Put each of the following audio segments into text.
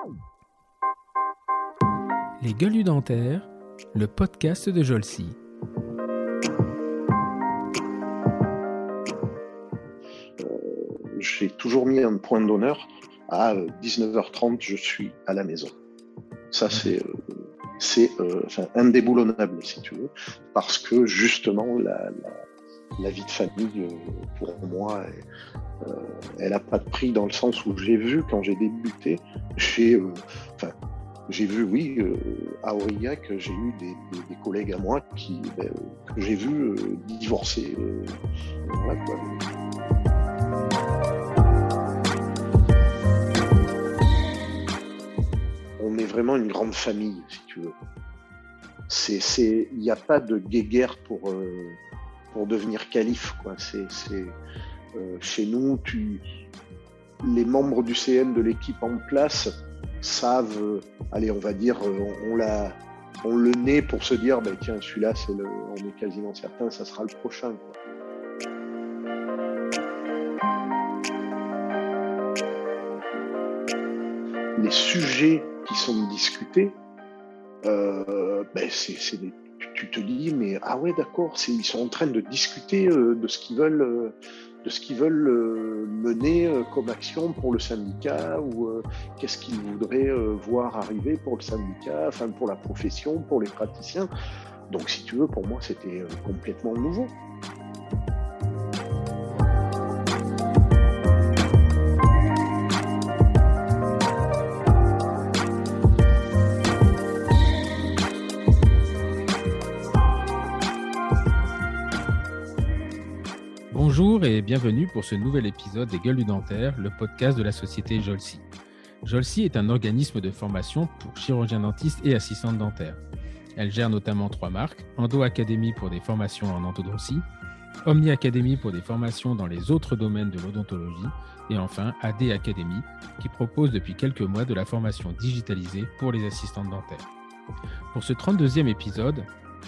Les Gueules dentaires, le podcast de Jolcy. J'ai toujours mis un point d'honneur à 19h30, je suis à la maison. Ça, c'est indéboulonnable, si tu veux, parce que justement, la vie de famille, pour moi, elle n'a pas de prix dans le sens où j'ai vu, quand j'ai débuté, j'ai vu, oui, à Aurillac, j'ai eu des collègues à moi que j'ai vu divorcer. Voilà, quoi. On est vraiment une grande famille, si tu veux. Il n'y a pas de guéguerre pour devenir calife, quoi. Chez nous, les membres du CM de l'équipe en place savent, on va dire, on le nez pour se dire, tiens, celui-là, on est quasiment certain, ça sera le prochain, quoi. Les sujets qui sont discutés, tu te dis, mais ah ouais, d'accord, ils sont en train de discuter de ce qu'ils veulent mener comme action pour le syndicat, ou qu'est-ce qu'ils voudraient voir arriver pour le syndicat, enfin pour la profession, pour les praticiens. Donc si tu veux, pour moi, c'était complètement nouveau. Bonjour et bienvenue pour ce nouvel épisode des Gueules dentaires, le podcast de la société Jolcy. Jolcy est un organisme de formation pour chirurgiens dentistes et assistantes dentaires. Elle gère notamment 3 marques, Endo Academy pour des formations en endodontie, Omni Academy pour des formations dans les autres domaines de l'odontologie et enfin AD Academy qui propose depuis quelques mois de la formation digitalisée pour les assistantes dentaires. Pour ce 32e épisode,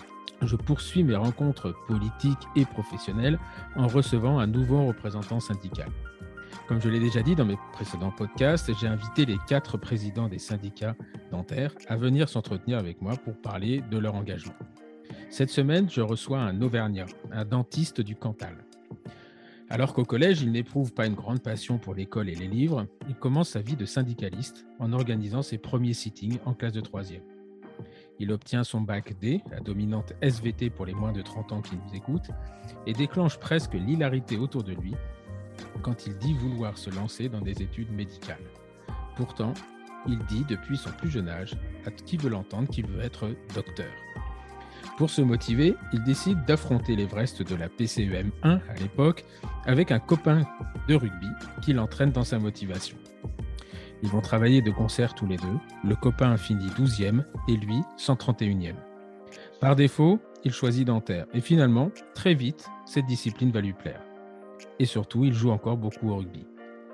je poursuis mes rencontres politiques et professionnelles en recevant un nouveau représentant syndical. Comme je l'ai déjà dit dans mes précédents podcasts, j'ai invité les 4 présidents des syndicats dentaires à venir s'entretenir avec moi pour parler de leur engagement. Cette semaine, je reçois un Auvergnat, un dentiste du Cantal. Alors qu'au collège, il n'éprouve pas une grande passion pour l'école et les livres, il commence sa vie de syndicaliste en organisant ses premiers sittings en classe de 3e. Il obtient son bac D, la dominante SVT pour les moins de 30 ans qui nous écoutent, et déclenche presque l'hilarité autour de lui quand il dit vouloir se lancer dans des études médicales. Pourtant, il dit depuis son plus jeune âge à qui veut l'entendre qu'il veut être docteur. Pour se motiver, il décide d'affronter l'Everest de la PCEM 1 à l'époque avec un copain de rugby qui l'entraîne dans sa motivation. Ils vont travailler de concert tous les deux. Le copain finit 12e et lui 131e. Par défaut, il choisit dentaire. Et finalement, très vite, cette discipline va lui plaire. Et surtout, il joue encore beaucoup au rugby.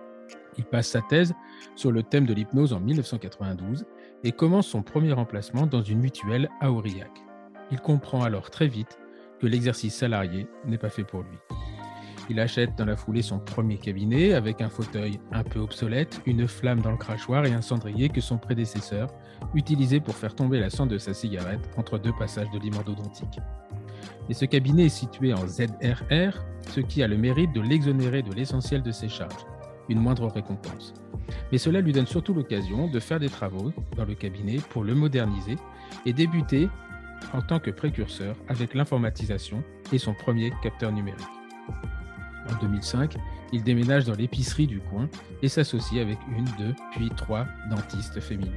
Il passe sa thèse sur le thème de l'hypnose en 1992 et commence son premier emplacement dans une mutuelle à Aurillac. Il comprend alors très vite que l'exercice salarié n'est pas fait pour lui. Il achète dans la foulée son premier cabinet avec un fauteuil un peu obsolète, une flamme dans le crachoir et un cendrier que son prédécesseur utilisait pour faire tomber la cendre de sa cigarette entre 2 passages de lime endodontique. Et ce cabinet est situé en ZRR, ce qui a le mérite de l'exonérer de l'essentiel de ses charges, une moindre récompense. Mais cela lui donne surtout l'occasion de faire des travaux dans le cabinet pour le moderniser et débuter en tant que précurseur avec l'informatisation et son premier capteur numérique. En 2005, il déménage dans l'épicerie du coin et s'associe avec 1, 2, puis 3 dentistes féminines.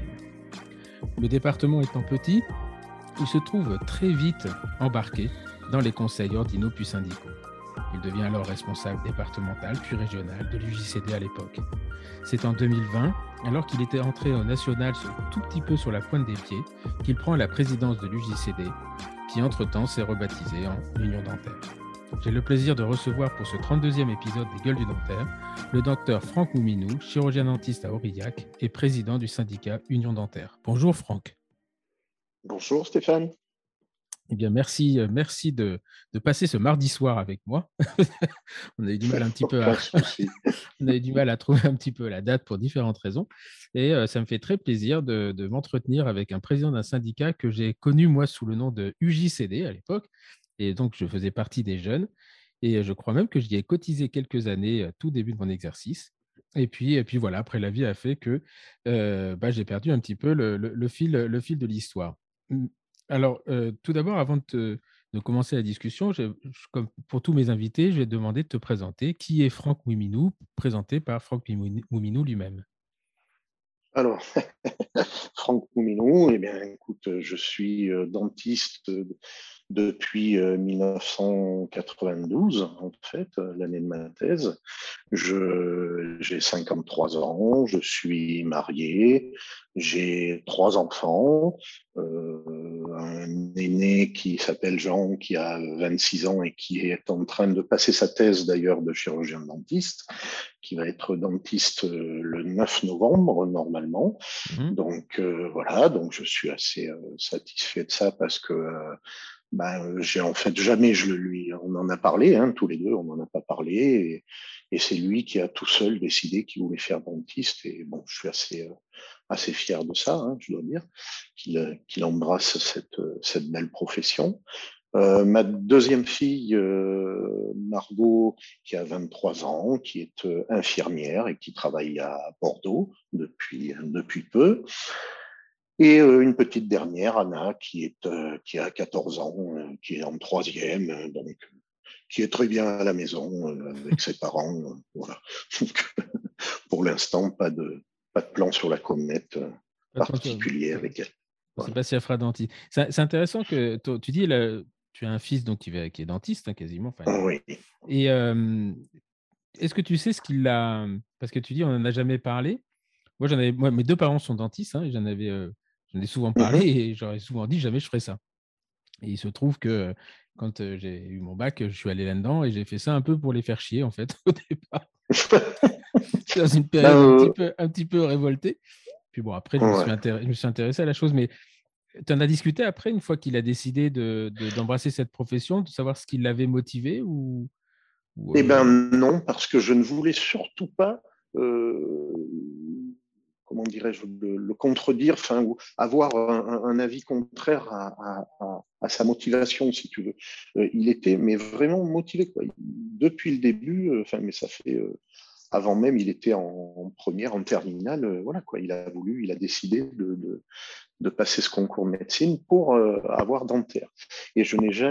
Le département étant petit, il se trouve très vite embarqué dans les conseils ordinaux puis syndicaux. Il devient alors responsable départemental puis régional de l'UJCD à l'époque. C'est en 2020, alors qu'il était entré au national tout petit peu sur la pointe des pieds, qu'il prend la présidence de l'UJCD, qui entre-temps s'est rebaptisé en Union dentaire. J'ai le plaisir de recevoir pour ce 32e épisode des Gueules du dentaire le docteur Franck Mouminou, chirurgien dentiste à Aurillac et président du syndicat Union dentaire. Bonjour Franck. Bonjour Stéphane. Eh bien, merci de passer ce mardi soir avec moi. On a eu du mal un petit peu Aucun souci. on a eu du mal à trouver un petit peu la date pour différentes raisons. Et ça me fait très plaisir de m'entretenir avec un président d'un syndicat que j'ai connu, moi, sous le nom de UJCD à l'époque. Et donc, je faisais partie des jeunes. Et je crois même que j'y ai cotisé quelques années, tout début de mon exercice. Et puis voilà, après, la vie a fait que j'ai perdu un petit peu le fil de l'histoire. Alors, tout d'abord, avant de commencer la discussion, comme pour tous mes invités, je vais te demander de te présenter. Qui est Franck Ouiminou, présenté par Franck Ouiminou lui-même? Alors, Franck Pouminou, eh bien, écoute, je suis dentiste depuis 1992, en fait, l'année de ma thèse. J'ai 53 ans, je suis marié, j'ai 3 enfants, un aîné qui s'appelle Jean, qui a 26 ans et qui est en train de passer sa thèse d'ailleurs de chirurgien dentiste, qui va être dentiste le 9 novembre normalement. Mhm. Donc voilà, donc je suis assez satisfait de ça parce que j'ai en fait jamais on en a parlé, hein, tous les deux, on n'en a pas parlé, et c'est lui qui a tout seul décidé qu'il voulait faire dentiste. Et bon, je suis assez fier de ça, hein, je dois dire, qu'il embrasse cette belle profession. Ma deuxième fille, Margot, qui a 23 ans, qui est infirmière et qui travaille à Bordeaux depuis peu. Et une petite dernière, Anna, qui a 14 ans, qui est en troisième, donc qui est très bien à la maison avec ses parents. Voilà. Donc, pour l'instant, pas de plan sur la comète particulier avec elle. On ne sait Voilà. pas si elle fera dentiste. C'est intéressant que tu dis, là, tu as un fils donc, qui est dentiste, hein, quasiment. Enfin, Oui. et est-ce que tu sais ce qu'il a. Parce que tu dis, on n'en a jamais parlé. Moi, mes deux parents sont dentistes, hein, et j'en ai souvent parlé Mhm. et j'aurais souvent dit jamais je ferai ça. Et il se trouve que quand j'ai eu mon bac, je suis allé là-dedans et j'ai fait ça un peu pour les faire chier, en fait, au départ. J'étais dans une Ben, période un petit peu révoltée. Puis bon, après, ouais. je me suis intéressé à la chose. Mais tu en as discuté après, une fois qu'il a décidé d'embrasser cette profession, de savoir ce qui l'avait motivé ou, Eh ben non, parce que je ne voulais surtout pas, euh, comment dirais-je, le contredire, enfin, ou avoir un avis contraire à sa motivation, si tu veux. Il était, mais vraiment motivé, quoi. Depuis le début, enfin, mais ça fait avant même, il était en première, en terminale, voilà quoi. Il a décidé de passer ce concours de médecine pour avoir dentaire. Et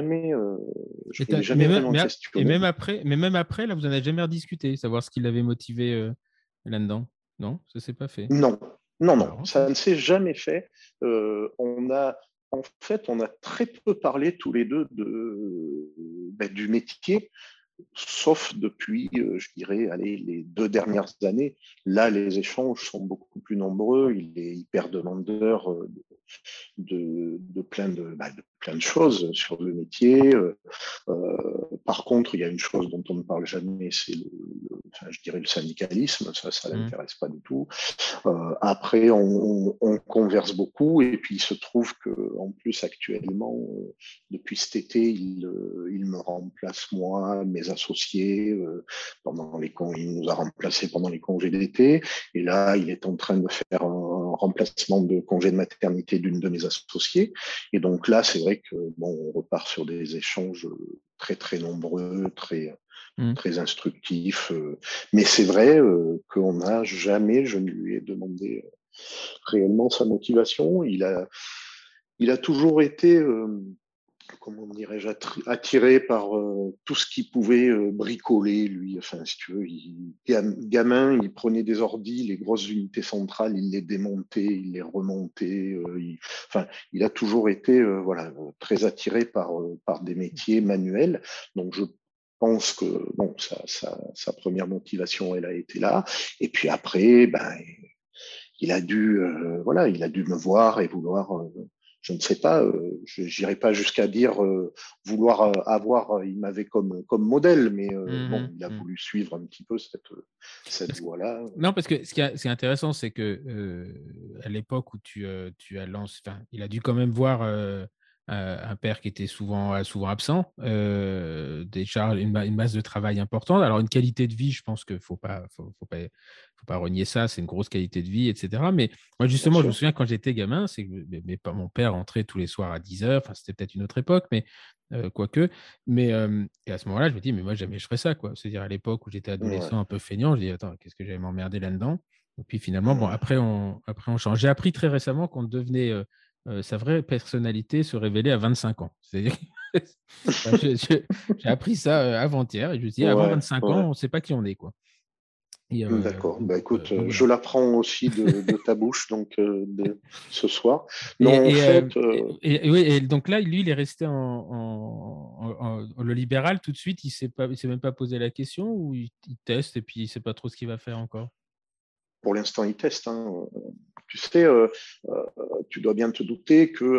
je ne l'ai jamais vraiment et questionné. même après, là, vous n'en avez jamais rediscuté, savoir ce qui l'avait motivé là-dedans. Non, ça s'est pas fait. Non, non, C'est non, marrant, ça. ça ne s'est jamais fait. En fait, on a très peu parlé tous les deux du métier, sauf depuis, je dirais, allez, les 2 dernières années. Là, les échanges sont beaucoup plus nombreux. Il est hyper demandeur de plein de choses sur le métier. Par contre, il y a une chose dont on ne parle jamais, c'est enfin, je dirais le syndicalisme. Ça Mm. l'intéresse pas du tout. Après, on converse beaucoup, et puis il se trouve que, en plus, actuellement, depuis cet été, il me remplace, moi, mes associés, il nous a remplacés pendant les congés d'été, et là, il est en train de faire un remplacement de congé de maternité d'une de mes associées. Et donc là, c'est vrai que bon, on repart sur des échanges très très nombreux, Mm. très instructif. Mais c'est vrai qu'on n'a jamais, je ne lui ai demandé réellement sa motivation. Il a toujours été, comment dirais-je, attiré par tout ce qu'il pouvait bricoler, lui. Enfin, si tu veux, gamin, il prenait des ordis, les grosses unités centrales, il les démontait, il les remontait. Enfin, il a toujours été, voilà, très attiré par des métiers manuels. Donc, je pense que bon, sa première motivation, elle a été là. Et puis après, voilà, il a dû me voir et vouloir, je ne sais pas, je n'irai pas jusqu'à dire vouloir il m'avait comme modèle, mais bon, Mhm. il a Mm. voulu suivre un petit peu cette Parce que- voie-là. non, parce que ce qui est intéressant, c'est que à l'époque où tu as lancé, enfin, il a dû quand même voir un père qui était souvent absent, déjà une masse de travail importante. Alors, une qualité de vie, je pense qu'il ne faut pas renier ça, c'est une grosse qualité de vie, etc. Mais moi, bien justement, je me sûr. souviens quand j'étais gamin, c'est que mon père rentrait tous les soirs à 10 heures. Enfin, c'était peut-être une autre époque, mais quoique. Mais et à ce moment-là, je me dis, mais moi, jamais je ferais ça, quoi. C'est-à-dire, à l'époque où j'étais Ouais, adolescent, un peu feignant, je dis, attends, qu'est-ce que j'allais m'emmerder là-dedans? Et puis finalement, bon, ouais. après on change. J'ai appris très récemment qu'on devenait sa vraie personnalité se révélait à 25 ans. C'est-à-dire enfin, j'ai appris ça avant-hier et je me dis, avant Ouais, 25 ans, ouais. on ne sait pas qui on est, quoi. Et D'accord. Bah écoute, donc je voilà. l'apprends aussi de ta bouche donc ce soir. Non, en Et, fait, oui, et donc là, lui, il est resté le libéral tout de suite. Il s'est même pas posé la question ou il teste et puis il sait pas trop ce qu'il va faire encore. pour l'instant, il teste, hein. Tu sais, euh, tu dois bien te douter que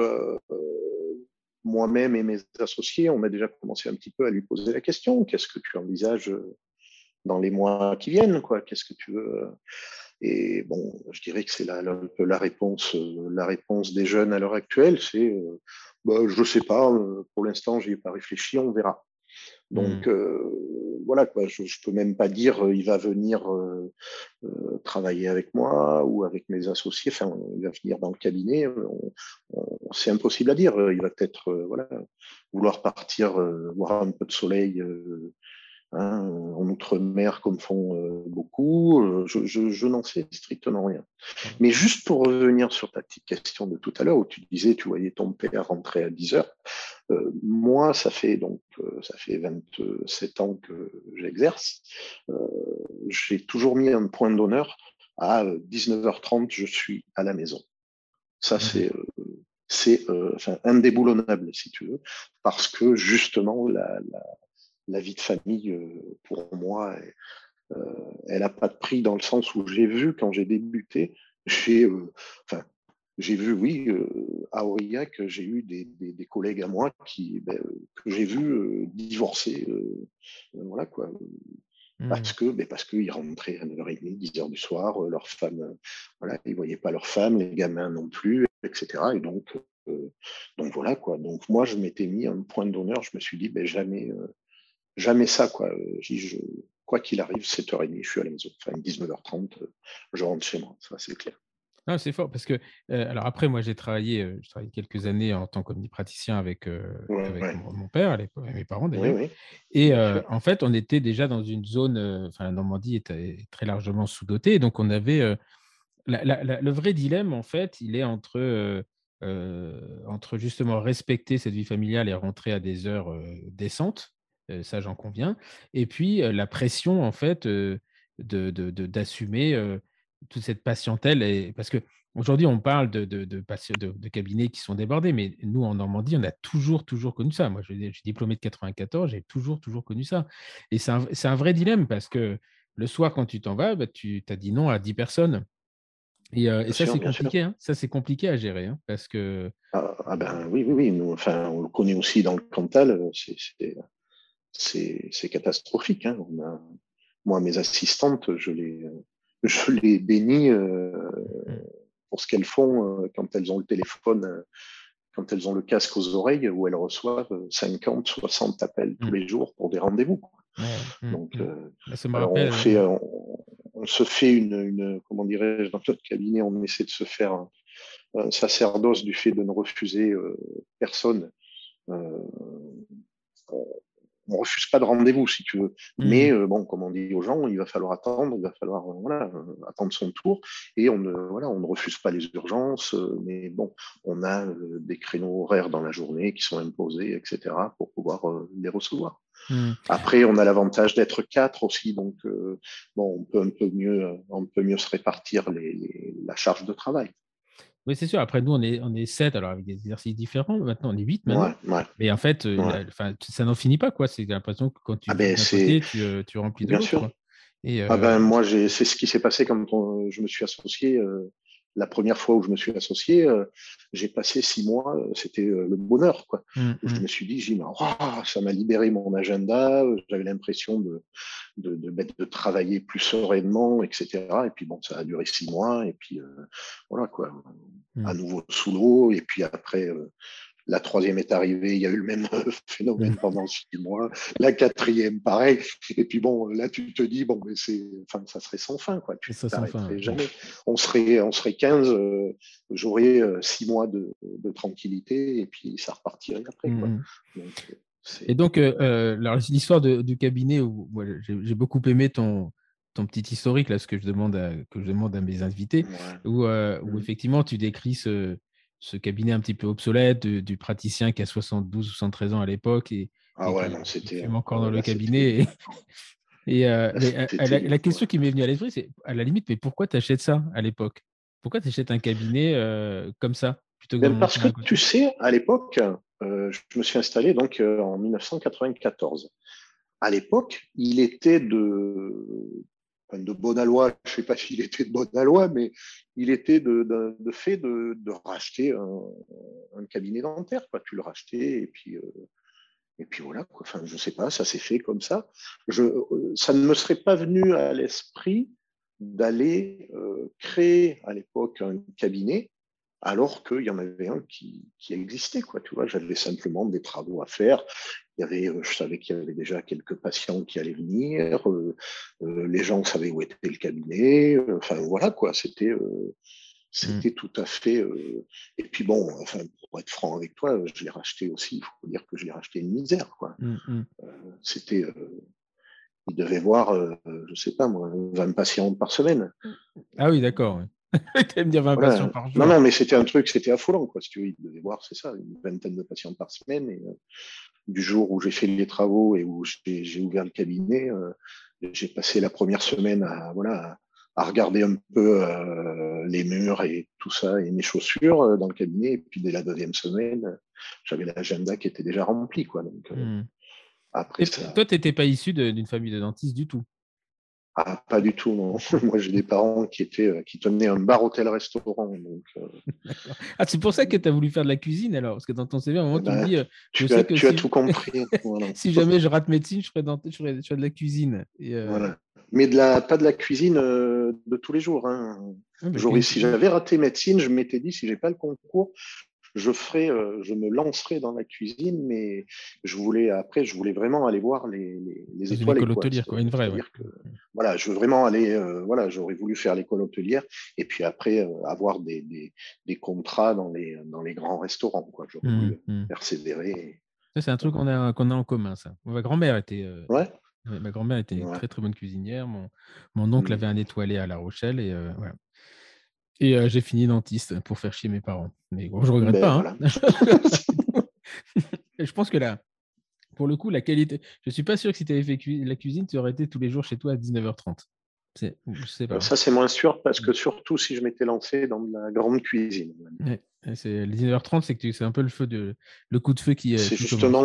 moi-même et mes associés, on a déjà commencé un petit peu à lui poser la question. Qu'est-ce que tu envisages dans les mois qui viennent, quoi? Qu'est-ce que tu veux? Et bon, je dirais que c'est un peu la réponse des jeunes à l'heure actuelle, c'est bah, je sais pas, pour l'instant, j'y ai pas réfléchi, on verra. Hmm. Donc voilà quoi, je peux même pas dire il va venir travailler avec moi ou avec mes associés. Enfin, il va venir dans le cabinet. C'est impossible à dire. Il va peut-être voilà vouloir partir voir un peu de soleil hein, en outre-mer comme font beaucoup. Je n'en sais strictement rien. Mais juste pour revenir sur ta petite question de tout à l'heure où tu disais tu voyais ton père rentrer à 10 heures. Moi, ça fait 27 ans que j'exerce. Euh, j'ai toujours mis un point d'honneur à 19h30, je suis à la maison. Ça, Hmm. c'est enfin, indéboulonnable, si tu veux, parce que justement, la vie de famille, pour moi, elle n'a pas de prix dans le sens où j'ai vu, quand j'ai débuté, enfin, j'ai vu, oui, à Aurillac, j'ai eu des collègues à moi que j'ai vu divorcer. Voilà quoi. Hmm. Parce qu'ils rentraient à 9h30, 10h du soir, leur femme, voilà, ils ne voyaient pas leur femme, les gamins non plus, etc. Et donc voilà quoi. Donc moi, je m'étais mis un point d'honneur, je me suis dit, jamais, jamais ça quoi. Quoi qu'il arrive, 7h30, je suis à la maison. Enfin, 19h30, je rentre chez moi, ça c'est clair. Ah, c'est fort parce que, alors après, moi, j'ai travaillé quelques années en tant qu'omnipraticien Ouais, avec ouais. mon père à l'époque, mes parents Oui, d'ailleurs. oui, Et bien sûr. en fait, on était déjà dans une zone, enfin, la Normandie est très largement sous-dotée. Donc, on avait le vrai dilemme, en fait, il est entre justement respecter cette vie familiale et rentrer à des heures décentes, ça, j'en conviens. Et puis, la pression, en fait, d'assumer toute cette patientèle. Parce qu'aujourd'hui, on parle de cabinets qui sont débordés, mais nous, en Normandie, on a toujours, toujours connu ça. Moi, je suis diplômé de 94, j'ai toujours, toujours connu ça. Et c'est un vrai dilemme parce que le soir, quand tu t'en vas, bah, tu as dit non à 10 personnes. Et Bien ça, sûr, c'est bien sûr. compliqué, hein. Ça, c'est compliqué à gérer, hein, parce que Ben oui, oui, oui. Nous, enfin, on le connaît aussi dans le Cantal. C'est catastrophique. Hein. Moi, mes assistantes, je les bénis mmh, pour ce qu'elles font quand elles ont le téléphone, quand elles ont le casque aux oreilles, où elles reçoivent 50, 60 appels tous mmh, les jours pour des rendez-vous. ouais, mmh, Donc, mmh. Bah, ça me alors rappelle, on se fait comment dirais-je, dans notre cabinet, on essaie de se faire un sacerdoce du fait de ne refuser personne. Euh, on refuse pas de rendez-vous si tu veux. Mais mmh, bon, comme on dit aux gens, il va falloir attendre, il va falloir voilà, attendre son tour. Et on ne refuse pas les urgences, mais bon, on a des créneaux horaires dans la journée qui sont imposés, etc., pour pouvoir les recevoir. mmh. Après, on a l'avantage d'être quatre aussi, donc bon, on peut mieux se répartir la charge de travail. Oui, c'est sûr. Après, nous, on est 7, alors avec des exercices différents. Maintenant, on est 8 maintenant. Ouais, ouais, Mais en fait, ouais. enfin, ça n'en finit pas, quoi. C'est l'impression que quand tu Ah vides ben d'un c'est côté, tu remplis de bien l'autre, sûr. quoi. Et Ah ben moi c'est ce qui s'est passé quand je me suis associé. La première fois où je me suis associé, j'ai passé 6 mois, c'était le bonheur quoi. mmh, Où je mmh, me suis dit, ça m'a libéré mon agenda, j'avais l'impression de travailler plus sereinement, etc. Et puis bon, ça a duré 6 mois et puis voilà quoi, à mmh. nouveau sous l'eau et puis après La troisième est arrivée, il y a eu le même phénomène pendant 6 mois. La quatrième, pareil. Et puis bon, là, tu te dis, bon, mais ça serait sans fin, quoi. Tu Ça sans fin. t'arrêterais jamais. On serait 15, j'aurais 6 mois de tranquillité et puis ça repartirait après, quoi. Donc, et donc, alors, l'histoire du cabinet, où moi, j'ai beaucoup aimé ton petit historique, là, ce que je demande à mes invités, où effectivement, tu décris ce cabinet un petit peu obsolète du praticien qui a 72 ou 73 ans à l'époque et qui fume encore dans le cabinet. Mais la question qui m'est venue à l'esprit, c'est à la limite, mais pourquoi tu achètes ça à l'époque? Pourquoi tu achètes un cabinet comme ça, plutôt que d'en Parce monter que un côté? tu sais, à l'époque, je me suis installé donc en 1994. À l'époque, il était de bonne aloi, je ne sais pas s'il était de bonne aloi, mais il était de fait de racheter un cabinet dentaire, quoi. Tu le rachetais et puis voilà, quoi. Enfin, je ne sais pas, ça s'est fait comme ça. Ça ne me serait pas venu à l'esprit d'aller créer à l'époque un cabinet alors qu'il y en avait un qui existait, quoi. Tu vois, j'avais simplement des travaux à faire. Je savais qu'il y avait déjà quelques patients qui allaient venir. Les gens savaient où était le cabinet. Enfin, voilà, quoi. C'était tout à fait. Et puis bon, enfin, pour être franc avec toi, je l'ai racheté aussi. Il faut dire que je l'ai racheté une misère, quoi. C'était. Il devait voir, je sais pas moi, 20 patients par semaine. Ah oui, d'accord. Tu allais me dire 20 patients Voilà. par Non, jour. non, mais c'était affolant, quoi. Si tu veux, il devait voir, c'est ça, une vingtaine de patients par semaine. Et du jour où j'ai fait les travaux et où j'ai ouvert le cabinet, j'ai passé la première semaine à regarder un peu les murs et tout ça et mes chaussures dans le cabinet. Et puis dès la deuxième semaine, j'avais l'agenda qui était déjà rempli, quoi. Donc après Et ça. toi, tu n'étais pas issu d'une famille de dentistes du tout. Ah, pas du tout, non. Moi, j'ai des parents qui tenaient un bar-hôtel-restaurant. Donc, D'accord. Ah, c'est pour ça que tu as voulu faire de la cuisine alors, parce que dans ton CV, à un moment, eh tu me ben, dis, je sais que tu as tout compris. Voilà. si jamais je rate médecine, je ferai de la cuisine. Voilà. Mais pas de la cuisine de tous les jours, hein. Si j'avais raté médecine, je m'étais dit, si j'ai pas le concours, je me lancerai dans la cuisine, mais je voulais vraiment aller voir les Dans une étoiles et école quoi. hôtelière, quoi, une vraie, ouais. C'est-à-dire que, voilà, je veux vraiment aller, voilà, j'aurais voulu faire l'école hôtelière et puis après avoir des contrats dans les grands restaurants, quoi. J'aurais voulu persévérer. Ça, c'est un truc qu'on a en commun, ça. Ma grand-mère était, Ouais. ma grand-mère était une Ouais. très, très bonne cuisinière. Mon oncle avait un étoilé à La Rochelle et voilà. Et j'ai fini dentiste pour faire chier mes parents. Mais bon, je regrette Ben pas, voilà. hein. Et je pense que là, pour le coup, la qualité. Je suis pas sûr que si tu avais fait la cuisine, tu aurais été tous les jours chez toi à 19h30. Je sais pas. Ça, c'est moins sûr parce que surtout si je m'étais lancé dans de la grande cuisine. Ouais. Le 19h30, c'est un peu le coup de feu C'est qui commence. justement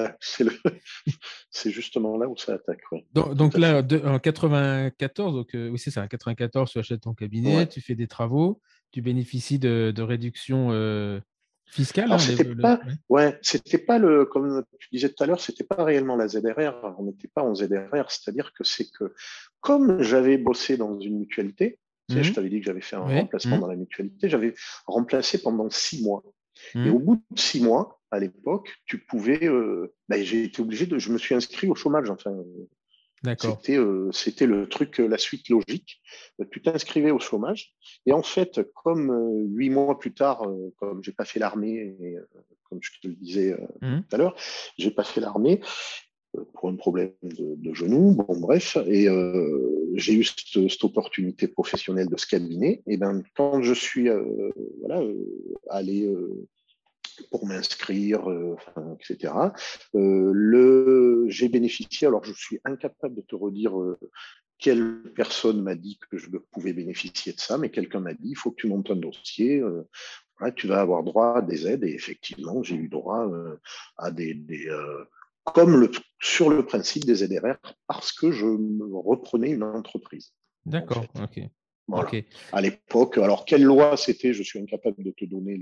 c'est justement là où ça attaque. Ouais. Tout Donc à là, fait. en 94, oui, c'est ça, en 94, tu achètes ton cabinet, Ouais. tu fais des travaux, tu bénéficies de réductions fiscales. Alors, Hein, ouais. c'était pas comme tu disais tout à l'heure, c'était pas réellement la ZRR. On n'était pas en ZRR. C'est-à-dire que comme j'avais bossé dans une mutualité, tu sais, je t'avais dit que j'avais fait un Ouais. remplacement dans la mutualité, j'avais remplacé pendant 6 mois. Et Mmh. au bout de 6 mois, à l'époque, tu pouvais. J'ai été obligé je me suis inscrit au chômage. Enfin, D'accord. c'était le truc, la suite logique. Tu t'inscrivais au chômage. Et en fait, comme 8 mois plus tard, comme j'ai pas fait l'armée, et comme je te le disais Mmh. tout à l'heure, j'ai pas fait l'armée pour un problème de genou. Bon, bref. Et j'ai eu cette opportunité professionnelle de ce cabinet. Et ben, quand je suis allé pour m'inscrire, etc. J'ai bénéficié, alors je suis incapable de te redire quelle personne m'a dit que je pouvais bénéficier de ça, mais quelqu'un m'a dit, il faut que tu montes un dossier, voilà, tu vas avoir droit à des aides, et effectivement, j'ai eu droit à comme sur le principe des ZRR, parce que je me reprenais une entreprise, en D'accord. fait. OK. Voilà. OK. À l'époque, alors quelle loi c'était, je suis incapable de te donner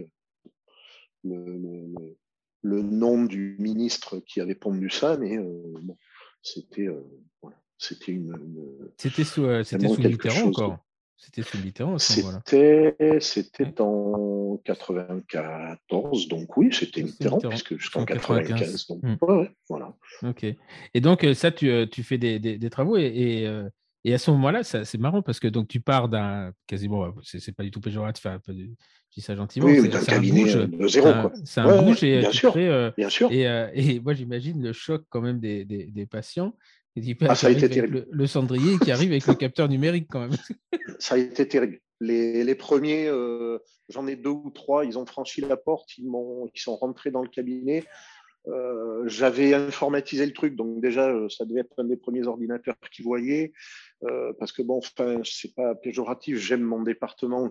le, le nom du ministre qui avait pondu ça, mais bon, c'était voilà, c'était C'était vraiment sous quelque Mitterrand chose de. encore. C'était sous Mitterrand à ce moment-là. C'était en 94, donc oui, c'était C'était Mitterrand, Mitterrand. puisque C'est jusqu'en en 95. 95, donc ouais, voilà. Ok. Et donc, ça, tu fais des travaux et à ce moment-là, c'est marrant parce que donc, tu pars d'un quasiment, c'est pas du tout péjoratif, enfin, je dis ça gentiment, Oui, mais d'un c'est un cabinet bouge, de zéro, quoi. c'est un Ouais, bouge et bien tu sûr, crées. bien sûr. Et moi, j'imagine le choc quand même des patients Ah, qui ça a été arrivent avec terrible. le cendrier et qui arrivent avec le capteur numérique quand même. Ça a été terrible. Les premiers, j'en ai 2 ou 3, ils ont franchi la porte, ils sont rentrés dans le cabinet. J'avais informatisé le truc, donc déjà, ça devait être un des premiers ordinateurs qu'ils voyaient. Parce que bon, enfin, c'est pas péjoratif, j'aime mon département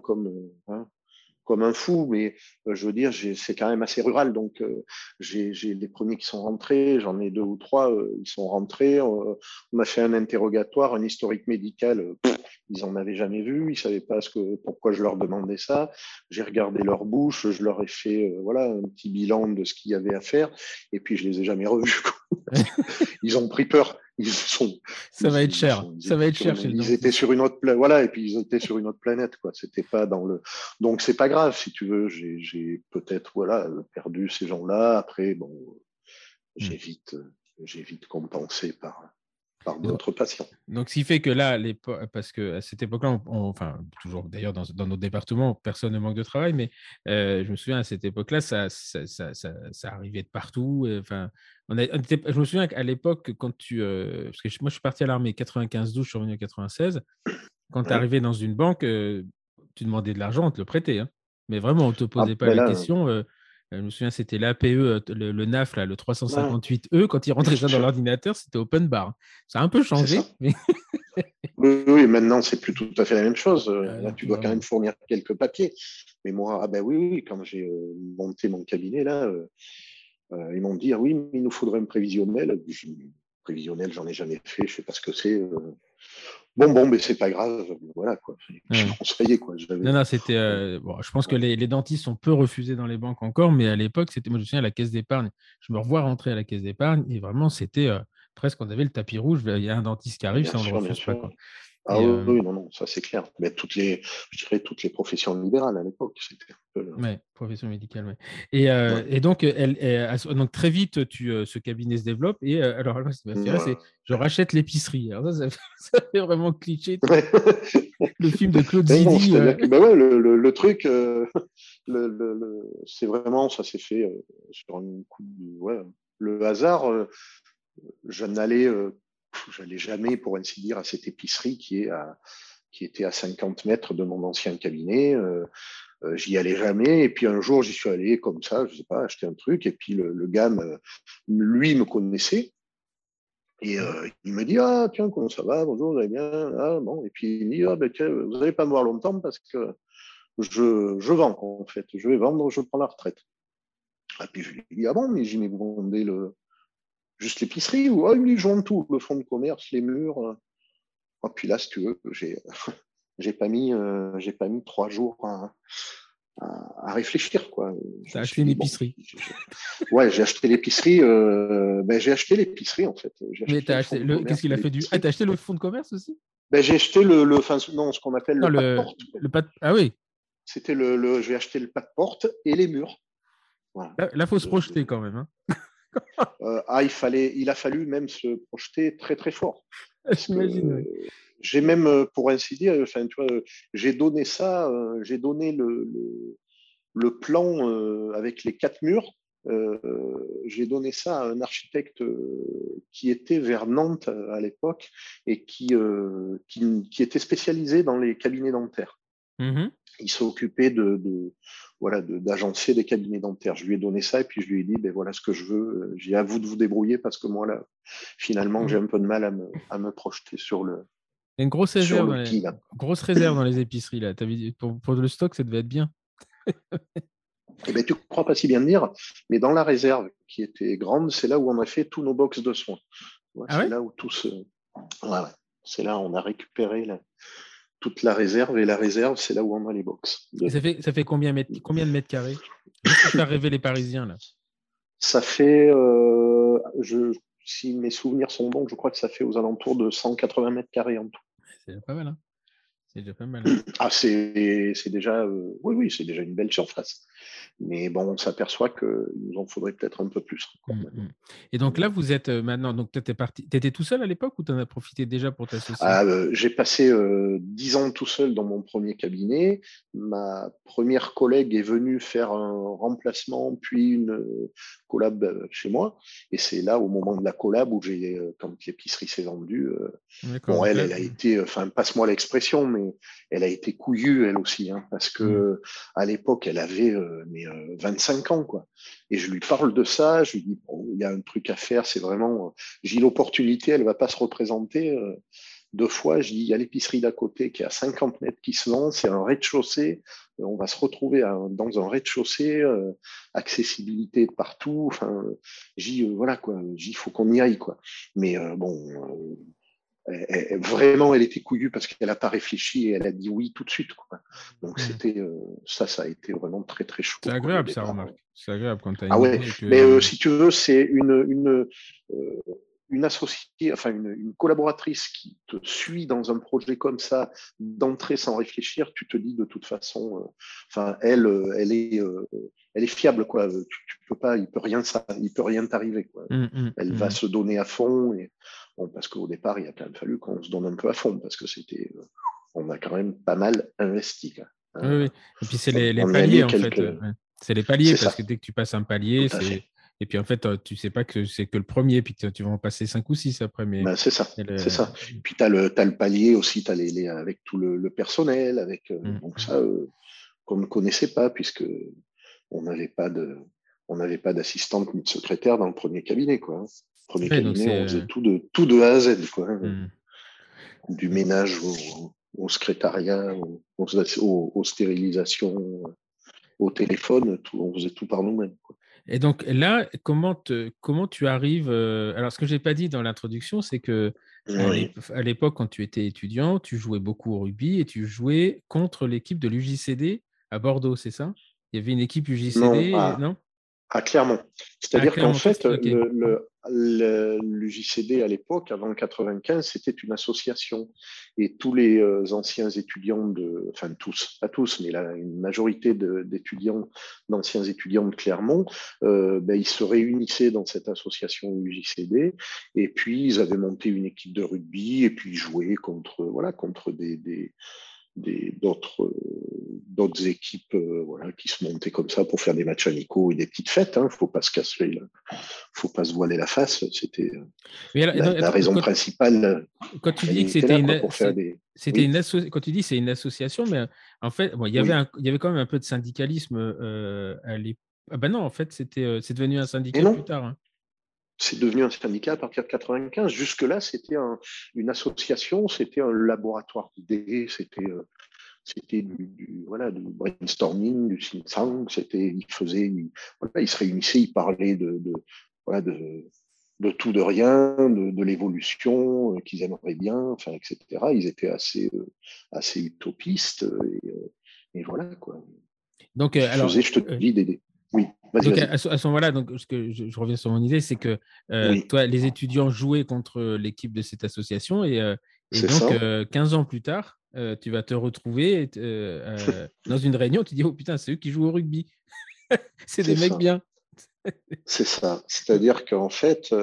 comme un fou, mais je veux dire, c'est quand même assez rural. Donc, j'ai les premiers qui sont rentrés, j'en ai 2 ou 3, ils sont rentrés. On m'a fait un interrogatoire, un historique médical. Ils en avaient jamais vu, ils savaient pas pourquoi je leur demandais ça. J'ai regardé leur bouche, je leur ai fait voilà un petit bilan de ce qu'il y avait à faire, et puis je les ai jamais revus. Ils ont pris peur. Ça va être cher. Ça va être cher chez le Ils étaient dentiste. sur une autre planète, voilà, et puis ils étaient sur une autre planète, quoi. C'était pas dans le. Donc c'est pas grave, si tu veux. J'ai peut-être voilà perdu ces gens-là. Après, bon, Hmm. j'ai vite, j'ai vite compensé par Et donc, d'autres patients. ce qui fait que là, parce qu'à cette époque-là, enfin, toujours d'ailleurs dans nos départements, personne ne manque de travail, mais je me souviens à cette époque-là, ça arrivait de partout. Enfin, je me souviens qu'à l'époque, quand parce que moi je suis parti à l'armée 95-12, je suis revenu en 96, quand tu Ouais. arrivais dans une banque, tu demandais de l'argent, on te le prêtait, hein. Mais vraiment, on ne te Ah posait pas ben la là, question. Je me souviens, c'était l'APE, le NAF, là, le ouais, 358E. Quand il rentrait ça dans l'ordinateur, c'était open bar. Ça a un peu c'est ça. changé, mais Oui, oui, maintenant c'est plus tout à fait la même chose. Là, non, tu dois quand non. même fournir quelques papiers. Mais moi, ah ben oui, oui, quand j'ai monté mon cabinet là. Ils m'ont dit, ah oui, mais il nous faudrait un prévisionnel. Prévisionnel, j'en ai jamais fait, je sais pas ce que c'est. Bon, mais c'est pas grave, voilà quoi. Ouais. On se payait quoi. Non, c'était. Bon, je pense que les dentistes sont peu refusés dans les banques encore, mais à l'époque, c'était. Moi, je me souviens, à la caisse d'épargne, je me revois rentrer à la caisse d'épargne et vraiment, c'était presque, on avait le tapis rouge. Il y a un dentiste qui arrive, Bien ça, on ne le sûr, bien refuse pas, sûr. quoi. Ah Et, oui, non, non, ça c'est clair. Mais je dirais toutes les professions libérales à l'époque, c'était un peu. ouais, profession médicale, ouais. Ouais. Et donc, donc, très vite, ce cabinet se développe. Et alors, moi, ce qui m'a fait rire, c'est je rachète l'épicerie. Alors, ça fait vraiment cliché, tu sais. Ouais. Le film de Claude Mais non, Zidi. c'est-à-dire que bah ouais, le truc, c'est vraiment, ça s'est fait sur un coup ouais, le hasard. Je n'allais j'allais jamais, pour ainsi dire, à cette épicerie qui était à 50 mètres de mon ancien cabinet. J'y allais jamais. Et puis un jour, j'y suis allé comme ça, je sais pas, acheter un truc. Et puis le gars, lui, me connaissait. Et il me dit, ah, tiens, comment ça va? Bonjour, vous allez bien? Ah, bon. Et puis il me dit, ah, ben, tiens, vous n'allez pas me voir longtemps parce que je vends, en fait. Je vais vendre, je prends la retraite. Et puis je lui dis, ah bon, mais j'ai mais vous vendez juste l'épicerie ou ah, il me dit, je vends tout, le fonds de commerce, les murs. Et puis là, si tu veux, j'ai pas mis 3 jours à réfléchir, quoi. Je Tu as me acheté suis une dit, bon, épicerie. ouais, j'ai acheté l'épicerie, j'ai acheté l'épicerie, en fait. J'ai Mais tu acheté as le fonds acheté de qu'est-ce commerce qu'il de a fait Ah, l'épicerie. tu as acheté le fonds de commerce aussi? J'ai acheté enfin, non, ce qu'on appelle Non, le pas de porte. le pas Ah oui, C'était j'ai acheté le pas de porte et les murs. Voilà. là, il faut se projeter quand même, hein. Il a fallu même se projeter très, très fort. Parce J'imagine, que oui. j'ai même, pour ainsi dire, enfin, tu vois, j'ai donné ça, j'ai donné le plan avec les 4 murs. J'ai donné ça à un architecte qui était vers Nantes à l'époque et qui était spécialisé dans les cabinets dentaires. Mhm. Il s'occupait voilà, d'agencer des cabinets dentaires. Je lui ai donné ça et puis je lui ai dit, ben voilà ce que je veux. J'ai à vous de vous débrouiller parce que moi là, finalement, j'ai Mhm. un peu de mal à me projeter Il y a une sur le qui là. grosse réserve dans les épiceries, là. Pour le stock, ça devait être bien. Eh ben, tu ne crois pas si bien dire, mais dans la réserve qui était grande, c'est là où on a fait tous nos box de soins. Ah C'est ouais? là où tout se. Ouais, ouais. C'est là où on a récupéré toute la réserve et la réserve, c'est là où on a les box. Et ça fait combien de mètres carrés? Juste pour faire rêver les Parisiens, là. Ça fait, si mes souvenirs sont bons, je crois que ça fait aux alentours de 180 mètres carrés en tout. C'est pas mal, hein. C'est déjà pas mal. Ah, c'est déjà, oui, c'est déjà une belle surface. Mais bon, on s'aperçoit qu'il nous en faudrait peut-être un peu plus encore maintenant. Et donc là, vous êtes maintenant, donc tu étais tout seul à l'époque ou tu en as profité déjà pour t'associer? J'ai passé 10 ans tout seul dans mon premier cabinet. Ma première collègue est venue faire un remplacement, puis une collab chez moi. Et c'est là, au moment de la collab, où quand l'épicerie s'est vendue, D'accord. bon, Donc là, elle a été, enfin, passe-moi l'expression, mais elle a été couillue, elle aussi, hein, parce que à l'époque, elle avait 25 ans, quoi. Et je lui parle de ça, je lui dis, bon, il y a un truc à faire, c'est vraiment, j'ai l'opportunité, elle va pas se représenter. Deux fois, je dis, il y a l'épicerie d'à côté qui est à 50 mètres qui se vend, c'est un rez-de-chaussée, on va se retrouver dans un rez-de-chaussée, accessibilité de partout, enfin, voilà, quoi, il faut qu'on y aille, quoi. Mais bon, vraiment, elle était couillue parce qu'elle n'a pas réfléchi et elle a dit oui tout de suite, quoi. Donc c'était ça a été vraiment très très chaud, c'est quoi, le agréable, ça, départ. remarque. C'est agréable quand tu as Ah une ouais, idée et mais que. si tu veux, c'est une associée, enfin une collaboratrice qui te suit dans un projet comme ça, d'entrer sans réfléchir, tu te dis de toute façon, enfin elle est fiable, quoi. Tu peux pas, il peut rien t'arriver, quoi. Elle va se donner à fond et bon, parce qu'au départ, il a quand même fallu qu'on se donne un peu à fond parce que on a quand même pas mal investi, quoi. Oui, oui. Et puis c'est les On y a paliers mis en fait. quelques, Ouais. C'est les paliers c'est parce ça, que dès que tu passes un palier, tout à fait. et puis en fait, tu sais pas que c'est que le premier, puis tu vas en passer 5 ou 6 après. Mais Ben, c'est ça, c'est elle, ça. Puis t'as le palier aussi, t'as avec tout le personnel, donc ça, qu'on ne connaissait pas puisque on n'avait pas de, on n'avait pas d'assistante ni de secrétaire dans le premier cabinet, quoi, hein. Premier ouais, donc cabinet, c'est. on faisait tout de A à Z, quoi, hein. Hmm. Du ménage au secrétariat, aux stérilisations, au téléphone, tout, on faisait tout par nous-mêmes, quoi. Et donc là, comment tu arrives alors, ce que je n'ai pas dit dans l'introduction, c'est que Oui. à l'époque, quand tu étais étudiant, tu jouais beaucoup au rugby et tu jouais contre l'équipe de l'UJCD à Bordeaux, c'est ça? Il y avait une équipe Non, UJCD, non? à Clermont. Ah, C'est-à-dire qu'en Clermont, toi, fait, OK. l'UJCD à l'époque, avant le 95, c'était une association. Et tous les anciens étudiants enfin tous, pas tous, mais une majorité d'étudiants, d'anciens étudiants de Clermont, ben, ils se réunissaient dans cette association UJCD. Et puis, ils avaient monté une équipe de rugby et puis ils jouaient contre d'autres équipes voilà, qui se montaient comme ça pour faire des matchs amicaux et des petites fêtes. Il ne faut pas se casser, faut pas se voiler la face. C'était Mais alors, la raison principale, quand tu elle dis que était là, quoi, pour faire des. c'était Oui. quand tu dis c'est une association, mais en fait, bon, il Oui. y avait quand même un peu de syndicalisme à l'époque. Ah ben non, en fait, c'est devenu un Et syndicat plus non, tard, hein. c'est devenu un syndicat à partir de 95. Jusque-là, c'était une association, c'était un laboratoire d'idées, c'était voilà, du brainstorming, du think tank. Voilà, ils se réunissaient, ils parlaient voilà, de tout, de rien, de l'évolution qu'ils aimeraient bien, enfin, etc. Ils étaient assez utopistes et voilà, quoi. Donc, Ils alors, faisaient, je te dis, Oui, vas-y, donc vas-y. à ce moment-là, donc, ce que je reviens sur mon idée, c'est que Oui, toi, les étudiants jouaient contre l'équipe de cette association et c'est donc, ça. 15 ans plus tard, tu vas te retrouver dans une réunion, tu dis, oh putain, c'est eux qui jouent au rugby. C'est des C'est mecs ça. bien. C'est ça. C'est-à-dire qu'en fait,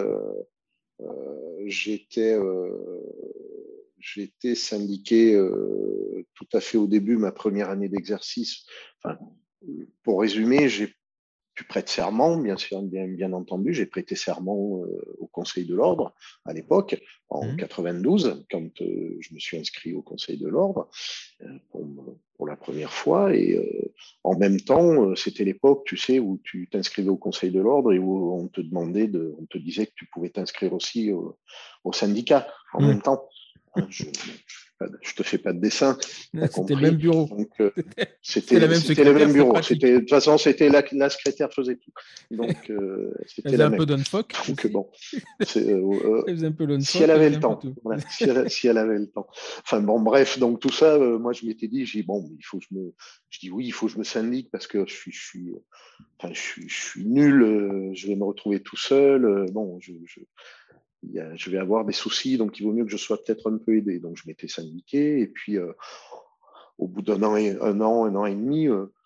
j'étais j'étais syndiqué tout à fait au début, ma première année d'exercice. Enfin, pour résumer, tu prêtes serment, bien sûr, bien entendu. J'ai prêté serment au Conseil de l'Ordre à l'époque, en Mhm. 92, quand je me suis inscrit au Conseil de l'Ordre pour la première fois. Et en même temps, c'était l'époque, tu sais, où tu t'inscrivais au Conseil de l'Ordre et où on te disait que tu pouvais t'inscrire aussi au syndicat en Mhm. même temps. Hein, je te fais pas de dessin, tu as C'était le même compris. bureau. Donc, C'était la même c'était le secrétaire, même c'était bureau. pratique. De toute façon, c'était la secrétaire faisait tout. Donc, Elle c'était faisait la un peu même. d'unfoc Donc, aussi. bon, c'est, Elle faisait un peu si elle l'unfoc, elle avait faisait le un peu temps. tout. Voilà, si elle avait le temps. Enfin, bon, bref, donc tout ça, moi, je m'étais dit, bon, je dis oui, il faut que je me syndique parce que je suis nul, je vais me retrouver tout seul. Bon, je vais avoir des soucis, donc il vaut mieux que je sois peut-être un peu aidé. Donc je m'étais syndiqué, et puis au bout un an et demi,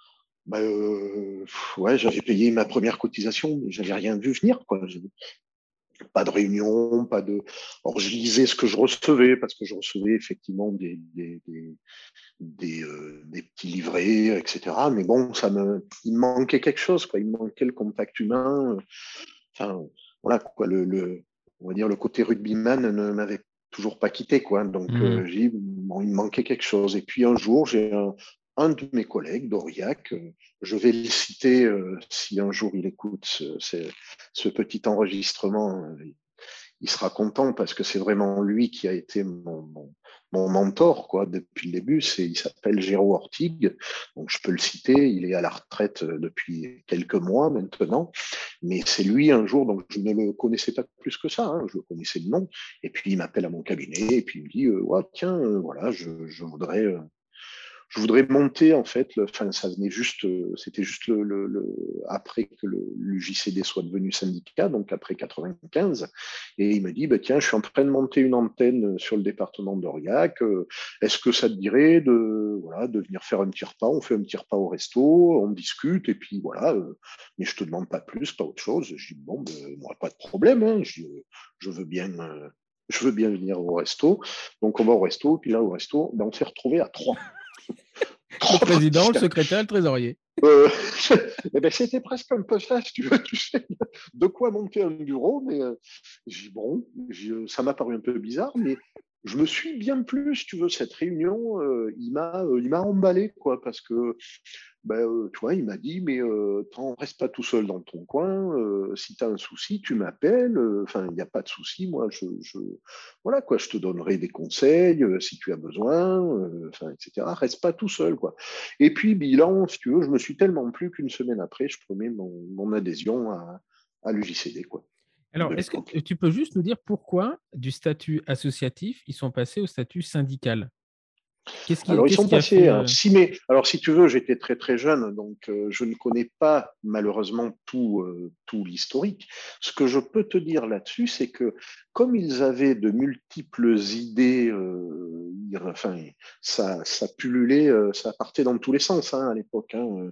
ouais, j'avais payé ma première cotisation, mais j'avais rien vu venir, quoi. Pas de réunion, pas de. Alors je lisais ce que je recevais, parce que je recevais effectivement des petits livrets, etc. Mais bon, il me manquait quelque chose, quoi. Il me manquait le contact humain. Enfin, voilà, quoi. On va dire le côté rugbyman ne m'avait toujours pas quitté, quoi. Donc, bon, il me manquait quelque chose. Et puis un jour, j'ai un de mes collègues d'Aurillac, je vais le citer si un jour il écoute ce petit enregistrement, il sera content, parce que c'est vraiment lui qui a été mon mentor, quoi, depuis le début. Il s'appelle Géraud Ortigue, donc je peux le citer. Il est à la retraite depuis quelques mois maintenant, mais c'est lui un jour, donc je ne le connaissais pas plus que ça, hein, je le connaissais de nom, et puis il m'appelle à mon cabinet, et puis il me dit ouais, tiens, voilà, je voudrais monter, en fait, enfin, ça venait juste, c'était juste après que l'UJCD soit devenu syndicat, donc après 95. Et il me dit, bah, tiens, je suis en train de monter une antenne sur le département d'Aurillac. Est-ce que ça te dirait voilà, de venir faire un petit repas? On fait un petit repas au resto, on discute, et puis voilà, mais je te demande pas plus, pas autre chose. Je dis, bon, ben, moi, pas de problème, hein. Je veux bien. Je veux bien venir au resto. Donc, on va au resto. Puis là, au resto, ben, on s'est retrouvés à trois. Le président, le secrétaire, le trésorier. Euh, eh ben, c'était presque un peu ça, si tu veux, tu sais, de quoi monter un bureau, mais bon, ça m'a paru un peu bizarre, mais je me suis bien plu, si tu veux, cette réunion, il m'a emballé, quoi, parce que tu vois, il m'a dit, mais t'en restes pas tout seul dans ton coin. Si tu as un souci, tu m'appelles. Enfin, il n'y a pas de souci. Moi, voilà, quoi, je te donnerai des conseils si tu as besoin, enfin, etc. Reste pas tout seul, quoi. Et puis, bilan, si tu veux, je me suis tellement plu qu'une semaine après, je prenais mon adhésion à l'UJCD, quoi. Alors, est-ce que tu peux juste nous dire pourquoi du statut associatif, ils sont passés au statut syndical? Alors, ils sont Qu'est-ce qui a passés fait un 6 mai. Alors, si tu veux, j'étais très, très jeune, donc je ne connais pas malheureusement tout l'historique. Ce que je peux te dire là-dessus, c'est que comme ils avaient de multiples idées, enfin, ça pullulait, ça partait dans tous les sens, hein, à l'époque, hein.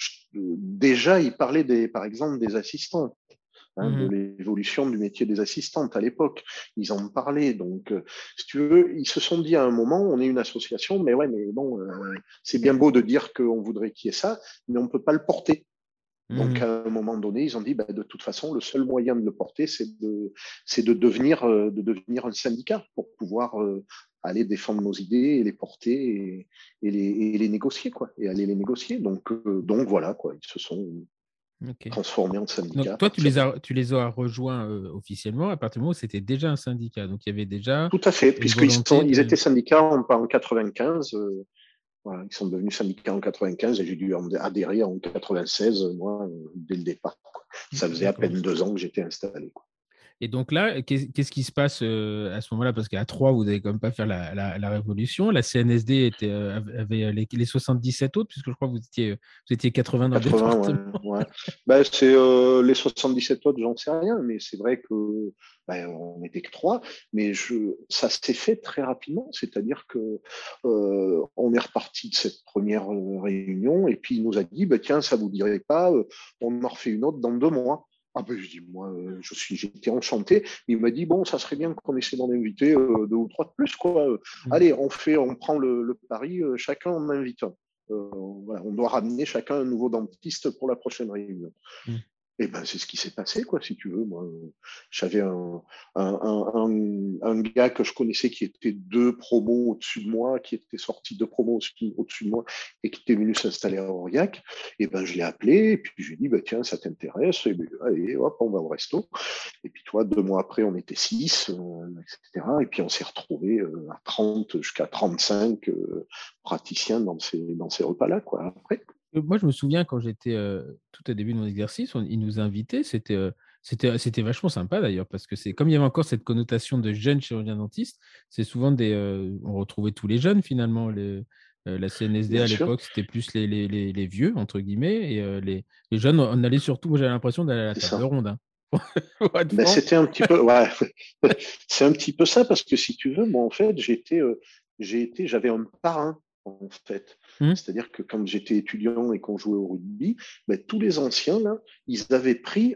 Déjà, ils parlaient, par exemple, des assistants, hein, de l'évolution du métier des assistantes à l'époque. Ils en parlaient. Donc, si tu veux, ils se sont dit à un moment, on est une association, mais ouais, mais bon, c'est bien beau de dire qu'on voudrait qu'il y ait ça, mais on ne peut pas le porter. Donc, à un moment donné, ils ont dit, de toute façon, le seul moyen de le porter, c'est de devenir un syndicat pour pouvoir aller défendre nos idées et les porter et les négocier, quoi, et aller les négocier. Donc voilà, quoi, ils se sont transformés en syndicat. Donc, toi, tu les as rejoints officiellement à partir du moment où c'était déjà un syndicat. Donc, il y avait déjà tout à fait, puisqu'ils étaient syndicats en 95. Voilà, ils sont devenus syndicats en 95 et j'ai dû adhérer en 96, moi, dès le départ. Ça faisait à peine 2 ans que j'étais installé, quoi. Et donc là, qu'est-ce qui se passe à ce moment-là? Parce qu'à 3, vous n'allez quand même pas faire la révolution. La CNSD avait les 77 autres, puisque je crois que vous étiez 80 dans 80, le département. Ouais. C'est les 77 autres, j'en sais rien, mais c'est vrai que on n'était que 3. Mais ça s'est fait très rapidement, c'est-à-dire que on est reparti de cette première réunion et puis il nous a dit, tiens, ça vous dirait pas, on en refait une autre dans 2 mois. Ah je dis, moi, j'étais enchanté. Il m'a dit, bon, ça serait bien qu'on essaie d'en inviter 2 ou 3 de plus, quoi. Allez, on prend le pari, chacun en invite un. Voilà, on doit ramener chacun un nouveau dentiste pour la prochaine réunion. Et c'est ce qui s'est passé, quoi, si tu veux. Moi, j'avais un gars que je connaissais qui était 2 promos au-dessus de moi, qui était sorti 2 promos au-dessus de moi et qui était venu s'installer à Aurillac. Et je l'ai appelé et puis je lui ai dit, tiens, ça t'intéresse? Et allez, hop, on va au resto. Et puis, toi, 2 mois après, on était 6, etc. Et puis, on s'est retrouvés à 30 jusqu'à 35 praticiens dans ces repas-là, quoi, après. Moi, je me souviens quand j'étais tout au début de mon exercice, ils nous invitaient. C'était vachement sympa d'ailleurs, parce que comme il y avait encore cette connotation de jeune chirurgien dentiste, c'est souvent on retrouvait tous les jeunes finalement. La CNSD Bien à sûr. l'époque, c'était plus les vieux, entre guillemets, et les jeunes, on allait surtout, moi j'avais l'impression d'aller à la table ronde. Hein. Pour être Ben, franc. c'était un petit peu, ouais, c'est un petit peu ça parce que si tu veux, moi en fait, j'avais un parrain en fait. Hmm. C'est-à-dire que quand j'étais étudiant et qu'on jouait au rugby, ben, tous les anciens là, ils avaient pris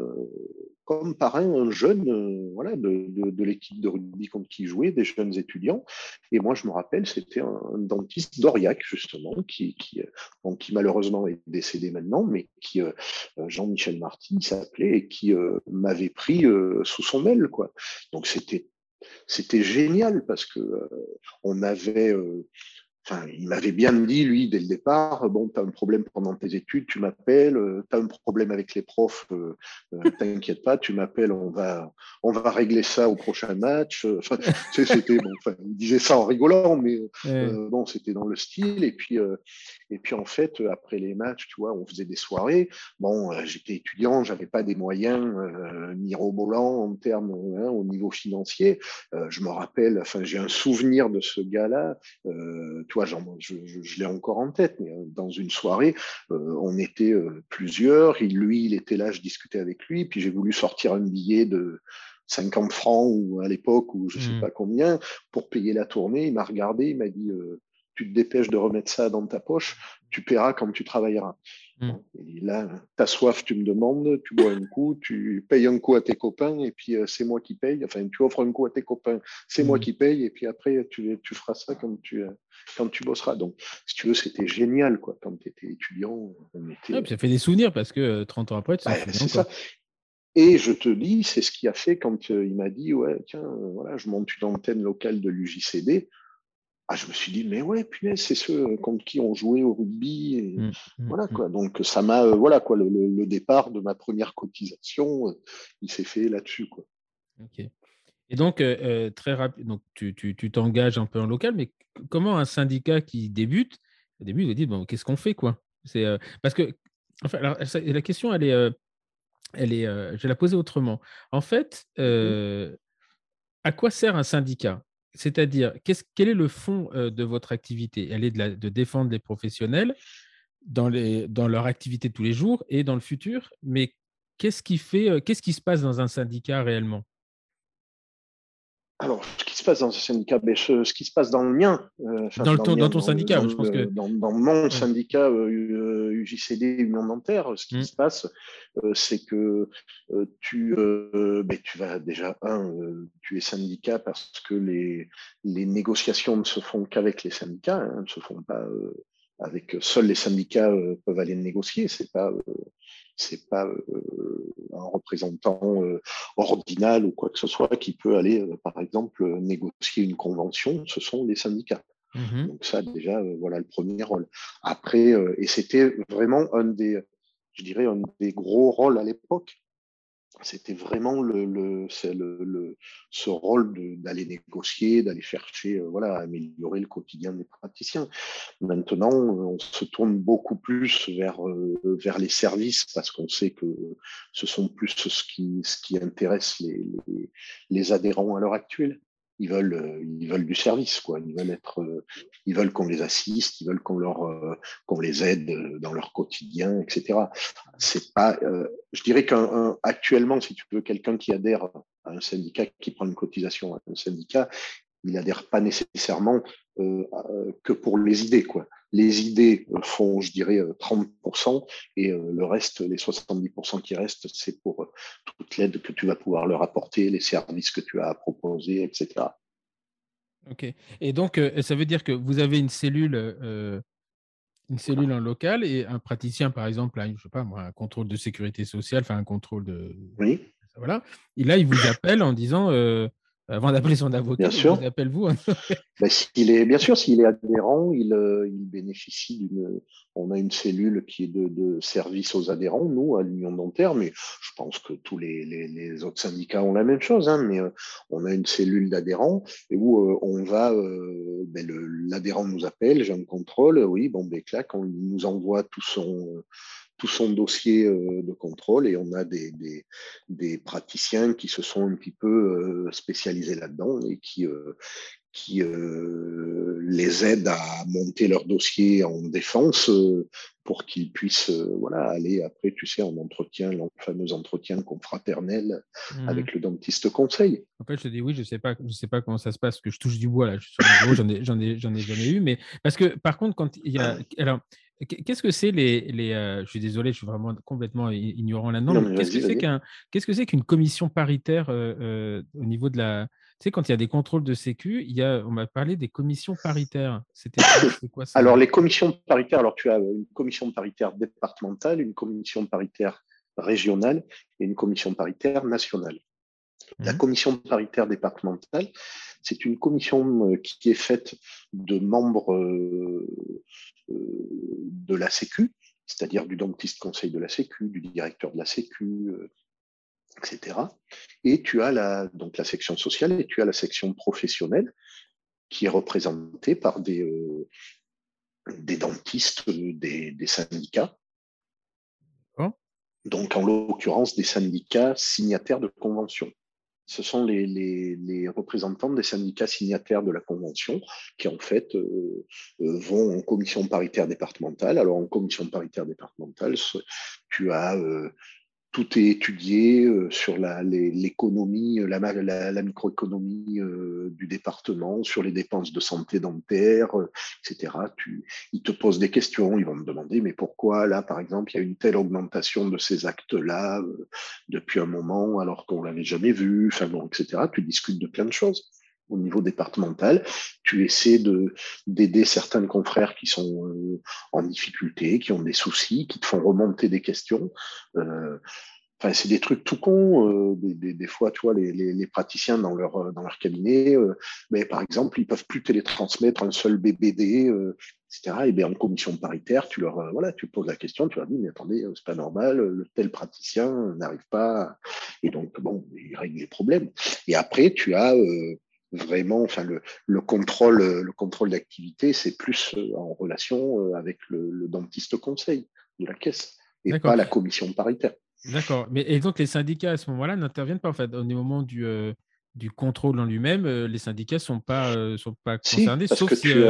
comme parrain un jeune, voilà, de l'équipe de rugby contre qui ils jouaient, des jeunes étudiants. Et moi, je me rappelle, c'était un dentiste d'Aurillac justement, bon, qui malheureusement est décédé maintenant, mais qui Jean-Michel Marty, il s'appelait, et qui m'avait pris sous son aile, quoi. Donc c'était génial parce que on avait enfin, il m'avait bien dit, lui, dès le départ, bon, tu as un problème pendant tes études, tu m'appelles, tu as un problème avec les profs, t'inquiète pas, tu m'appelles, on va régler ça au prochain match. Enfin, tu sais, c'était, bon, enfin, il disait ça en rigolant, mais Ouais. bon, c'était dans le style. Et puis, en fait, après les matchs, tu vois, on faisait des soirées. Bon, j'étais étudiant, j'avais pas des moyens mirobolants en termes, au niveau financier. Je me rappelle, enfin, j'ai un souvenir de ce gars-là. Toi, je l'ai encore en tête, mais dans une soirée, on était plusieurs. Lui, il était là, je discutais avec lui, puis j'ai voulu sortir un billet de 50 francs ou à l'époque, ou je sais Hmm. pas combien, pour payer la tournée. Il m'a regardé, il m'a dit tu te dépêches de remettre ça dans ta poche, tu paieras quand tu travailleras. Hmm. Bon, et là, t'as soif, tu me demandes, tu bois un coup, tu payes un coup à tes copains, et puis c'est moi qui paye. Enfin, tu offres un coup à tes copains, c'est moi Hmm. qui paye, et puis après, tu feras ça quand tu bosseras. Donc, si tu veux, c'était génial, quoi. Quand tu étais étudiant, on Ouais, était. puis ça fait des souvenirs parce que 30 ans après, tu t'en Bah, souviens c'est encore. ça. Et je te dis, c'est ce qui a fait quand il m'a dit, ouais, tiens, voilà, je monte une antenne locale de l'UJCD. Ah, je me suis dit, mais ouais, punaise, c'est ceux contre qui on jouait au rugby. Et Hmm. Hmm. voilà, Hmm. quoi. Donc, ça m'a, voilà, quoi, le départ de ma première cotisation, il s'est fait là-dessus, quoi. Ok. Et donc, très rapide, donc tu t'engages un peu en local, mais comment un syndicat qui débute, au début, il va dire, bon, qu'est-ce qu'on fait, quoi? Parce que, enfin, alors, la question, je vais la poser autrement. En fait, Mhm. à quoi sert un syndicat? C'est-à-dire, quel est le fond de votre activité? Elle est de défendre les professionnels dans leur activité de tous les jours et dans le futur, mais qu'est-ce qui se passe dans un syndicat réellement? Alors, ce qui se passe dans ce syndicat, ben, ce qui se passe dans le mien, enfin dans le Dans mien, ton syndicat, je pense que. dans mon Ouais. syndicat UJCD Union Dentaire, ce qui Mm. se passe, c'est que ben, tu vas déjà, tu es syndicat parce que les négociations ne se font qu'avavec les syndicats, hein, ne se font pas avec seuls les syndicats peuvent aller négocier, c'est pas un représentant ordinal ou quoi que ce soit qui peut aller, par exemple, négocier une convention, ce sont les syndicats. Mhm. Donc ça, déjà, voilà le premier rôle. Après, et c'était vraiment je dirais, un des gros rôles à l'époque. C'était vraiment ce rôle d'aller négocier, d'aller chercher, voilà, améliorer le quotidien des praticiens. Maintenant, on se tourne beaucoup plus vers les services parce qu'on sait que ce sont plus ce qui intéresse les adhérents à l'heure actuelle. Ils veulent du service, quoi. Ils veulent qu'on les assiste, ils veulent qu'on les aide dans leur quotidien, etc. C'est pas, je dirais qu'actuellement, si tu veux, quelqu'un qui adhère à un syndicat, qui prend une cotisation à un syndicat, il n'adhère pas nécessairement que pour les idées, quoi. Les idées font, je dirais, 30% et le reste, les 70% qui restent, c'est pour toute l'aide que tu vas pouvoir leur apporter, les services que tu as à proposer, etc. Ok. Et donc, ça veut dire que vous avez une cellule en local et un praticien, par exemple, a, je sais pas moi, un contrôle de sécurité sociale, enfin un contrôle de. Oui, Voilà. Et là, il vous appelle en disant, avant d'appeler son avocat, bien il vous sûr. appelle vous. Ben, bien sûr, s'il est adhérent, il bénéficie d'une. On a une cellule qui est de service aux adhérents, nous, à l'Union dentaire, mais je pense que tous les autres syndicats ont la même chose, hein, mais on a une cellule d'adhérents et où on va, ben, l'adhérent nous appelle, j'ai un contrôle, oui, bon, ben, clac, on nous envoie tout son dossier de contrôle et on a des praticiens qui se sont un petit peu spécialisés là-dedans et qui les aident à monter leur dossier en défense pour qu'ils puissent aller après, tu sais, en entretien, le fameux entretien confraternel avec le dentiste conseil. En fait, je te dis oui, je sais pas comment ça se passe, parce que je touche du bois là. Je suis sur le bureau, j'en ai jamais eu, mais parce que par contre, quand il y a, alors, qu'est-ce que c'est je suis désolé, je suis vraiment complètement ignorant là-dedans, Non, mais mais vas-y. qu'est-ce que c'est qu'une commission paritaire au niveau de la, tu sais, quand il y a des contrôles de sécu, on m'a parlé des commissions paritaires. C'est quoi ça? Alors, les commissions paritaires, alors tu as une commission paritaire départementale, une commission paritaire régionale et une commission paritaire nationale. La commission paritaire départementale, c'est une commission qui est faite de membres de la Sécu, c'est-à-dire du dentiste conseil de la Sécu, du directeur de la Sécu, etc. Et tu as donc la section sociale et tu as la section professionnelle qui est représentée par des dentistes, des syndicats. Donc, en l'occurrence, des syndicats signataires de conventions. Ce sont les représentants des syndicats signataires de la Convention qui, en fait, vont en commission paritaire départementale. Alors, en commission paritaire départementale, tu as tout est étudié sur l'économie, la microéconomie du département, sur les dépenses de santé dentaire, etc. Ils te posent des questions, ils vont me demander, mais pourquoi là, par exemple, il y a une telle augmentation de ces actes-là depuis un moment, alors qu'on ne l'avait jamais vu, enfin bon, etc. Tu discutes de plein de choses. Au niveau départemental, tu essaies d'aider certains confrères qui sont en difficulté, qui ont des soucis, qui te font remonter des questions. Enfin, c'est des trucs tout cons. Des fois, tu vois, les praticiens dans leur cabinet, mais par exemple, ils peuvent plus télétransmettre un seul BBD, etc. Et bien, en commission paritaire, tu poses la question, tu leur dis, mais attendez, c'est pas normal, le tel praticien n'arrive pas. Et donc, bon, ils règlent les problèmes. Et après, tu as vraiment, enfin, le contrôle d'activité, c'est plus en relation avec le dentiste conseil de la caisse et D'accord. pas la commission paritaire. D'accord. Et donc, les syndicats, à ce moment-là, n'interviennent pas, en fait. Au moment du contrôle en lui-même, les syndicats ne sont pas Si, concernés, parce sauf que si…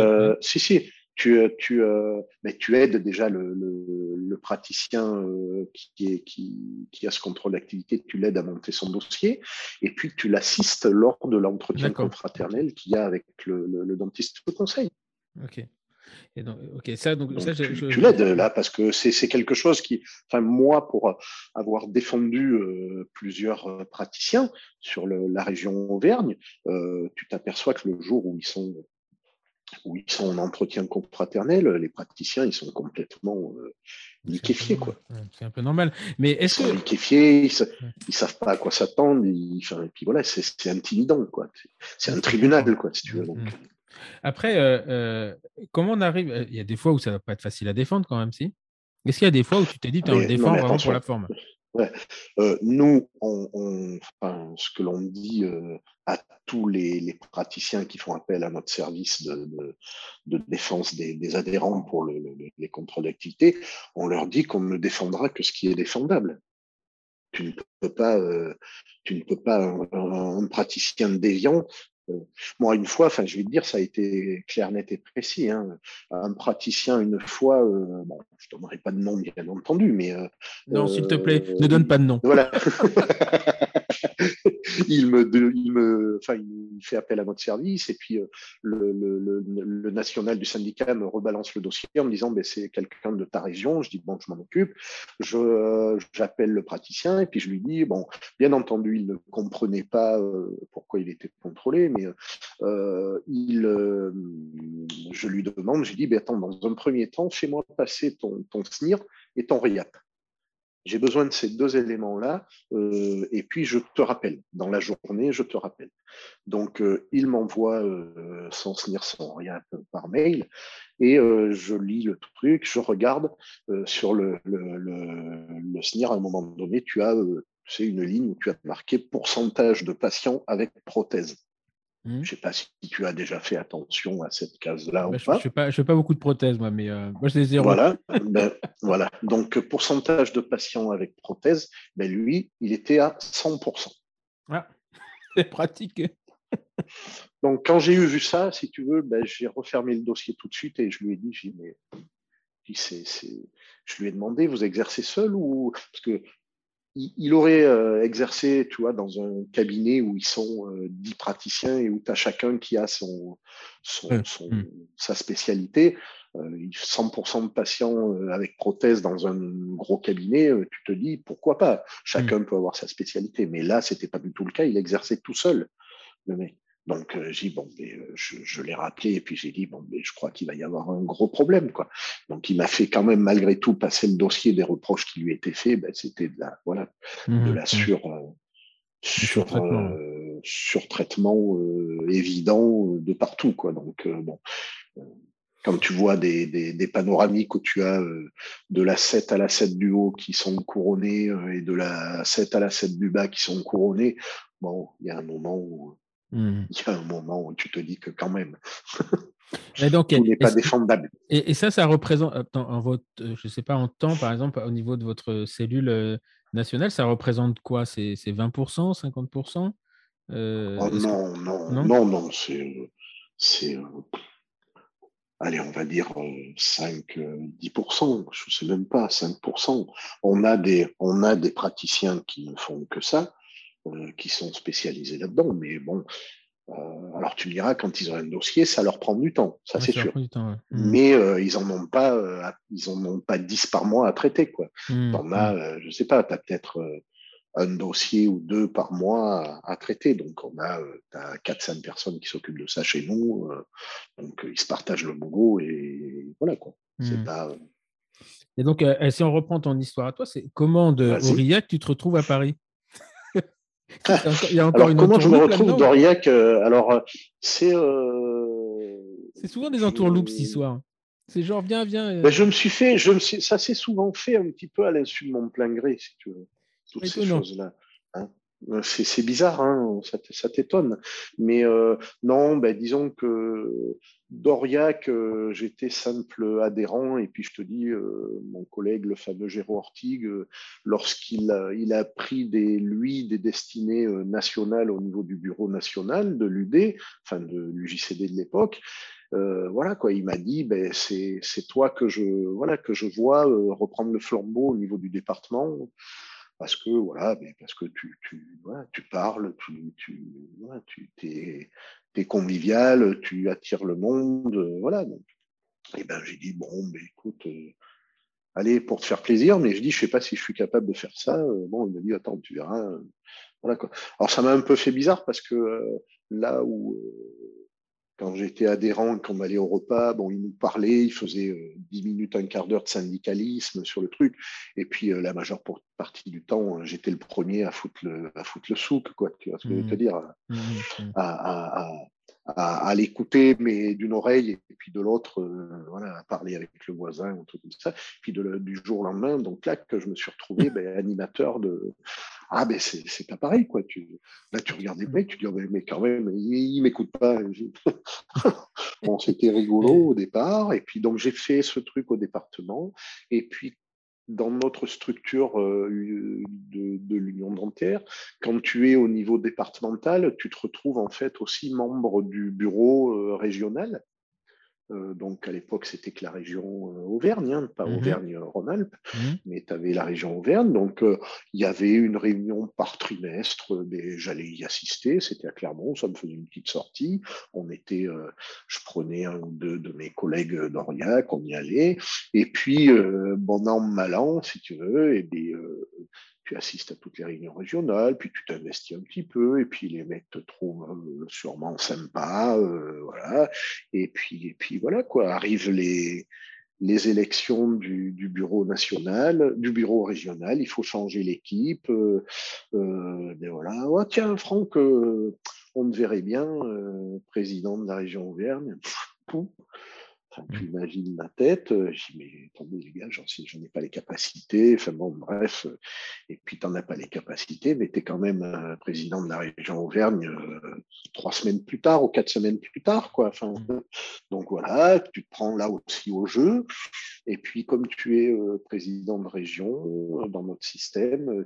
mais tu aides déjà le praticien qui a ce contrôle d'activité, tu l'aides à monter son dossier, et puis tu l'assistes lors de l'entretien D'accord. confraternel qu'il y a avec le dentiste de conseil. Ok. Et donc, ça, tu l'aides là parce que c'est quelque chose qui, enfin moi, pour avoir défendu plusieurs praticiens sur la région Auvergne, tu t'aperçois que le jour où ils sont en entretien confraternel, les praticiens, ils sont complètement liquéfiés, quoi. C'est un peu normal. Mais Ils sont liquéfiés, ils savent pas à quoi s'attendre, et puis voilà, c'est intimidant, quoi. C'est un tribunal, quoi, si tu veux. Donc. Après, comment on arrive… Il y a des fois où ça va pas être facile à défendre quand même, si? Est-ce qu'il y a des fois où tu t'es dit, on le défend vraiment pour la forme? Ouais. Nous, ce que l'on dit à tous les praticiens qui font appel à notre service de défense des adhérents pour les contrôles d'activité, on leur dit qu'on ne défendra que ce qui est défendable. Tu ne peux pas, un praticien déviant. Moi, une fois, je vais te dire, ça a été clair, net et précis. Hein. Un praticien, une fois, bon, je ne donnerai pas de nom, bien entendu, mais. Non, s'il te plaît, ne donne pas de nom. Voilà. il fait appel à notre service et puis le national du syndicat me rebalance le dossier en me disant c'est quelqu'un de ta région. Je dis bon, je m'en occupe. J'appelle le praticien et puis je lui dis bon, bien entendu, il ne comprenait pas pourquoi il était contrôlé, mais je lui demande, je lui dis attends, dans un premier temps, fais-moi passer ton SNIR et ton RIAP. J'ai besoin de ces deux éléments-là et puis je te rappelle. Dans la journée, je te rappelle. Donc, il m'envoie son SNIR, son RIAP par mail et je lis le truc, je regarde sur le SNIR. À un moment donné, tu as une ligne où tu as marqué pourcentage de patients avec prothèse. Je ne sais pas si tu as déjà fait attention à cette case-là ou pas. Je ne fais pas beaucoup de prothèses, moi, mais moi, je les zéro. Voilà. Donc, pourcentage de patients avec prothèse, lui, il était à 100%. Ah, c'est pratique. Donc, quand j'ai vu ça, si tu veux, ben, j'ai refermé le dossier tout de suite et je lui ai dit, mais je lui ai demandé, vous exercez seul ou parce que il aurait exercé, tu vois, dans un cabinet où ils sont 10 praticiens et où tu as chacun qui a Ouais. sa spécialité. 100% de patients avec prothèse dans un gros cabinet, tu te dis pourquoi pas. Chacun peut avoir sa spécialité, mais là, c'était pas du tout le cas. Il exerçait tout seul, le mec. Donc, j'ai dit, bon, mais, je l'ai rappelé et puis j'ai dit, bon, mais je crois qu'il va y avoir un gros problème, quoi. Donc, il m'a fait quand même, malgré tout, passer le dossier des reproches qui lui étaient faits. Ben, c'était voilà, de la Le surtraitement. surtraitement évident de partout, quoi. Donc, bon, euh, quand tu vois des panoramiques où tu as de la 7 à la 7 du haut qui sont couronnés et de la 7 à la 7 du bas qui sont couronnés, bon, il y a un moment où tu te dis que quand même, Et donc, tout n'est pas défendable. et ça représente, je ne sais pas, en temps, par exemple, au niveau de votre cellule nationale, ça représente quoi? C'est 20%, 50%? Oh non, non, Non? non, non, c'est allez, on va dire 5, 10%, je ne sais même pas, 5%. On a des praticiens qui ne font que ça, qui sont spécialisés là-dedans, mais bon, alors tu me diras, quand ils ont un dossier, ça leur prend du temps, ça Ouais, c'est ça sûr. reprend du temps. Ouais. Mais ils en ont pas 10 par mois à traiter, quoi. T'en as, je sais pas, tu as peut-être un dossier ou deux par mois à traiter. Donc, t'as 4-5 personnes qui s'occupent de ça chez nous. Donc, ils se partagent le boulot et voilà, quoi. C'est pas. Et donc, si on reprend ton histoire à toi, c'est comment de Vas-y. Aurillac tu te retrouves à Paris? Il y a encore Alors, une comment je me entourloupe retrouve là-dedans ou pas? d'Aurillac alors, c'est. C'est souvent des entourloupes cette Je... histoire. C'est genre, viens, viens. Ben, ça s'est souvent fait un petit peu à l'insu de mon plein gré, si tu veux, toutes Pas ces étonnant. choses-là. Hein. C'est bizarre, hein, ça t'étonne. Mais non, ben, disons que d'Aurillac, j'étais simple adhérent. Et puis je te dis, mon collègue, le fameux Géraud Ortigue, lorsqu'il a pris lui des destinées nationales au niveau du bureau national de l'UD, enfin de l'UJCD de l'époque, voilà quoi, il m'a dit, ben c'est toi que je vois reprendre le flambeau au niveau du département parce que voilà, ben, parce que voilà, tu parles, voilà, t'es convivial, tu attires le monde, voilà. Donc, et ben j'ai dit bon, ben écoute, allez pour te faire plaisir, mais je dis je sais pas si je suis capable de faire ça. Bon, il m'a dit attends, tu verras. Voilà quoi. Alors ça m'a un peu fait bizarre parce que là où quand j'étais adhérent et qu'on allait au repas, bon, il nous parlait, il faisait 10 minutes, un quart d'heure de syndicalisme sur le truc. Et puis, la majeure partie du temps, j'étais le premier à foutre le souk, quoi, tu vois ce que je veux te dire, à, à, à l'écouter, mais d'une oreille, et puis de l'autre, voilà, à parler avec le voisin, un truc comme ça. Puis du jour au lendemain, donc là, que je me suis retrouvé animateur de, ah, ben c'est pas pareil, quoi. Là, tu regardes les mecs, tu dis, oh, mais quand même, il m'écoute pas. Bon, c'était rigolo au départ. Et puis, donc, j'ai fait ce truc au département. Et puis, dans notre structure de l'Union dentaire, quand tu es au niveau départemental, tu te retrouves en fait aussi membre du bureau régional. Donc à l'époque, c'était que la région Auvergne, hein, pas Auvergne-Rhône-Alpes, mais tu avais la région Auvergne. Donc il y avait une réunion par trimestre, mais j'allais y assister. C'était à Clermont, ça me faisait une petite sortie. Je prenais un ou deux de mes collègues d'Aurillac, on y allait. Et puis, bon an, mal an, si tu veux, et bien, tu assistes à toutes les réunions régionales, puis tu t'investis un petit peu, et puis les mecs te trouvent sûrement sympa, voilà. Et puis voilà quoi, arrivent les élections du bureau national, du bureau régional, il faut changer l'équipe. Mais voilà, oh, tiens Franck, on te verrait bien président de la région Auvergne. Enfin, tu imagines ma tête, je dis, mais attendez les gars, j'en ai pas les capacités, enfin bon, bref, et puis tu n'en as pas les capacités, mais tu es quand même président de la région Auvergne 3 semaines plus tard ou 4 semaines plus tard, quoi. Enfin, donc voilà, tu te prends là aussi au jeu, et puis comme tu es président de région, dans notre système,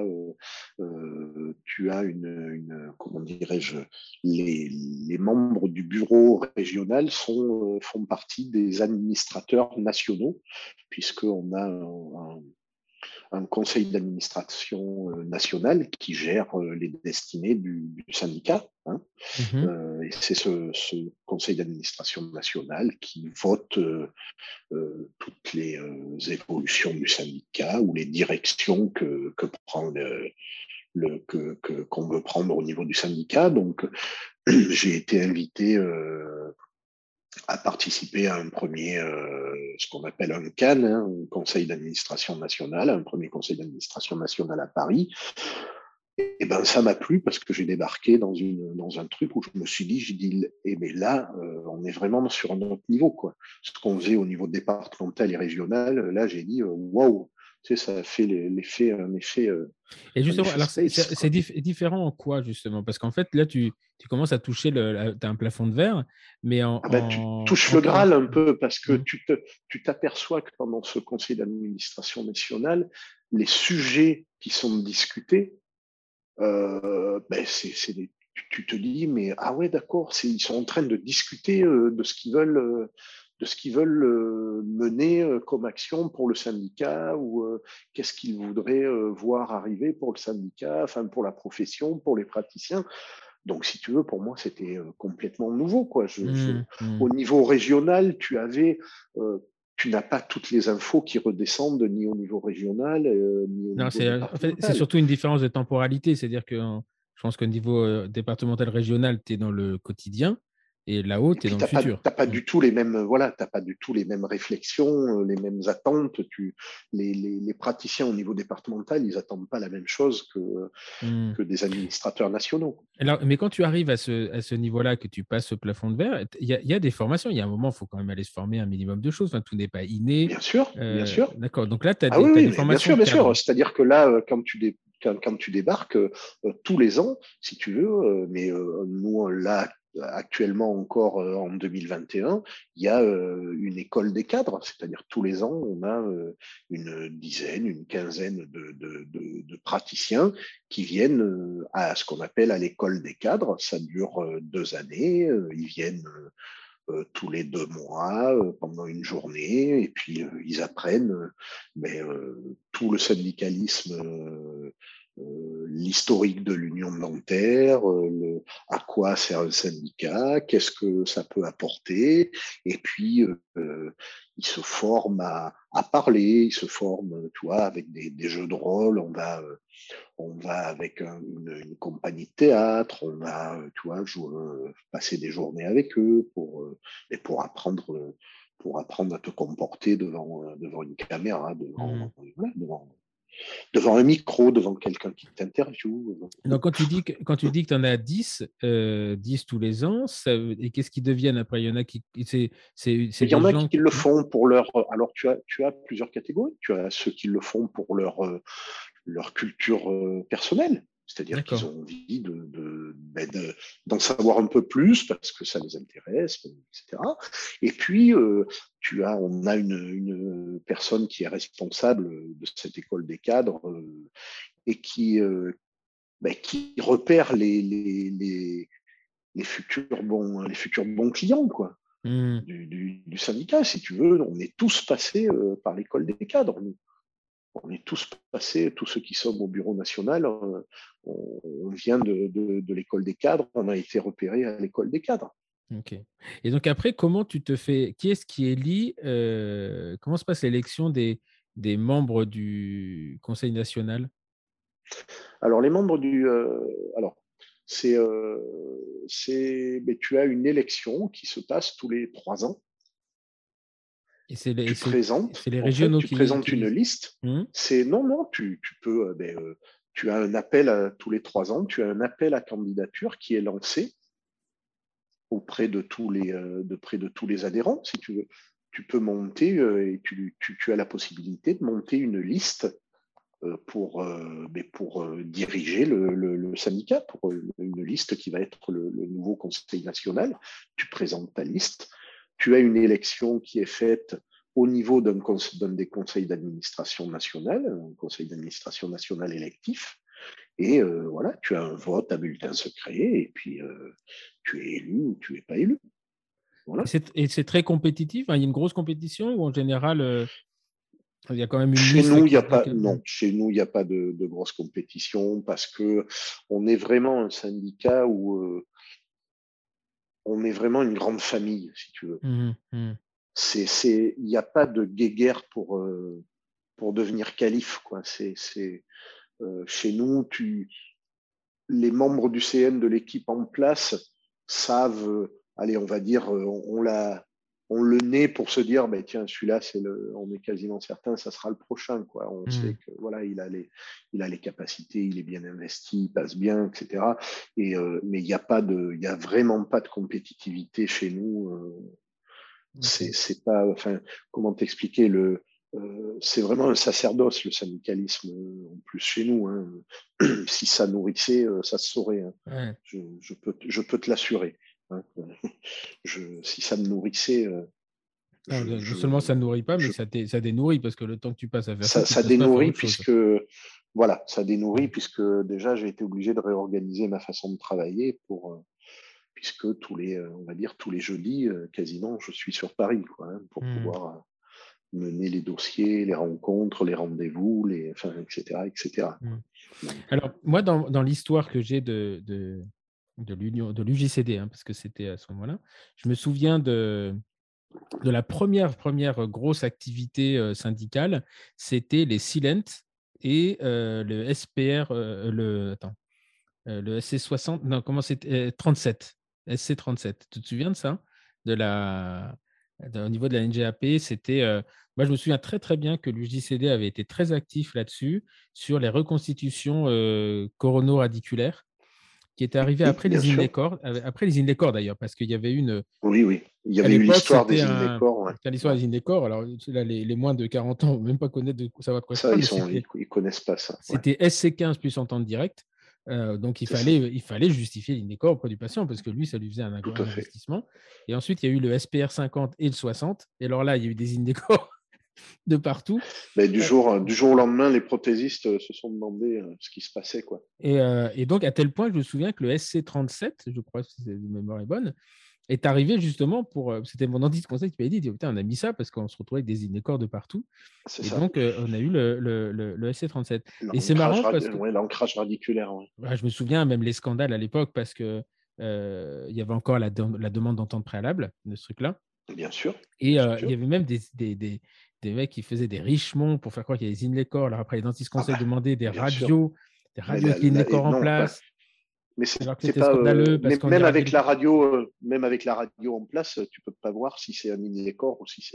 tu as comment dirais-je, les membres du bureau régional font partie des administrateurs nationaux, puisqu'on a un conseil d'administration national qui gère les destinées du syndicat. Hein. Et c'est ce conseil d'administration national qui vote toutes les évolutions du syndicat ou les directions que prend qu'on veut prendre au niveau du syndicat. Donc, j'ai été invité à participer à un premier, ce qu'on appelle un CAN, hein, un conseil d'administration national, un premier conseil d'administration national à Paris. Et ben ça m'a plu parce que j'ai débarqué dans un truc où je me suis dit, mais là, on est vraiment sur un autre niveau, quoi. Ce qu'on faisait au niveau départemental et régional, là, j'ai dit, waouh, tu sais, ça a fait un effet. Et justement, alors space, c'est différent en quoi, justement? Parce qu'en fait, là, tu commences à toucher tu as un plafond de verre, mais tu touches le Graal un peu parce que tu t'aperçois que pendant ce conseil d'administration nationale, les sujets qui sont discutés, tu te dis, mais ah ouais, d'accord, ils sont en train de discuter de ce qu'ils veulent. De ce qu'ils veulent mener comme action pour le syndicat ou qu'est-ce qu'ils voudraient voir arriver pour le syndicat, enfin pour la profession, pour les praticiens. Donc, si tu veux, pour moi, c'était complètement nouveau, quoi. Au niveau régional, tu n'as pas toutes les infos qui redescendent ni au niveau régional, ni au Non, niveau en fait, c'est départemental. surtout une différence de temporalité. C'est-à-dire que je pense qu'au niveau départemental, régional, tu es dans le quotidien et là-haut, Et tu es puis, dans le futur. t'as pas du tout les mêmes, voilà, t'as pas du tout les mêmes réflexions, les mêmes attentes. Les praticiens au niveau départemental, ils attendent pas la même chose que des administrateurs nationaux. Alors, mais quand tu arrives à ce niveau-là, que tu passes ce plafond de verre, il y a des formations. Il y a un moment, il faut quand même aller se former un minimum de choses. Enfin, tout n'est pas inné. Bien sûr, bien sûr. D'accord. Donc là, tu as Ah oui, t'as oui, des mais bien formations sûr, de bien sûr. cadre. C'est-à-dire que là, quand tu débarques, tous les ans, si tu veux, mais nous, là, actuellement encore en 2021, il y a une école des cadres, c'est-à-dire tous les ans, on a une dizaine, une quinzaine de praticiens qui viennent à ce qu'on appelle à l'école des cadres. Ça dure 2 années. Ils viennent tous les 2 mois pendant une journée et puis ils apprennent tout le syndicalisme, l'historique de l'union dentaire, à quoi sert un syndicat, qu'est-ce que ça peut apporter, et puis ils se forment à parler, ils se forment, tu vois, avec des jeux de rôle, on va avec une compagnie de théâtre, on va, tu vois, passer des journées avec eux pour apprendre à te comporter devant une caméra, voilà, devant un micro, devant quelqu'un qui t'interviewe. Donc, quand tu dis que tu en as 10, 10 tous les ans, et qu'est-ce qu'ils deviennent après? Il y en a qui. C'est Il y des en a gens. qui le font pour leur. Alors, tu as plusieurs catégories. Tu as ceux qui le font pour leur culture personnelle. C'est-à-dire qu'ils D'accord. ont envie d'en savoir un peu plus parce que ça les intéresse, etc. Et puis, on a une personne qui est responsable de cette école des cadres et qui repère les futurs bons clients, quoi. Hmm. Du syndicat, si tu veux, on est tous passés par l'école des cadres. Nous. On est tous passés, tous ceux qui sommes au bureau national, on vient de l'école des cadres, on a été repérés à l'école des cadres. Ok. Et donc après, comment tu te fais. Qui est-ce qui élit comment se passe l'élection des membres du Conseil national? Alors, les membres alors, mais tu as une élection qui se passe tous les 3 ans. Et Tu te présentes, c'est les en fait, régionaux tu présentes une qui... liste. Hmm. Non, tu peux, tu as un appel tous les 3 ans, tu as un appel à candidature qui est lancé. auprès de près de tous les adhérents, si tu veux. Tu peux monter et tu as la possibilité de monter une liste pour diriger le syndicat, pour une liste qui va être le nouveau conseil national. Tu présentes ta liste. Tu as une élection qui est faite au niveau d'un des conseils d'administration nationale, un conseil d'administration national électif. Et voilà, tu as un vote à bulletin secret et puis tu es élu ou tu n'es pas élu. Voilà. Et c'est très compétitif, hein. Il y a une grosse compétition ou en général, il y a quand même une Chez liste nous, il qui n'y a est pas, non, chez nous, il n'y a pas de grosse compétition parce que on est vraiment un syndicat où on est vraiment une grande famille, si tu veux. Il n'y a pas de guéguerre pour devenir calife, quoi. Chez nous, les membres du CN de l'équipe en place savent, allez, on va dire, on le naît pour se dire, ben tiens, celui-là, on est quasiment certain, ça sera le prochain, quoi. On sait que voilà, il a les capacités, il est bien investi, il passe bien, etc. Mais il y a vraiment pas de compétitivité chez nous. C'est pas, enfin, comment t'expliquer c'est vraiment un sacerdoce, le syndicalisme, en plus chez nous. Hein. Si ça nourrissait, ça se saurait. Hein. Ouais. Je peux te l'assurer. Hein. Si ça me nourrissait. Non seulement ça ne nourrit pas, mais ça dénourrit parce que le temps que tu passes à faire ça, ça dénourrit voilà, ça dénourrit puisque déjà j'ai été obligé de réorganiser ma façon de travailler puisque on va dire tous les jeudis, quasiment, je suis sur Paris, quoi, hein, pour pouvoir mener les dossiers, les rencontres, les rendez-vous, etc., etc. Alors, moi, dans l'histoire que j'ai de l'UJCD, hein, parce que c'était à ce moment-là, je me souviens de la première grosse activité syndicale, c'était les Silent et le SPR, le SC60, non, comment c'était 37, SC37. Tu te souviens de ça? Au niveau de la NGAP, c'était. Moi, je me souviens très, très bien que l'UJCD avait été très actif là-dessus, sur les reconstitutions corono-radiculaires, qui étaient arrivées après les Indecorps d'ailleurs, parce qu'il y avait une. Oui. Il y avait eu l'histoire des Indecorps. Ouais. L'histoire des Indecorps. Alors, là, les moins de 40 ans ne vont même pas savoir de quoi ça. Ils ne connaissent pas ça. C'était SC15 plus entente directe. Donc, il fallait justifier l'Indecorps auprès du patient parce que lui, ça lui faisait un investissement. Et ensuite, il y a eu le SPR 50 et le 60. Et alors là, il y a eu des Indecorps de partout. Mais du jour au lendemain, les prothésistes se sont demandé ce qui se passait, quoi. Et donc, à tel point, je me souviens que le SC37, je crois, si la mémoire est bonne, est arrivé justement c'était mon dentiste conseil qui m'avait dit, putain, on a mis ça parce qu'on se retrouvait avec des Indecorps de partout. Et ça. Donc, on a eu le SC37. Et c'est marrant parce que l'ancrage radiculaire. Ouais. Je me souviens même les scandales à l'époque parce que il y avait encore la demande d'entente préalable de ce truc-là. Bien sûr. Et il y avait même des mecs qui faisaient des richemons pour faire croire qu'il y avait des Indecorps. Alors après, les dentistes conseils demandaient des radios avec les Indecorps en place. Mais c'est pas même avec la radio en place, tu peux pas voir si c'est un Indecorps ou si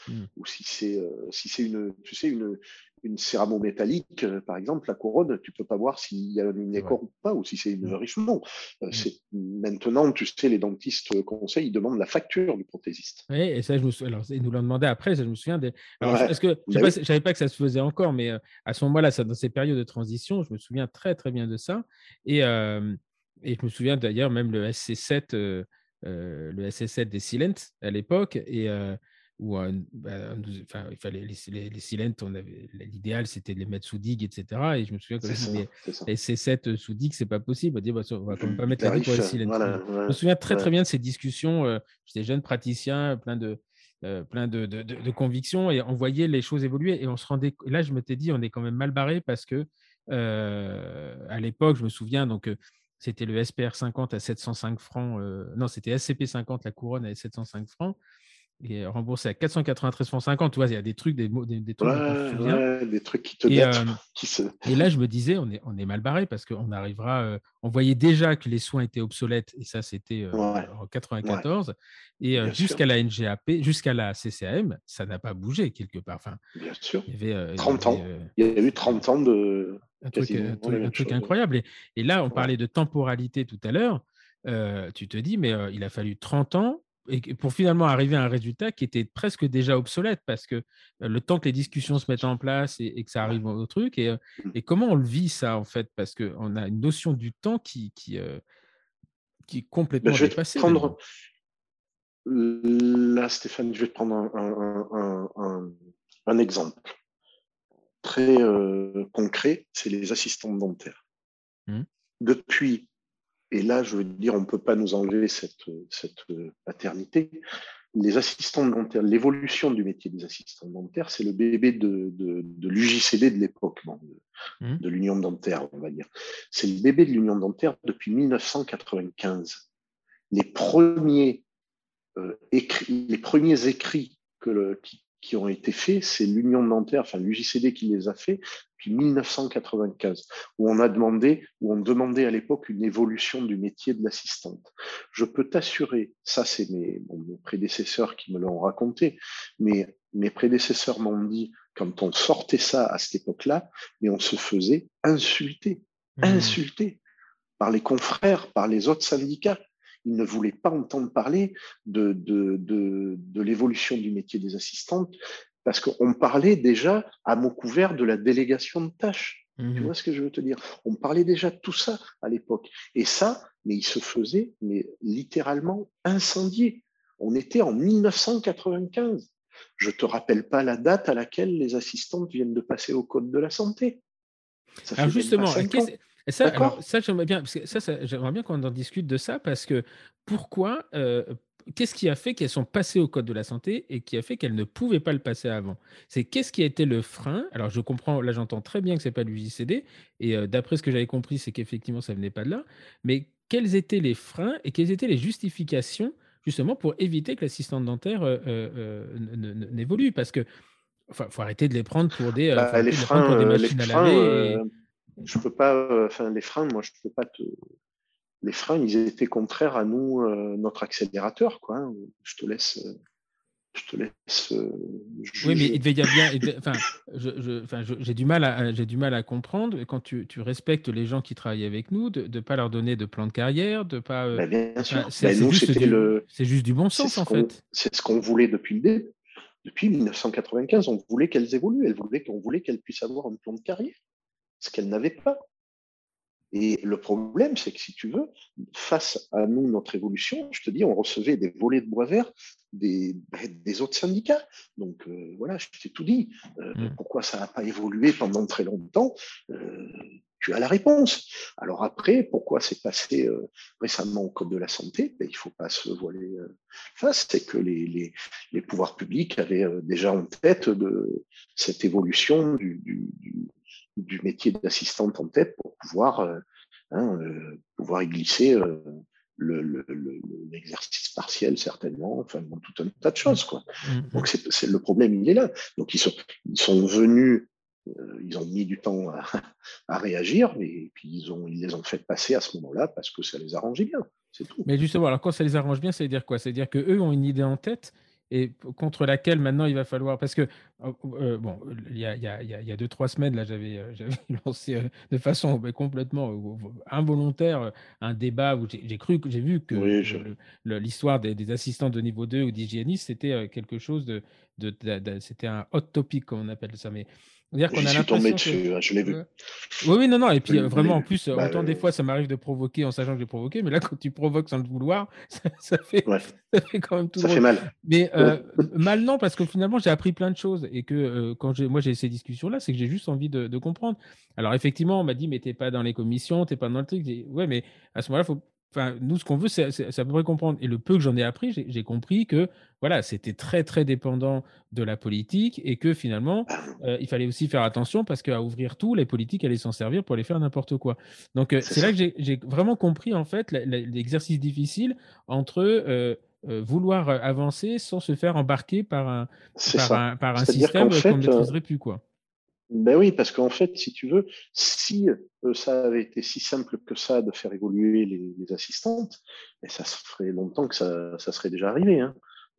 c'est une céramo métallique, par exemple, la couronne, tu peux pas voir s'il y a un Indecorps ou pas, ou si c'est une Richemont. Maintenant, tu sais, les dentistes conseils, ils demandent la facture du prothésiste. Oui, et ça, ils nous l'ont demandé après, ça, je me souviens. Je savais pas que ça se faisait encore, mais à ce moment-là, dans ces périodes de transition, je me souviens très, très bien de ça. Et je me souviens d'ailleurs même le SC7 des Silent à l'époque, et où il fallait les Silent, l'idéal c'était de les mettre sous digue, etc. Et je me souviens que les SC7 sous digue, c'est pas possible. On dit, on va quand même pas mettre la digue pour les Silent. Voilà, je me souviens très très bien de ces discussions. J'étais jeune praticien, plein de convictions, et on voyait les choses évoluer, et on se rendait. Là, je m'étais dit, on est quand même mal barré parce que à l'époque, je me souviens, donc c'était le SPR 50 à 705 francs. Non, c'était SCP 50, la couronne à 705 francs, et remboursé à 493 francs 50. Tu vois, il y a des trucs, des trucs dont on se souvient. Des trucs qui te datent. Et là, je me disais, on est mal barré parce qu'on arrivera. On voyait déjà que les soins étaient obsolètes, et ça, c'était en 94. Et jusqu'à la NGAP, jusqu'à la CCAM, ça n'a pas bougé quelque part. Enfin, bien sûr. Il y avait 30 ans. Il y a eu 30 ans de. Un truc incroyable. Et là, on parlait de temporalité tout à l'heure. tu te dis, mais il a fallu 30 ans pour finalement arriver à un résultat qui était presque déjà obsolète parce que le temps que les discussions se mettent en place et que ça arrive au truc. Et comment on le vit ça, en fait? Parce qu'on a une notion du temps qui est Ben, complètement je vais te dépassée prendre, maintenant. là, Stéphane, je vais te prendre un exemple très concret, c'est les assistantes dentaires. Mmh. Depuis, et là, je veux dire, on ne peut pas nous enlever cette paternité, les assistants dentaires, l'évolution du métier des assistants dentaires, c'est le bébé de l'UJCD de l'époque, Mmh. de l'Union dentaire, on va dire. C'est le bébé de l'Union dentaire depuis 1995. Les premiers, les premiers écrits qui ont été faits, c'est l'Union dentaire, enfin l'UJCD qui les a faits depuis 1995, où on demandait à l'époque une évolution du métier de l'assistante. Je peux t'assurer, ça c'est mes prédécesseurs qui me l'ont raconté, mais mes prédécesseurs m'ont dit, quand on sortait ça à cette époque-là, mais on se faisait insulter, Mmh. insulter par les confrères, par les autres syndicats. Ils ne voulaient pas entendre parler de l'évolution du métier des assistantes parce qu'on parlait déjà à mot couvert de la délégation de tâches. Tu Mmh. vois ce que je veux te dire? On parlait déjà de tout ça à l'époque. Et ça, mais il se faisait littéralement incendier. On était en 1995. Je ne te rappelle pas la date à laquelle les assistantes viennent de passer au Code de la santé. Ça Alors fait même pas justement, 5 ans. alors D'accord? ça j'aimerais bien, parce que j'aimerais bien qu'on en discute de ça, parce que pourquoi, qu'est-ce qui a fait qu'elles sont passées au code de la santé et qui a fait qu'elles ne pouvaient pas le passer avant? C'est qu'est-ce qui a été le frein? Alors je comprends, là j'entends très bien que c'est pas l'UJCD et d'après ce que j'avais compris, c'est qu'effectivement ça venait pas de là, mais quels étaient les freins et quelles étaient les justifications justement pour éviter que l'assistante dentaire, n'évolue? Parce que enfin, faut arrêter de les prendre pour des, faut Bah, arrêter de les prendre pour des les machines à laver freins, et je peux pas, enfin, les freins, moi, je peux pas te. Les freins, ils étaient contraires à nous, notre accélérateur, quoi, hein. Je te laisse oui, mais juger. enfin, j'ai du mal à comprendre quand tu respectes les gens qui travaillent avec nous, de ne pas leur donner de plan de carrière, de pas, Ben, bien enfin, sûr. Ben, nous, c'est juste du bon sens, en fait. c'est ce qu'on voulait depuis le début. Depuis 1995, on voulait qu'elles évoluent. On voulait qu'elles puissent avoir un plan de carrière, ce qu'elles n'avaient pas. Et le problème, c'est que si tu veux, face à nous, notre évolution, je te dis, on recevait des volets de bois vert des autres syndicats. Donc voilà, je t'ai tout dit. Mmh. Pourquoi ça n'a pas évolué pendant très longtemps? Tu as la réponse. Alors après, pourquoi c'est passé récemment au Code de la santé? Ben, il ne faut pas se voiler face. C'est que les pouvoirs publics avaient déjà en tête de cette évolution du métier d'assistante en tête pour pouvoir y glisser l'exercice partiel certainement, enfin bon, tout un tas de Mmh. choses, quoi. Mmh mh. Donc le problème, il est là. Donc ils sont venus, ils ont mis du temps à réagir, et puis ils les ont fait passer à ce moment-là parce que ça les arrangeait bien, c'est tout. Mais justement, alors quand ça les arrange bien, ça veut dire quoi? Ça veut dire qu'eux ont une idée en tête et contre laquelle maintenant il va falloir, parce que, bon, il y a 2-3 semaines, là, j'avais lancé, de façon, complètement, involontaire, un débat où j'ai cru que j'ai vu que Oui, l'histoire des assistants de niveau 2 ou d'hygiénistes, c'était, quelque chose c'était un hot topic comme on appelle ça, mais c'est-à-dire qu'on j'y a suis tombé l'impression que dessus, hein, je l'ai vu. oui, oui, non, non, et Je puis, l'ai vraiment en vu. plus, Bah, autant des fois ça m'arrive de provoquer en sachant que j'ai provoqué, mais là quand tu provoques sans le vouloir, ça fait ouais, ça fait quand même tout ça fait drôle. mal. Mais, mal non, parce que finalement j'ai appris plein de choses et que, quand j'ai ces discussions-là, c'est que j'ai juste envie de comprendre. Alors effectivement, on m'a dit: «Mais tu es pas dans les commissions, tu es pas dans le truc». J'ai dit: «Ouais, mais à ce moment-là, faut enfin nous ce qu'on veut c'est à peu près comprendre», et le peu que j'en ai appris, j'ai compris que voilà, c'était très, très dépendant de la politique et que finalement, il fallait aussi faire attention parce qu'à ouvrir tout, les politiques allaient s'en servir pour aller faire n'importe quoi. Donc, C'est c'est là ça, que j'ai vraiment compris en fait l'exercice difficile entre, vouloir, avancer sans se faire embarquer c'est ça. par un C'est-à-dire qu'en système qu'on ne fait, maîtriserait plus, quoi. ben oui, parce qu'en fait, si tu veux, si ça avait été si simple que ça de faire évoluer les assistantes, ben ça se ferait longtemps que ça serait déjà arrivé, hein.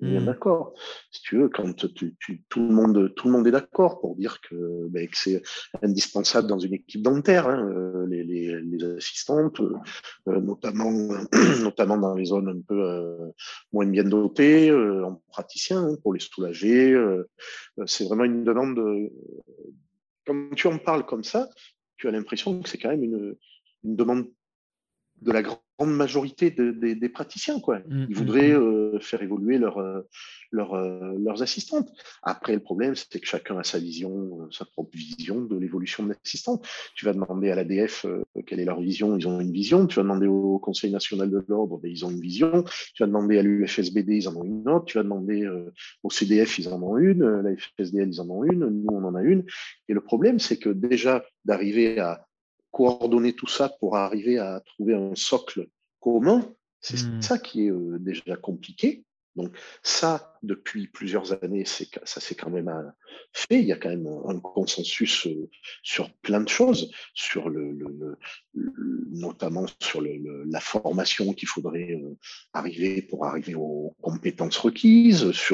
On est bien d'accord. Si tu veux, quand tout le monde est d'accord pour dire que c'est indispensable dans une équipe dentaire, hein, les assistantes, notamment dans les zones un peu moins bien dotées, en praticien, hein, pour les soulager. C'est vraiment une demande. Quand tu en parles comme ça, tu as l'impression que c'est quand même une demande de la grande majorité des praticiens, quoi. Ils voudraient faire évoluer leurs assistantes. Après, le problème, c'est que chacun a sa vision, sa propre vision de l'évolution de l'assistante. Tu vas demander à l'ADF quelle est leur vision, ils ont une vision. Tu vas demander au Conseil national de l'ordre, ils ont une vision. Tu vas demander à l'UFSBD, ils en ont une autre. Tu vas demander au CDF, ils en ont une. La FSDL, ils en ont une. Nous, on en a une. Et le problème, c'est que déjà, d'arriver à coordonner tout ça pour arriver à trouver un socle commun, c'est ça qui est déjà compliqué. Donc ça, depuis plusieurs années, ça s'est quand même fait. Il y a quand même un consensus sur plein de choses, sur notamment sur la formation qu'il faudrait arriver aux compétences requises, sur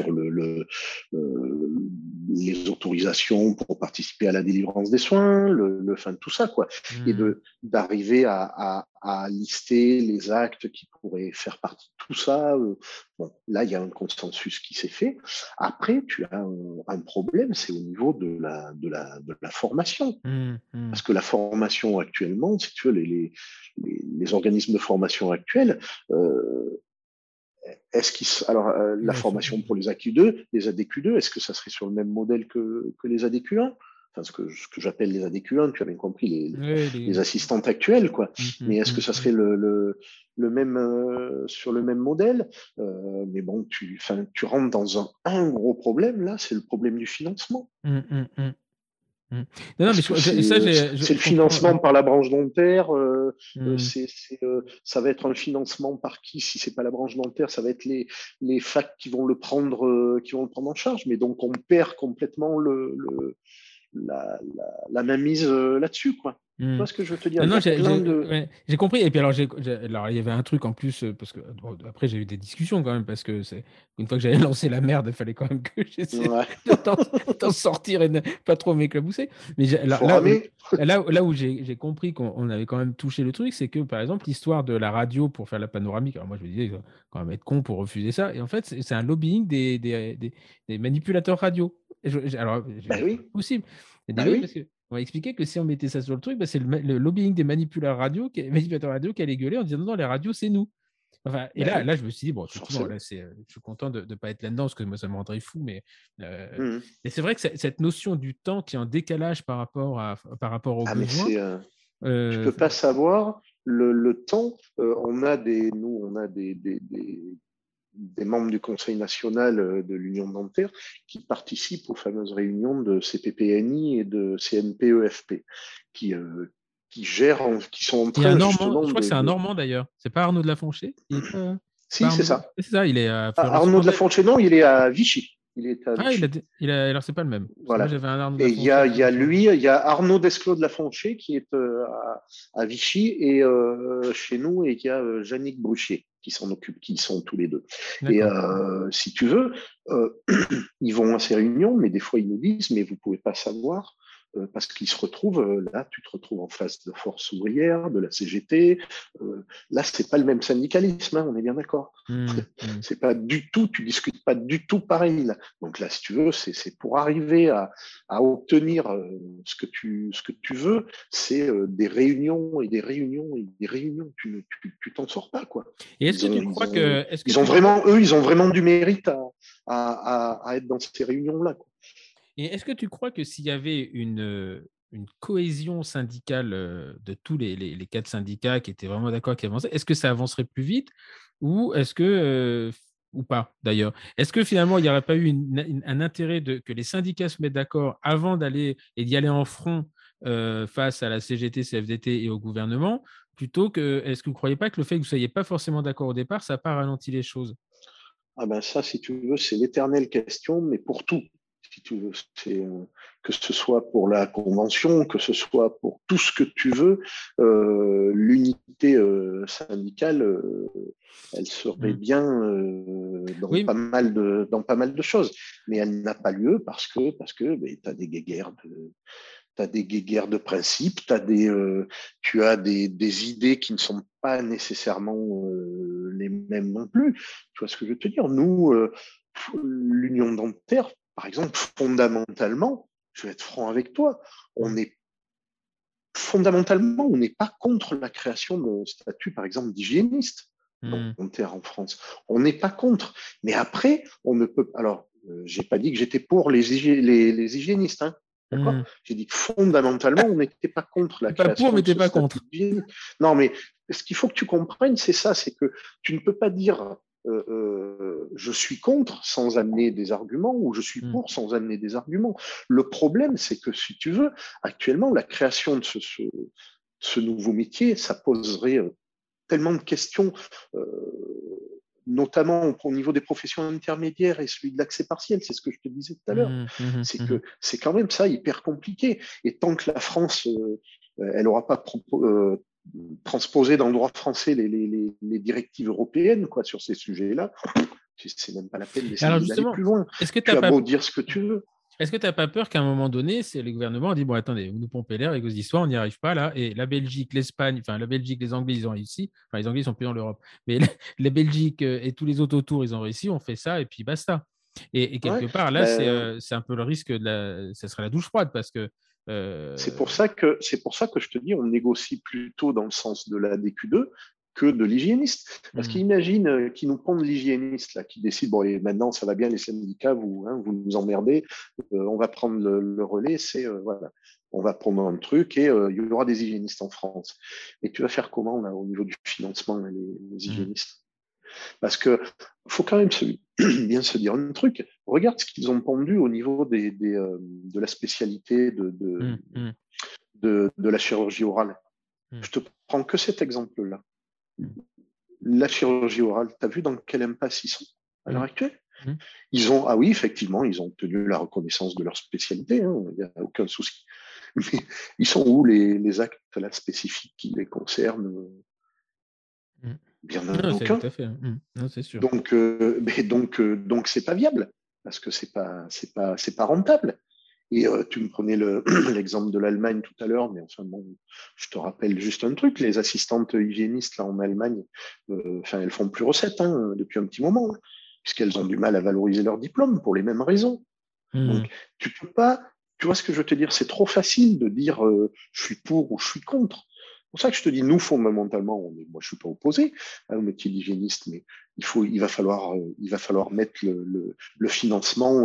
les autorisations pour participer à la délivrance des soins, tout ça, quoi. Et d'arriver à lister les actes qui pourraient faire partie de tout ça. Bon, là, il y a un consensus qui s'est fait. Après, tu as un problème, c'est au niveau de la formation. Parce que la formation actuellement, si tu veux, les organismes de formation actuels, la formation pour les AQ2, les ADQ2, est-ce que ça serait sur le même modèle que les ADQ1? Enfin, ce que j'appelle les ADQ1, tu as bien compris, les assistantes actuelles, quoi. Mais est-ce que ça serait le même sur le même modèle? Mais bon, tu rentres dans un gros problème là, c'est le problème du financement. Non, mais c'est le financement par la branche dentaire. Ça va être un financement par qui? Si c'est pas la branche dentaire, ça va être les facs qui vont le prendre en charge. Mais donc on perd complètement la mainmise là-dessus, quoi. Tu vois ce que je veux te dire? Non, j'ai compris. Et puis alors, il y avait un truc en plus, parce que après, j'ai eu des discussions quand même, parce que une fois que j'avais lancé la merde, il fallait quand même que j'essaie de t'en sortir et ne pas trop m'éclabousser. Mais là où j'ai compris qu'on avait quand même touché le truc, c'est que, par exemple, l'histoire de la radio pour faire la panoramique, alors moi, je me disais, ils vont quand même être con pour refuser ça. Et en fait, c'est un lobbying des manipulateurs radio. Alors, oui. Possible. Parce que on va expliquer que si on mettait ça sur le truc, c'est le lobbying des manipulateurs radio qui allait gueuler en disant non, les radios, c'est nous. Enfin, et là, je me suis dit, bon, effectivement, là, je suis content de ne pas être là-dedans, parce que moi, ça me rendrait fou. Mais c'est vrai que cette notion du temps qui est en décalage par rapport aux besoins. Tu ne peux pas savoir le temps. On a des membres du Conseil national de l'Union dentaire qui participent aux fameuses réunions de CPPNI et de CNPEFP, qui sont en train justement. Je crois que c'est un Normand d'ailleurs. C'est pas Arnaud de la Fonchée? Si, c'est ça. C'est ça, il est à Arnaud de la Fonchée, non, il est à Vichy. Alors c'est pas le même. Voilà. Moi, j'avais un Arnaud de et la Fonchée. il y a Arnaud Desclos de la Fonchée qui est à Vichy, et chez nous, et il y a Yannick Bruchier qui s'en occupe, qui sont tous les deux. Et si tu veux, ils vont à ces réunions, mais des fois ils nous disent, mais vous pouvez pas savoir, parce qu'ils se retrouvent, là, tu te retrouves en face de Force ouvrière, de la CGT. Là, c'est pas le même syndicalisme, hein, on est bien d'accord. C'est pas du tout, tu discutes pas du tout pareil, là. Donc là, si tu veux, c'est pour arriver à obtenir ce que tu veux, c'est des réunions et des réunions et des réunions. Tu t'en sors pas, quoi. Et est-ce que tu crois que... ils ont vraiment du mérite à être dans ces réunions-là, quoi. Et est-ce que tu crois que s'il y avait une cohésion syndicale de tous les 4 syndicats qui étaient vraiment d'accord, qui avançaient, est-ce que ça avancerait plus vite, ou est-ce que ou pas d'ailleurs? Est-ce que finalement il n'y aurait pas eu un intérêt que les syndicats se mettent d'accord avant d'y aller en front face à la CGT, CFDT et au gouvernement, plutôt que... Est-ce que vous ne croyez pas que le fait que vous ne soyez pas forcément d'accord au départ, ça n'a pas ralenti les choses? Ah ben ça, si tu veux, c'est l'éternelle question, mais pour tout. Si tu veux, que ce soit pour la convention, que ce soit pour tout ce que tu veux, l'unité l'activité syndicale, elle serait bien Oui, dans pas mal de choses. Mais elle n'a pas lieu parce que tu as des guéguerres de principe, tu as des idées qui ne sont pas nécessairement les mêmes non plus. Tu vois ce que je veux te dire? Nous, l'union dentaire, par exemple, fondamentalement, je vais être franc avec toi, on n'est pas contre la création de statut, par exemple, d'hygiéniste dentaire en France. On n'est pas contre. Mais après, on ne peut. Alors, j'ai pas dit que j'étais pour les hygiénistes, hein. D'accord? J'ai dit que fondamentalement, on n'était pas contre la t'es pas pour, création mais de t'es ce pas statut contre. d'hygiéniste. Non, mais ce qu'il faut que tu comprennes, c'est ça, c'est que tu ne peux pas dire je suis contre sans amener des arguments ou je suis pour sans amener des arguments. Le problème, c'est que si tu veux, actuellement, la création de ce nouveau métier, ça poserait tellement de questions, notamment au niveau des professions intermédiaires et celui de l'accès partiel, c'est ce que je te disais tout à l'heure. C'est que c'est quand même ça hyper compliqué. Et tant que la France, elle n'aura pas transposé dans le droit français les directives européennes quoi, sur ces sujets-là, c'est même pas la peine Alors d'essayer d'aller justement, plus loin. est-ce que Tu as beau dire ce que tu veux. Est-ce que tu n'as pas peur qu'à un moment donné, c'est le gouvernement dit bon, attendez, vous nous pompez l'air avec vos histoires, on n'y arrive pas là. Et la Belgique, l'Espagne, enfin la Belgique, les Anglais, ils ont réussi. Enfin, les Anglais, ils sont plus dans l'Europe. Mais la Belgique et tous les autres autour, ils ont réussi. On fait ça et puis basta. Et quelque part, là, c'est un peu le risque ça serait la douche froide parce que. C'est pour ça que je te dis, on négocie plutôt dans le sens de la DQ2 que de l'hygiéniste. Parce qu'imagine qu'ils nous pondent l'hygiéniste, là, qui décide, bon, et maintenant, ça va bien, les syndicats, vous nous emmerdez, on va prendre le relais, voilà, on va prendre un truc et il y aura des hygiénistes en France. Mais tu vas faire comment, là, au niveau du financement, les hygiénistes? Parce que faut quand même bien se dire un truc. Regarde ce qu'ils ont pondu au niveau de la spécialité de la chirurgie orale. Je te prends que cet exemple-là. La chirurgie orale, tu as vu dans quel impasse ils sont à l'heure actuelle? Ah oui, effectivement, ils ont obtenu la reconnaissance de leur spécialité, hein, il n'y a aucun souci. Mais ils sont où les actes là, spécifiques qui les concernent? Bien aucun. Tout à fait. Non, c'est sûr. Donc, c'est pas viable parce que c'est pas rentable. Et tu me prenais l'exemple de l'Allemagne tout à l'heure, mais enfin bon, je te rappelle juste un truc, les assistantes hygiénistes là en Allemagne, elles font plus recette depuis un petit moment, puisqu'elles ont du mal à valoriser leur diplôme pour les mêmes raisons. Donc tu peux pas, tu vois ce que je veux te dire, c'est trop facile de dire je suis pour ou je suis contre. C'est pour ça que je te dis, nous, fondamentalement, moi, je suis pas opposé au métier d'hygiéniste, mais il va falloir mettre le financement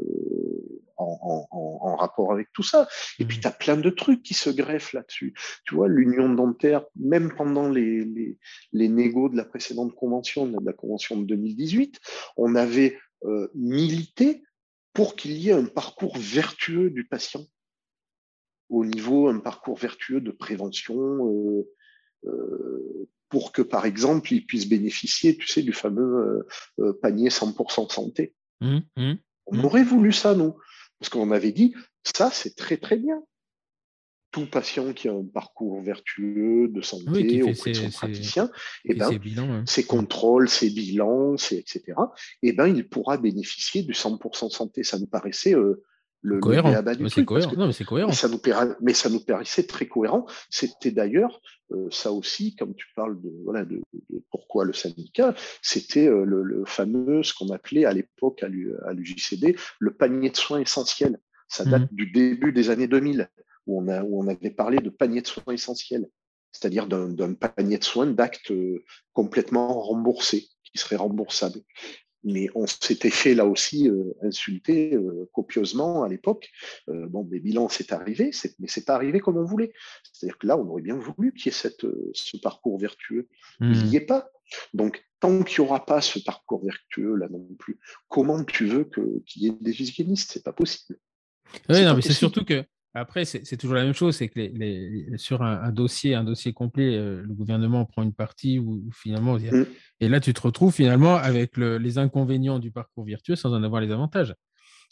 en rapport avec tout ça. Et puis, tu as plein de trucs qui se greffent là-dessus. Tu vois, l'union dentaire, même pendant les négos de la précédente convention, de la convention de 2018, on avait milité pour qu'il y ait un parcours vertueux du patient au niveau, un parcours vertueux de prévention, pour que, par exemple, ils puissent bénéficier, tu sais, du fameux panier 100% santé. On aurait voulu ça, nous, parce qu'on avait dit, ça, c'est très, très bien. Tout patient qui a un parcours vertueux de santé auprès de son praticien, ses contrôles, ses bilans, etc., il pourra bénéficier du 100% santé. Ça nous paraissait le b.a.-ba du truc. Non, mais c'est cohérent. Mais ça nous paraissait très cohérent. C'était d'ailleurs, ça aussi, comme tu parles de pourquoi le syndicat, c'était le fameux, ce qu'on appelait à l'époque à l'UJCD, le panier de soins essentiels. Ça date du début des années 2000, où on avait parlé de panier de soins essentiels, c'est-à-dire d'un panier de soins d'actes complètement remboursés, qui serait remboursable. Mais on s'était fait là aussi insulter copieusement à l'époque. Les bilans, c'est arrivé, mais c'est pas arrivé comme on voulait. C'est-à-dire que là, on aurait bien voulu qu'il y ait ce parcours vertueux. Il n'y est pas. Donc, tant qu'il n'y aura pas ce parcours vertueux là non plus, comment tu veux qu'il y ait des hygiénistes? C'est pas possible. Oui, non, mais c'est surtout que après, c'est toujours la même chose, c'est que sur un dossier complet, le gouvernement prend une partie où finalement, et là, tu te retrouves finalement avec les inconvénients du parcours vertueux sans en avoir les avantages.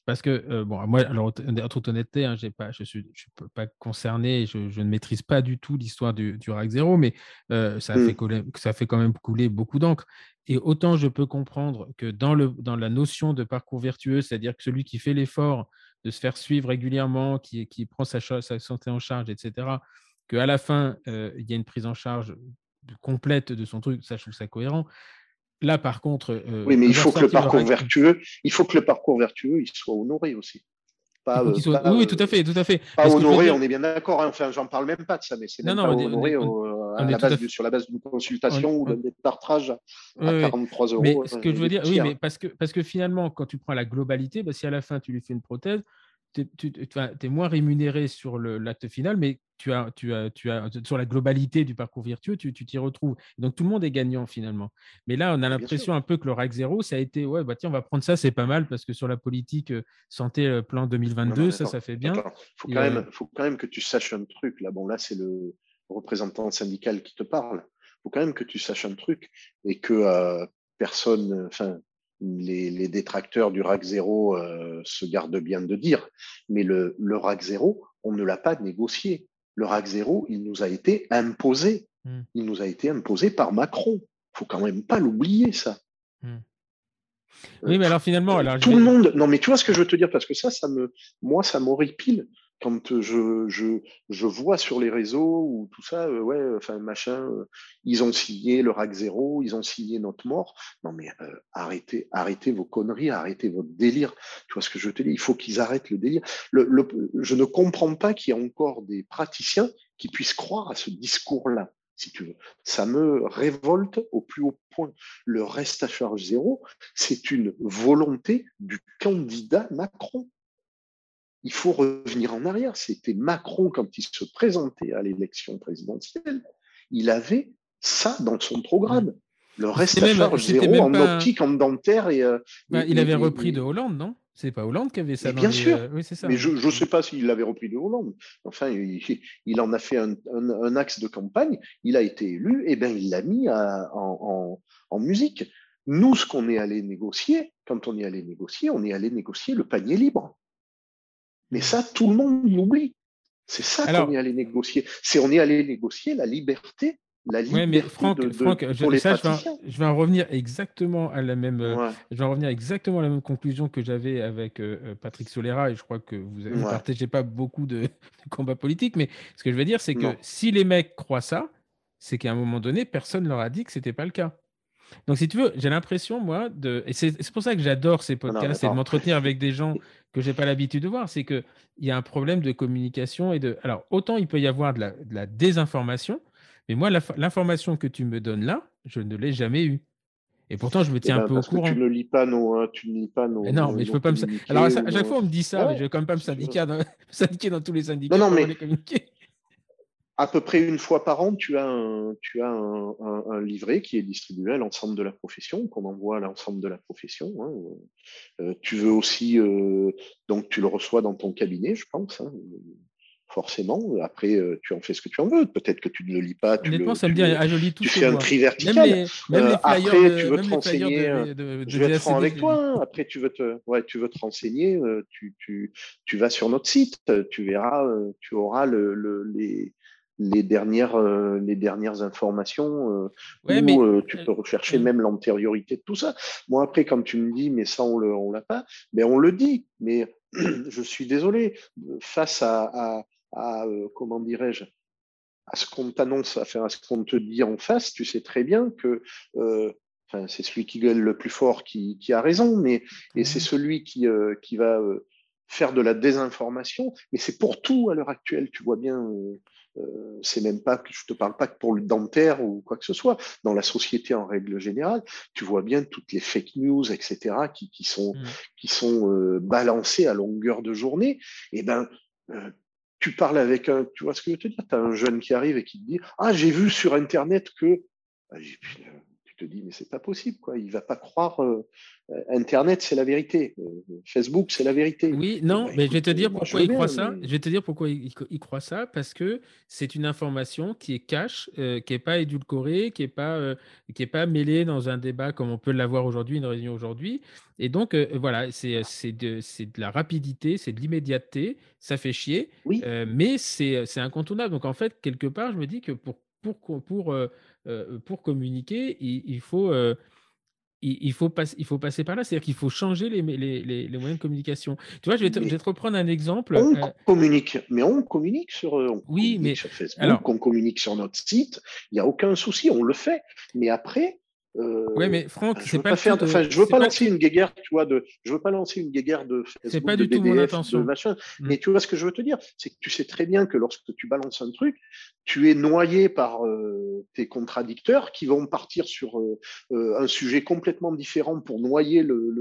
Parce que, bon, moi, alors, en toute honnêteté, hein, je ne suis pas concerné, je ne maîtrise pas du tout l'histoire du RAC 0, mais ça a fait quand même couler beaucoup d'encre. Et autant je peux comprendre que dans la notion de parcours vertueux, c'est-à-dire que celui qui fait l'effort de se faire suivre régulièrement, qui prend sa santé en charge, etc., qu'à la fin, il y a une prise en charge complète de son truc, ça, je trouve ça cohérent. Là, par contre, Oui, mais il avoir faut que le sorti le parcours RAC, vertueux, il soit honoré aussi. il faut qu'il soit. Oui, tout à fait, tout à fait. Pas Mais ce que je veux honoré, dire, on est bien d'accord. Hein. Enfin, j'en parle même pas de ça, mais c'est non, même non, pas honoré on est tout à fait. sur la base d'une on- consultation ou d'un on- départrage oui, à oui. 43 Mais euros ce que je veux les dire, oui, poussières. mais parce que finalement, quand tu prends la globalité, bah, si à la fin tu lui fais une prothèse, tu es moins rémunéré sur l'acte final, mais sur la globalité du parcours vertueux, tu t'y retrouves. Donc tout le monde est gagnant finalement. Mais là, on a Mais bien sûr. l'impression un peu que le RAC 0, ça a été, ouais, bah tiens, on va prendre ça, c'est pas mal, parce que sur la politique santé plan Non, non, 2022, mais ça fait bien. attends. Et, Faut quand même que tu saches un truc. Là, bon, là, c'est le représentant syndical qui te parle. Faut quand même que tu saches un truc et que personne, enfin, les détracteurs du RAC 0 se gardent bien de dire. Mais le RAC 0, on ne l'a pas négocié. Le RAC 0, il nous a été imposé. Il nous a été imposé par Macron. Faut quand même pas l'oublier, ça. Oui, mais alors finalement, Tout le monde. Non, mais tu vois ce que je veux te dire, parce que moi, ça m'horripile quand je vois sur les réseaux ou tout ça, ouais, enfin, machin, ils ont signé le RAC 0, ils ont signé notre mort. Non, mais arrêtez vos conneries, arrêtez votre délire. Tu vois ce que je te dis? Il faut qu'ils arrêtent le délire. Je ne comprends pas qu'il y ait encore des praticiens qui puissent croire à ce discours-là, si tu veux. Ça me révolte au plus haut point. Le reste à charge zéro, c'est une volonté du candidat Macron. Il faut revenir en arrière. C'était Macron, quand il se présentait à l'élection présidentielle, il avait ça dans son programme. Le reste à charge c'était zéro même en pas. optique, en dentaire Il avait repris de Hollande, non? C'est pas Hollande qui avait ça mais dans bien les. sûr. Oui, c'est ça. Mais Oui. je ne sais pas s'il l'avait repris de Hollande. Enfin, il en a fait un axe de campagne. Il a été élu, et bien il l'a mis en musique. Nous, ce qu'on est allé négocier, quand on est allé négocier, on est allé négocier le panier libre. Mais ça, tout le monde l'oublie. C'est ça qu'on est Alors, allé négocier. On est allé négocier la liberté ouais, mais de, Franck, pour les ça, praticiens. je vais en revenir exactement à la même, Ouais, je vais en revenir exactement à la même conclusion que j'avais avec Patrick Solera, et je crois que vous ne ouais, partagez pas beaucoup de combats politiques, mais ce que je veux dire, c'est que non. si les mecs croient ça, c'est qu'à un moment donné, personne ne leur a dit que c'était pas le cas. Donc, si tu veux, j'ai l'impression, moi, et c'est pour ça que j'adore ces Non, non, podcasts et de attends. m'entretenir avec des gens que j'ai pas l'habitude de voir, c'est qu'il y a un problème de communication et de. Alors, autant il peut y avoir de la désinformation, mais moi, l'information que tu me donnes là, je ne l'ai jamais eue. Et pourtant, je me Eh tiens un ben, peu au parce que courant. tu ne lis pas Mais non, mais je nos peux pas me. Alors, communiqués ou à chaque nos. fois, on me dit ça, mais je Ouais, vais quand même pas me si tu veux. syndiquer dans tous les Non, syndicats non, pour avoir mais les communiqués. à peu près une fois par an, tu as un livret qui est distribué à l'ensemble de la profession, qu'on envoie à l'ensemble de la profession. Hein. Tu veux aussi, donc tu le reçois dans ton cabinet, je pense, hein, forcément. Après, tu en fais ce que tu en veux. Peut-être que tu ne le lis pas, Honnêtement, ça me dit rien. Ah, je lis tout tu ce que fais je un vois. tri vertical. Après, même les flyers Je de vais être franc GACD, je avec les toi. lis. Hein. Après, tu veux te renseigner. Tu vas sur notre site. Tu verras, tu auras les dernières informations Ouais, où mais. tu peux rechercher même l'antériorité de tout ça. Moi, après, quand tu me dis, mais ça, on l'a pas, mais on le dit. Mais je suis désolé, face comment dirais-je, à ce qu'on t'annonce, enfin, à ce qu'on te dit en face, tu sais très bien que enfin, c'est celui qui gueule le plus fort qui a raison, et c'est Ouais. celui qui va faire de la désinformation, mais c'est pour tout à l'heure actuelle, tu vois bien. C'est même pas que je te parle pas que pour le dentaire ou quoi que ce soit. Dans la société en règle générale, tu vois bien toutes les fake news, etc., qui sont balancées à longueur de journée. Et ben, euh, tu parles avec tu vois ce que je veux te dire. Tu as un jeune qui arrive et qui te dit, ah, j'ai vu sur Internet que. Ah, te dis, mais c'est pas possible, quoi. Il va pas croire. Internet, c'est la vérité. Facebook, c'est la vérité. Oui, Eh non, ben, mais je vais te écoute, dire moi, je pourquoi veux il croit bien, ça. mais Je vais te dire pourquoi il croit ça, parce que c'est une information qui est cash, qui n'est pas édulcorée, qui est pas mêlée dans un débat comme on peut l'avoir aujourd'hui, une réunion aujourd'hui. Et donc, voilà, c'est de la rapidité, c'est de l'immédiateté, ça fait chier, oui, mais c'est incontournable. Donc, en fait, quelque part, je me dis que pour communiquer, il faut. Il faut passer par là, c'est-à-dire qu'il faut changer les moyens de communication. Tu vois, je vais mais te reprendre un exemple. on communique, mais on Oui, communique mais sur alors, Facebook, on communique sur notre site. Il n'y a aucun souci, on le fait. Mais après, ouais, mais Franck, je veux pas faire, je veux pas lancer une guéguerre, tu vois, je veux pas lancer une guéguerre de c'est Facebook, pas de du tout mon BDF, de intention. machin. Mm. Mais tu vois ce que je veux te dire, c'est que tu sais très bien que lorsque tu balances un truc, tu es noyé par tes contradicteurs qui vont partir sur un sujet complètement différent pour noyer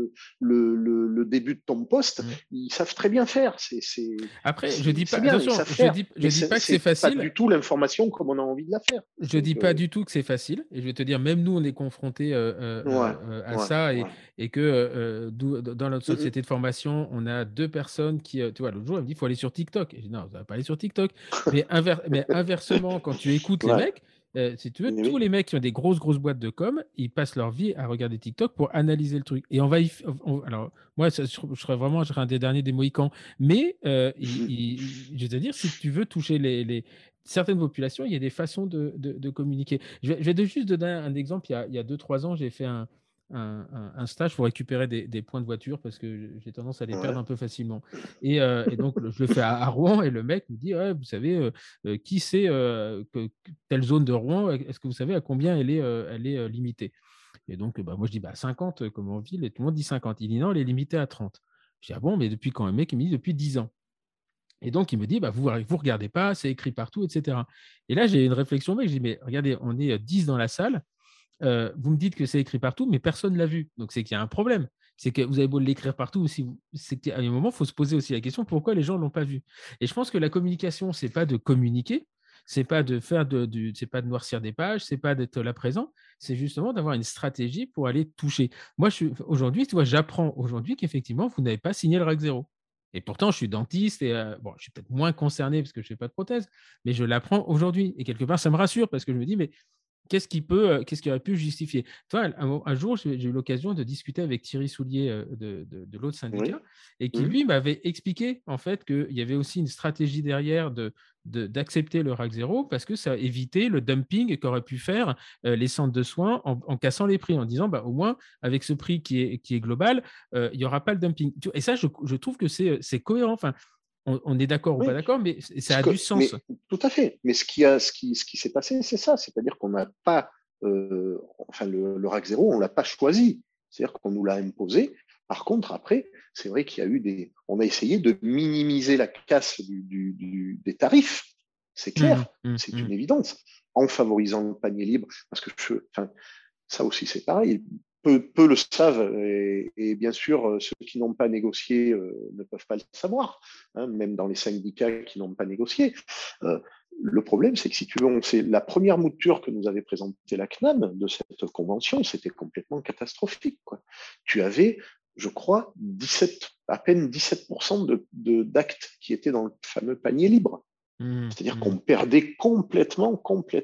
le début de ton poste. Mm. Ils savent très bien faire. Après, je dis pas, C'est bien, ils attention, savent faire. je Mais dis pas que c'est c'est pas facile. du tout l'information comme on a envie de la faire. Je Donc, dis pas du tout que c'est facile, et je vais te dire, même nous, on est confrontés ouais, à ouais, ça, ouais. et que dans notre société de formation, on a deux personnes qui, tu vois, l'autre jour, elle me dit, il faut aller sur TikTok. Et je dis, non, ça va pas aller sur TikTok. Mais inversement, quand tu écoutes les Ouais. mecs, si tu veux, Mais tous oui. les mecs qui ont des grosses boîtes de com, ils passent leur vie à regarder TikTok pour analyser le truc. Et alors, moi, je serais un des derniers des Mohicans, mais je vais te dire, si tu veux toucher certaines populations, il y a des façons de communiquer. Je vais juste donner un exemple. Il y a 2-3 ans, j'ai fait un stage pour récupérer des points de voiture parce que j'ai tendance à les perdre Ouais. un peu facilement. Et donc, je le fais à Rouen et le mec me dit, ouais, vous savez, qui sait telle zone de Rouen, est-ce que vous savez à combien elle est limitée? Et donc, bah, moi, je dis, bah, 50 comme en ville, et tout le monde dit 50. Il dit, non, elle est limitée à 30. Je dis, ah bon, mais depuis quand? Un mec, il me dit, depuis 10 ans. Et donc, il me dit, bah, vous ne regardez pas, c'est écrit partout, etc. Et là, j'ai une réflexion, mec, je dis, mais regardez, on est 10 dans la salle, vous me dites que c'est écrit partout, mais personne ne l'a vu. Donc, c'est qu'il y a un problème. C'est que vous avez beau l'écrire partout, c'est qu'à un moment, il faut se poser aussi la question, pourquoi les gens ne l'ont pas vu? Et je pense que la communication, ce n'est pas de communiquer, c'est pas de faire c'est pas de noircir des pages, c'est pas d'être là présent, c'est justement d'avoir une stratégie pour aller toucher. Moi, aujourd'hui, tu vois, j'apprends aujourd'hui qu'effectivement, vous n'avez pas signé le RAC 0. Et pourtant, je suis dentiste et bon, je suis peut-être moins concerné parce que je ne fais pas de prothèse, mais je l'apprends aujourd'hui. Et quelque part, ça me rassure parce que je me dis, mais qu'est-ce qui aurait pu justifier? Toi, un jour, j'ai eu l'occasion de discuter avec Thierry Soulier de l'autre syndicat, Oui. et qui, lui, m'avait expliqué en fait qu'il y avait aussi une stratégie derrière d'accepter le RAC 0 parce que ça évitait le dumping qu'auraient pu faire les centres de soins en cassant les prix, en disant, bah, au moins, avec ce prix qui est global, il n'y aura pas le dumping. Et ça, je trouve que c'est cohérent. Enfin, on est d'accord ou pas Oui. d'accord, mais ça a du sens. Mais tout à fait. Mais ce qui s'est passé, c'est ça. C'est-à-dire qu'on n'a pas, enfin, le RAC 0, on l'a pas choisi. C'est-à-dire qu'on nous l'a imposé. Par contre, après, c'est vrai qu'il y a eu on a essayé de minimiser la casse des tarifs. C'est clair. C'est une évidence. En favorisant le panier libre. Parce que enfin, ça aussi, c'est pareil. Peu le savent, et bien sûr, ceux qui n'ont pas négocié ne peuvent pas le savoir, hein, même dans les syndicats qui n'ont pas négocié. Le problème, c'est que si tu veux, c'est la première mouture que nous avait présentée la CNAM de cette convention, c'était complètement catastrophique, quoi. Tu avais, je crois, à peine 17% d'actes qui étaient dans le fameux panier libre. C'est-à-dire qu'on perdait complètement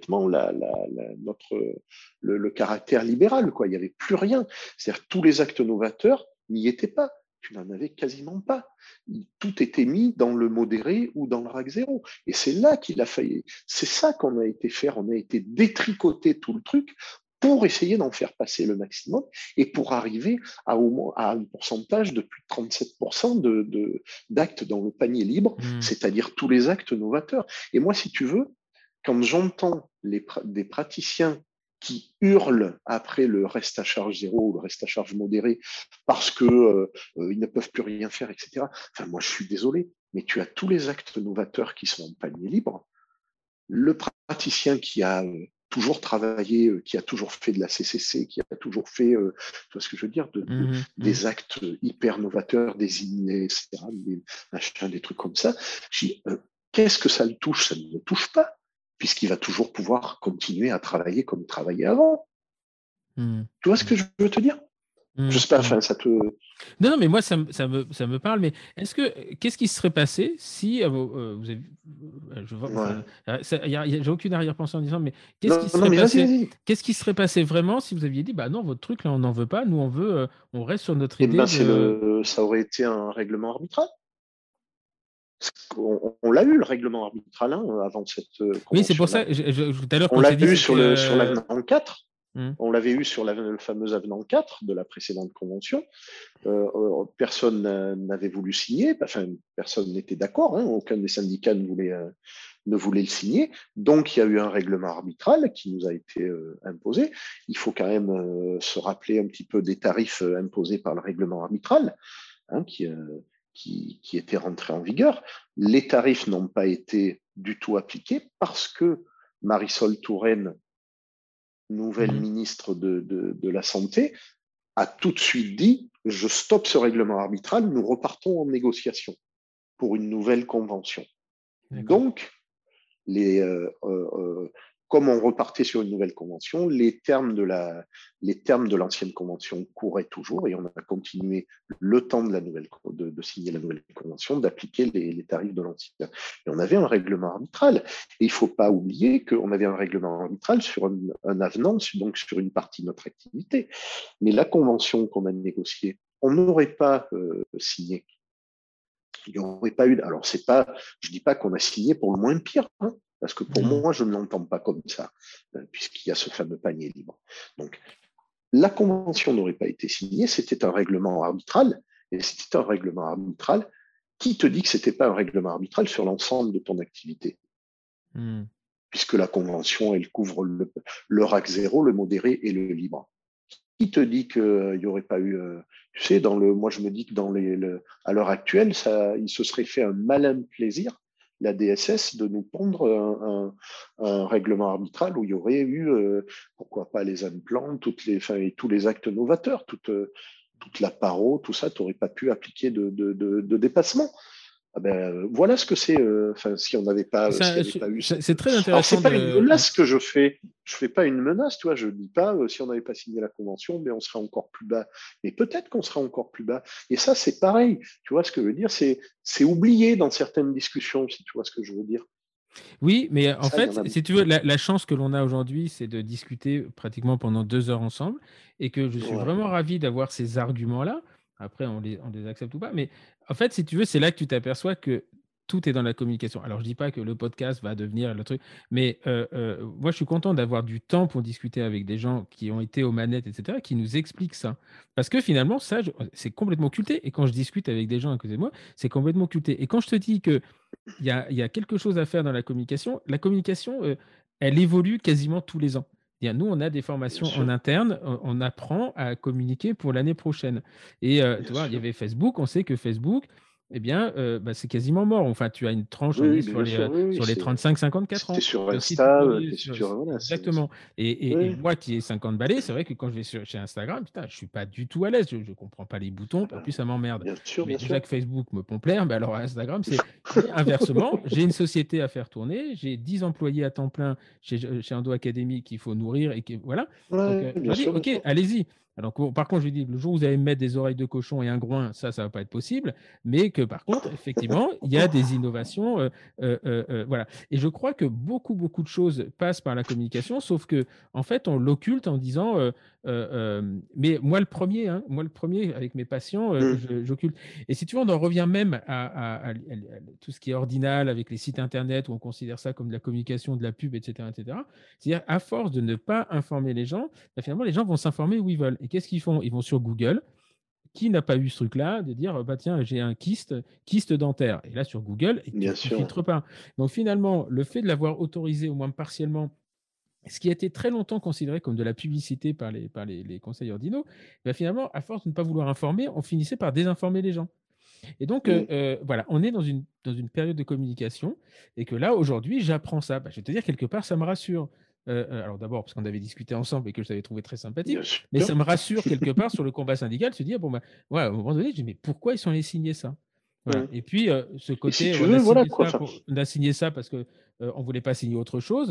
le caractère libéral, quoi. Il n'y avait plus rien. C'est-à-dire tous les actes novateurs n'y étaient pas. Tu n'en avais quasiment pas. Tout était mis dans le modéré ou dans le RAC 0. Et c'est là qu'il a failli. C'est ça qu'on a été faire. On a été détricoter tout le truc pour essayer d'en faire passer le maximum et pour arriver à un pourcentage de plus de 37% d'actes dans le panier libre, c'est-à-dire tous les actes novateurs. Et moi, si tu veux, quand j'entends des praticiens qui hurlent après le reste à charge zéro ou le reste à charge modéré parce qu'ils ne peuvent plus rien faire, etc. Enfin, moi, je suis désolé, mais tu as tous les actes novateurs qui sont en panier libre. Le praticien qui a toujours travaillé, qui a toujours fait de la CCC, qui a toujours fait, tu vois ce que je veux dire, des actes hyper novateurs, des innées, etc., des trucs comme ça. Je dis, qu'est-ce que ça le touche? Ça ne le touche pas, puisqu'il va toujours pouvoir continuer à travailler comme il travaillait avant. Tu vois ce que je veux te dire? Je sais pas, enfin, ça te... Non, mais moi, ça me parle, mais qu'est-ce qui se serait passé si vous avez, je vois, j'ai aucune arrière-pensée en disant, mais qu'est-ce qui serait mais passé, vas-y. qu'est-ce qui serait passé vraiment si vous aviez dit, bah non, votre truc là, on n'en veut pas, nous on veut, on reste sur notre Eh idée ben, de. ça aurait été un règlement arbitral. On l'a eu, le règlement arbitral, hein, avant cette Oui, c'est pour ça, convention-là. tout à l'heure, On quand tu l'a as dit eu c'était. sur l'avenant 4. Hum, On l'avait eu sur le fameux avenant 4 de la précédente convention. Personne n'avait voulu signer, enfin, personne n'était d'accord, hein, aucun des syndicats ne voulait le signer. Donc, il y a eu un règlement arbitral qui nous a été imposé. Il faut quand même se rappeler un petit peu des tarifs imposés par le règlement arbitral, hein, qui était rentré en vigueur. Les tarifs n'ont pas été du tout appliqués parce que Marisol Touraine, nouvelle ministre de la Santé, a tout de suite dit, je stoppe ce règlement arbitral, nous repartons en négociation pour une nouvelle convention. Donc, comme on repartait sur une nouvelle convention, les termes de l'ancienne convention couraient toujours et on a continué le temps de signer la nouvelle convention, d'appliquer les tarifs de l'ancienne. Et on avait un règlement arbitral. Et il ne faut pas oublier qu'on avait un règlement arbitral sur un avenant, donc sur une partie de notre activité. Mais la convention qu'on a négociée, on n'aurait pas signé. Il n'y aurait pas eu. Alors, je ne dis pas qu'on a signé pour le moins pire, hein, parce que pour moi, je ne l'entends pas comme ça, puisqu'il y a ce fameux panier libre. Donc, la convention n'aurait pas été signée, c'était un règlement arbitral, et c'était un règlement arbitral. Qui te dit que ce n'était pas un règlement arbitral sur l'ensemble de ton activité? Puisque la convention, elle couvre le RAC 0, le modéré et le libre. Qui te dit qu'il n'y aurait pas eu, tu sais, moi je me dis que à l'heure actuelle, il se serait fait un malin plaisir, la DSS, de nous pondre un règlement arbitral où il y aurait eu, pourquoi pas les implants, et tous les actes novateurs, toute la paro, tout ça, tu n'aurais pas pu appliquer de dépassement. Ah ben, voilà ce que c'est. Si on n'avait pas, s'il n'y avait pas eu c'est très intéressant. Alors, c'est pas une menace que je fais. Je fais pas une menace, tu vois. Je dis pas si on n'avait pas signé la convention, mais on serait encore plus bas. Mais peut-être qu'on sera encore plus bas. Et ça, c'est pareil. Tu vois ce que je veux dire? C'est oublié dans certaines discussions, si tu vois ce que je veux dire. Oui, mais en fait, si tu veux, la chance que l'on a aujourd'hui, c'est de discuter pratiquement pendant 2 heures ensemble et que je suis vraiment ravi d'avoir ces arguments-là. Après, on les accepte ou pas. Mais en fait, si tu veux, c'est là que tu t'aperçois que tout est dans la communication. Alors, je ne dis pas que le podcast va devenir le truc, mais moi, je suis content d'avoir du temps pour discuter avec des gens qui ont été aux manettes, etc., qui nous expliquent ça. Parce que finalement, ça, c'est complètement occulté. Et quand je discute avec des gens à côté de moi, c'est complètement occulté. Et quand je te dis que il y a quelque chose à faire dans la communication. La communication, elle évolue quasiment tous les ans. Nous, on a des formations en interne, on apprend à communiquer pour l'année prochaine. Et tu vois, il y avait Facebook, on sait que Facebook, eh bien, c'est quasiment mort. Enfin, tu as une tranche, on est sur les 35-54 ans. C'était sur Insta, exactement. Et moi qui ai 50 balais, c'est vrai que quand je vais chez Instagram, putain, je ne suis pas du tout à l'aise. Je ne comprends pas les boutons, en plus ça m'emmerde. Mais déjà que Facebook me pompe l'air, mais alors Instagram, c'est inversement. J'ai une société à faire tourner, j'ai 10 employés à temps plein chez Ando Academy qu'il faut nourrir et voilà. Donc, je leur dis, OK, allez-y. Alors, par contre, je lui dis, le jour où vous allez me mettre des oreilles de cochon et un groin, ça va pas être possible. Mais que par contre, effectivement, il y a des innovations. Voilà. Et je crois que beaucoup de choses passent par la communication, sauf que en fait, on l'occulte en disant, mais moi le premier, avec mes patients, j'occulte. Et si tu veux, on en revient même à tout ce qui est ordinal avec les sites internet où on considère ça comme de la communication, de la pub, etc., etc. C'est-à-dire, à force de ne pas informer les gens, finalement, les gens vont s'informer où ils veulent. Et qu'est-ce qu'ils font? Ils vont sur Google. Qui n'a pas eu ce truc-là de dire, bah tiens, j'ai un kyste dentaire. Et là, sur Google, tu ne filtres pas. Donc finalement, le fait de l'avoir autorisé, au moins partiellement, ce qui a été très longtemps considéré comme de la publicité par les conseils ordinaux, finalement, à force de ne pas vouloir informer, on finissait par désinformer les gens. Et donc, voilà, on est dans une période de communication et que là, aujourd'hui, j'apprends ça. Je vais te dire, quelque part, ça me rassure. Alors d'abord, parce qu'on avait discuté ensemble et que je t'avais trouvé très sympathique, mais ça me rassure quelque part sur le combat syndical, se dire, bon, ouais, à un moment donné, je dis, mais pourquoi ils sont allés signer ça? Voilà. Et puis, ce côté, on a signé ça parce qu'on ne voulait pas signer autre chose.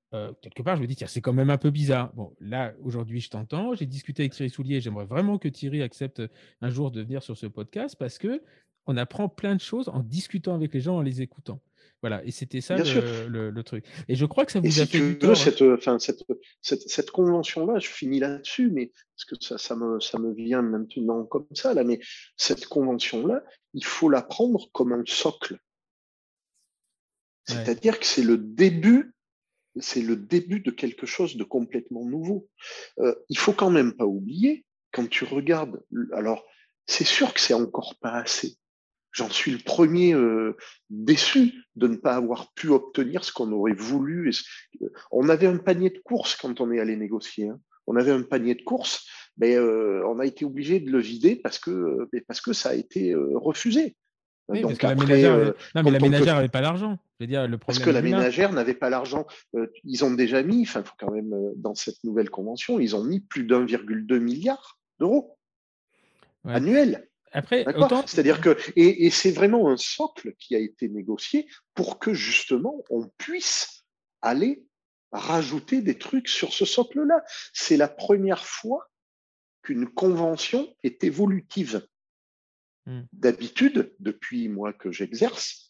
quelque part, je me dis, tiens, c'est quand même un peu bizarre. Bon, là, aujourd'hui, je t'entends. J'ai discuté avec Thierry Soulier. J'aimerais vraiment que Thierry accepte un jour de venir sur ce podcast parce qu'on apprend plein de choses en discutant avec les gens, en les écoutant. Voilà, et c'était ça Bien sûr. le truc. Et je crois que ça Et vous a si fait du tu veux, tort. Hein. cette convention-là, je finis là-dessus, mais parce que ça me vient maintenant comme ça, là, mais cette convention-là, il faut la prendre comme un socle. Ouais. C'est-à-dire que c'est le début de quelque chose de complètement nouveau. Il faut quand même pas oublier, quand tu regardes, alors c'est sûr que c'est encore pas assez. J'en suis le premier déçu de ne pas avoir pu obtenir ce qu'on aurait voulu. On avait un panier de courses quand on est allé négocier. Hein. On avait un panier de courses, mais on a été obligé de le vider parce que ça a été refusé. Oui, parce Donc que la après, ménagère avait... Non, mais la quand on peut ménagère n'avait pas l'argent. Je veux dire, le parce que problème, la il est là. ménagère n'avait pas l'argent. Ils ont déjà mis, enfin, il faut quand même, dans cette nouvelle convention, ils ont mis plus d'1,2 milliard d'euros Ouais. annuels. Après, D'accord. autant... C'est-à-dire que, et c'est vraiment un socle qui a été négocié pour que justement on puisse aller rajouter des trucs sur ce socle-là. C'est la première fois qu'une convention est évolutive. D'habitude, depuis moi que j'exerce,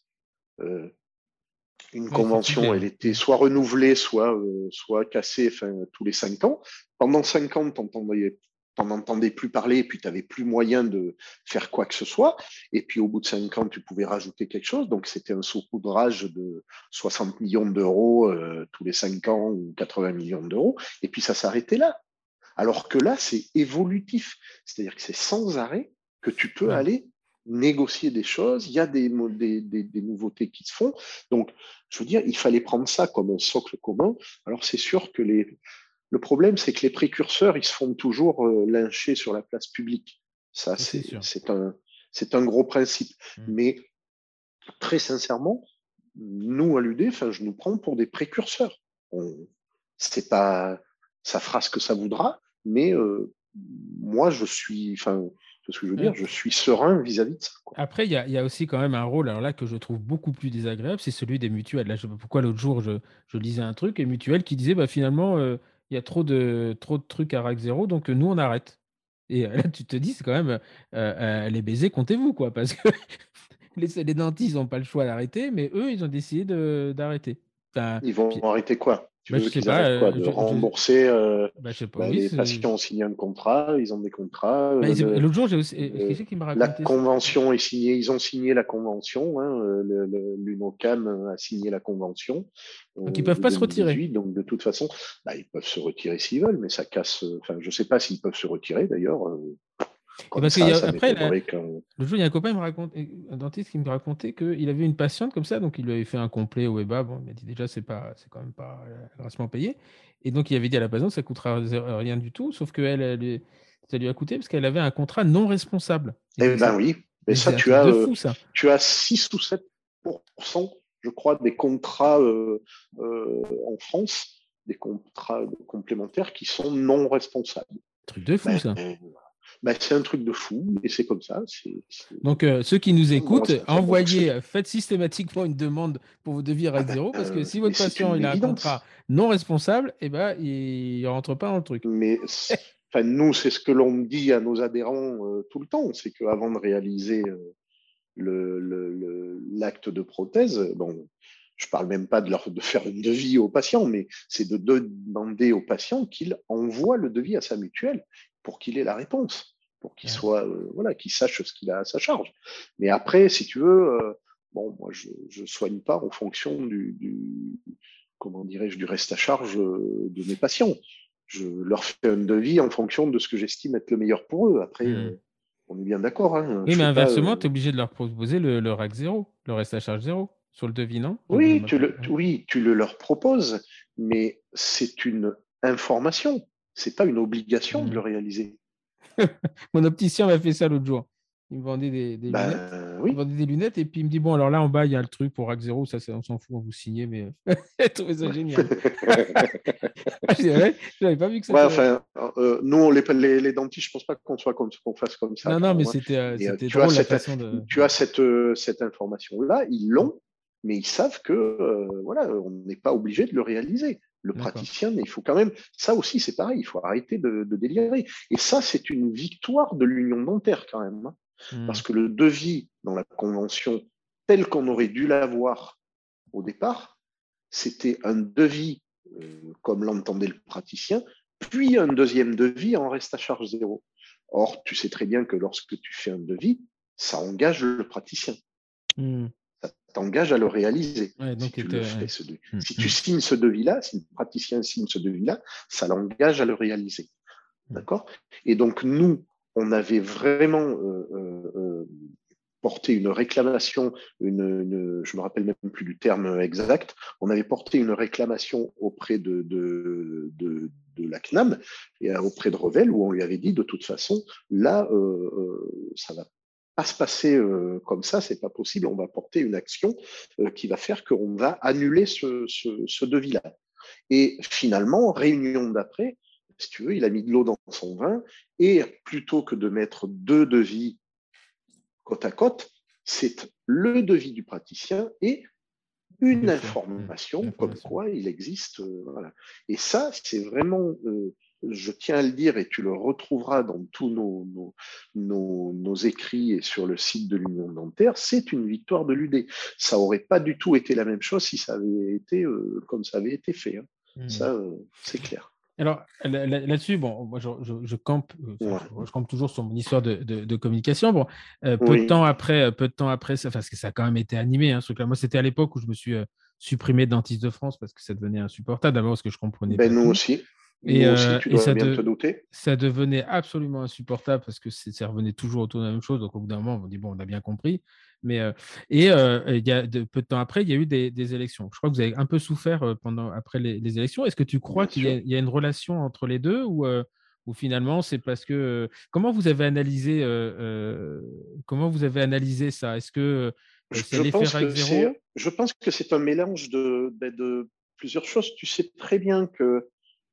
une convention, elle était soit renouvelée, soit cassée tous les 5 ans. Pendant 5 ans, t'en entendais plus parler, et puis tu n'avais plus moyen de faire quoi que ce soit. Et puis au bout de 5 ans, tu pouvais rajouter quelque chose. Donc c'était un saupoudrage de 60 millions d'euros tous les 5 ans ou 80 millions d'euros. Et puis ça s'arrêtait là. Alors que là, c'est évolutif. C'est-à-dire que c'est sans arrêt que tu peux aller négocier des choses, il y a des nouveautés qui se font. Donc, je veux dire, il fallait prendre ça comme un socle commun. Alors, c'est sûr que le problème, c'est que les précurseurs, ils se font toujours lyncher sur la place publique. Ça, c'est un gros principe. Mais très sincèrement, nous, à l'UD, je nous prends pour des précurseurs. C'est pas, ça fera ce que ça voudra, mais moi, je suis, ce que je veux dire, je suis serein vis-à-vis de ça. Quoi. Après, il y a aussi quand même un rôle, alors là, que je trouve beaucoup plus désagréable, c'est celui des mutuelles. Là, je sais pas pourquoi l'autre jour, je lisais un truc, et mutuelle qui disait, bah, finalement, il y a trop de trucs à RAC 0, donc nous, on arrête. Et là, tu te dis, c'est quand même, les baisers, comptez-vous, quoi, parce que les dentistes n'ont pas le choix d'arrêter, mais eux, ils ont décidé d'arrêter. Ils vont arrêter quoi? Tu Je veux sais qu'ils pas, arrêtent quoi? De rembourser je sais pas, oui. les patients ont signé un contrat, ils ont des contrats. L'autre jour, j'ai aussi. Qui c'est qui m'a La raconté ça? convention est signée, ils ont signé la convention. Hein, L'UNOCAM a signé la convention Donc, ils peuvent de pas se retirer. 2018. Donc, de toute façon, ils peuvent se retirer s'ils veulent, mais ça casse. Enfin, je sais pas s'ils peuvent se retirer d'ailleurs. Comme parce ça, ça après, m'étonnerait qu'un. le jour, il y a un copain, un dentiste qui me racontait qu'il avait une patiente comme ça, donc il lui avait fait un complet au EBA. Bon, il m'a dit déjà, c'est quand même pas grassement payé. Et donc, il avait dit à la patiente, ça coûtera rien du tout, sauf que ça lui a coûté parce qu'elle avait un contrat non responsable. Eh ben oui, mais ça, c'est un truc de fou, ça. tu as 6 ou 7%, je crois, des contrats en France, des contrats complémentaires qui sont non responsables. Truc de fou, ça. C'est un truc de fou, et c'est comme ça. Donc, ceux qui nous écoutent, faites systématiquement une demande pour vos devis RAC 0, parce que si votre patient il a un contrat non responsable, eh ben, il ne rentre pas dans le truc. Mais nous, c'est ce que l'on dit à nos adhérents tout le temps, c'est qu'avant de réaliser l'acte de prothèse, bon, je parle même pas de faire une devis au patient, mais c'est de demander au patient qu'il envoie le devis à sa mutuelle pour qu'il ait la réponse, pour qu'il soit, qu'il sache ce qu'il a à sa charge. Mais après, si tu veux, moi, je soigne pas en fonction comment dirais-je, du reste à charge de mes patients. Je leur fais un devis en fonction de ce que j'estime être le meilleur pour eux. Après, on est bien d'accord. Hein. Oui, mais inversement, tu es obligé de leur proposer le RAC 0, le reste à charge 0, sur le devis, non? Oui, tu le leur proposes, mais c'est une information. C'est pas une obligation de le réaliser. Mon opticien m'a fait ça l'autre jour. Il me vendait des lunettes. Oui. Il vendait des lunettes et puis il me dit, bon, alors là, en bas, il y a le truc pour RAC 0, ça, on s'en fout, on vous signez, mais j'ai trouvé ça génial. J'avais pas vu que c'était... nous, les dentistes, je pense pas qu'on fasse comme ça. Non, mais c'était drôle la façon de... Tu as cette information-là, ils l'ont, mais ils savent que, on n'est pas obligé de le réaliser. le D'accord. praticien, mais il faut quand même, ça aussi c'est pareil, il faut arrêter de délirer. Et ça, c'est une victoire de l'union dentaire quand même, hein. Parce que le devis dans la convention, tel qu'on aurait dû l'avoir au départ, c'était un devis comme l'entendait le praticien, puis un deuxième devis en reste à charge zéro. Or, tu sais très bien que lorsque tu fais un devis, ça engage le praticien. Ça t'engage à le réaliser Ouais, si donc tu le fais, ce devis. Si tu mm. signes ce devis-là, si le praticien signe ce devis-là, ça l'engage à le réaliser. D'accord? Et donc, nous, on avait vraiment porté une réclamation, je ne me rappelle même plus du terme exact, on avait porté une réclamation auprès de la CNAM et auprès de Revel, où on lui avait dit, de toute façon, là, ça va pas se passer comme ça, c'est pas possible, on va porter une action qui va faire qu'on va annuler ce devis-là. Et finalement, réunion d'après, si tu veux, il a mis de l'eau dans son vin, et plutôt que de mettre deux devis côte à côte, c'est le devis du praticien et une information comme quoi il existe. Voilà. Et ça, c'est vraiment, je tiens à le dire, et tu le retrouveras dans tous nos écrits et sur le site de l'Union dentaire, c'est une victoire de l'UD. Ça n'aurait pas du tout été la même chose si ça avait été comme ça avait été fait, hein. Ça, c'est clair. Alors là-dessus, bon, moi je campe, je campe toujours sur mon histoire de communication. Bon, peu de temps après, ça, parce que ça a quand même été animé, hein, ce truc-là. Moi, c'était à l'époque où je me suis supprimé Dentiste de France parce que ça devenait insupportable. D'abord parce que je comprenais pas Nous tout, aussi. et, Nous aussi, tu et dois bien te douter. ça devenait absolument insupportable parce que ça revenait toujours autour de la même chose. Donc au bout d'un moment, on dit bon, on a bien compris. Mais il y a peu de temps après, il y a eu des élections. Je crois que vous avez un peu souffert après les élections. Est-ce que tu crois qu'il y a une relation entre les deux, ou finalement c'est parce que comment vous avez analysé ça? Est-ce que c'est l'effet règle zéro? Je pense que c'est un mélange de plusieurs choses. Tu sais très bien que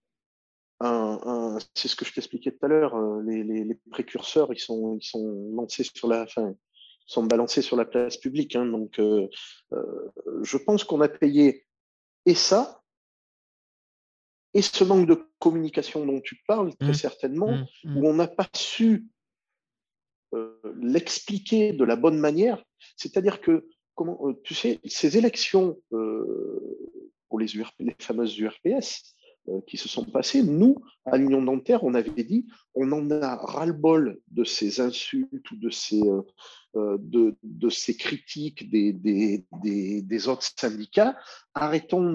c'est ce que je t'expliquais tout à l'heure, les précurseurs, ils sont lancés sur sont balancés sur la place publique, hein. Donc, je pense qu'on a payé et ça, et ce manque de communication dont tu parles, très certainement, où on n'a pas su l'expliquer de la bonne manière. C'est-à-dire que, tu sais, ces élections pour les fameuses URPS qui se sont passées, nous, à l'Union dentaire, on avait dit, on en a ras-le-bol de ces insultes ou de ces critiques des autres syndicats. Arrêtons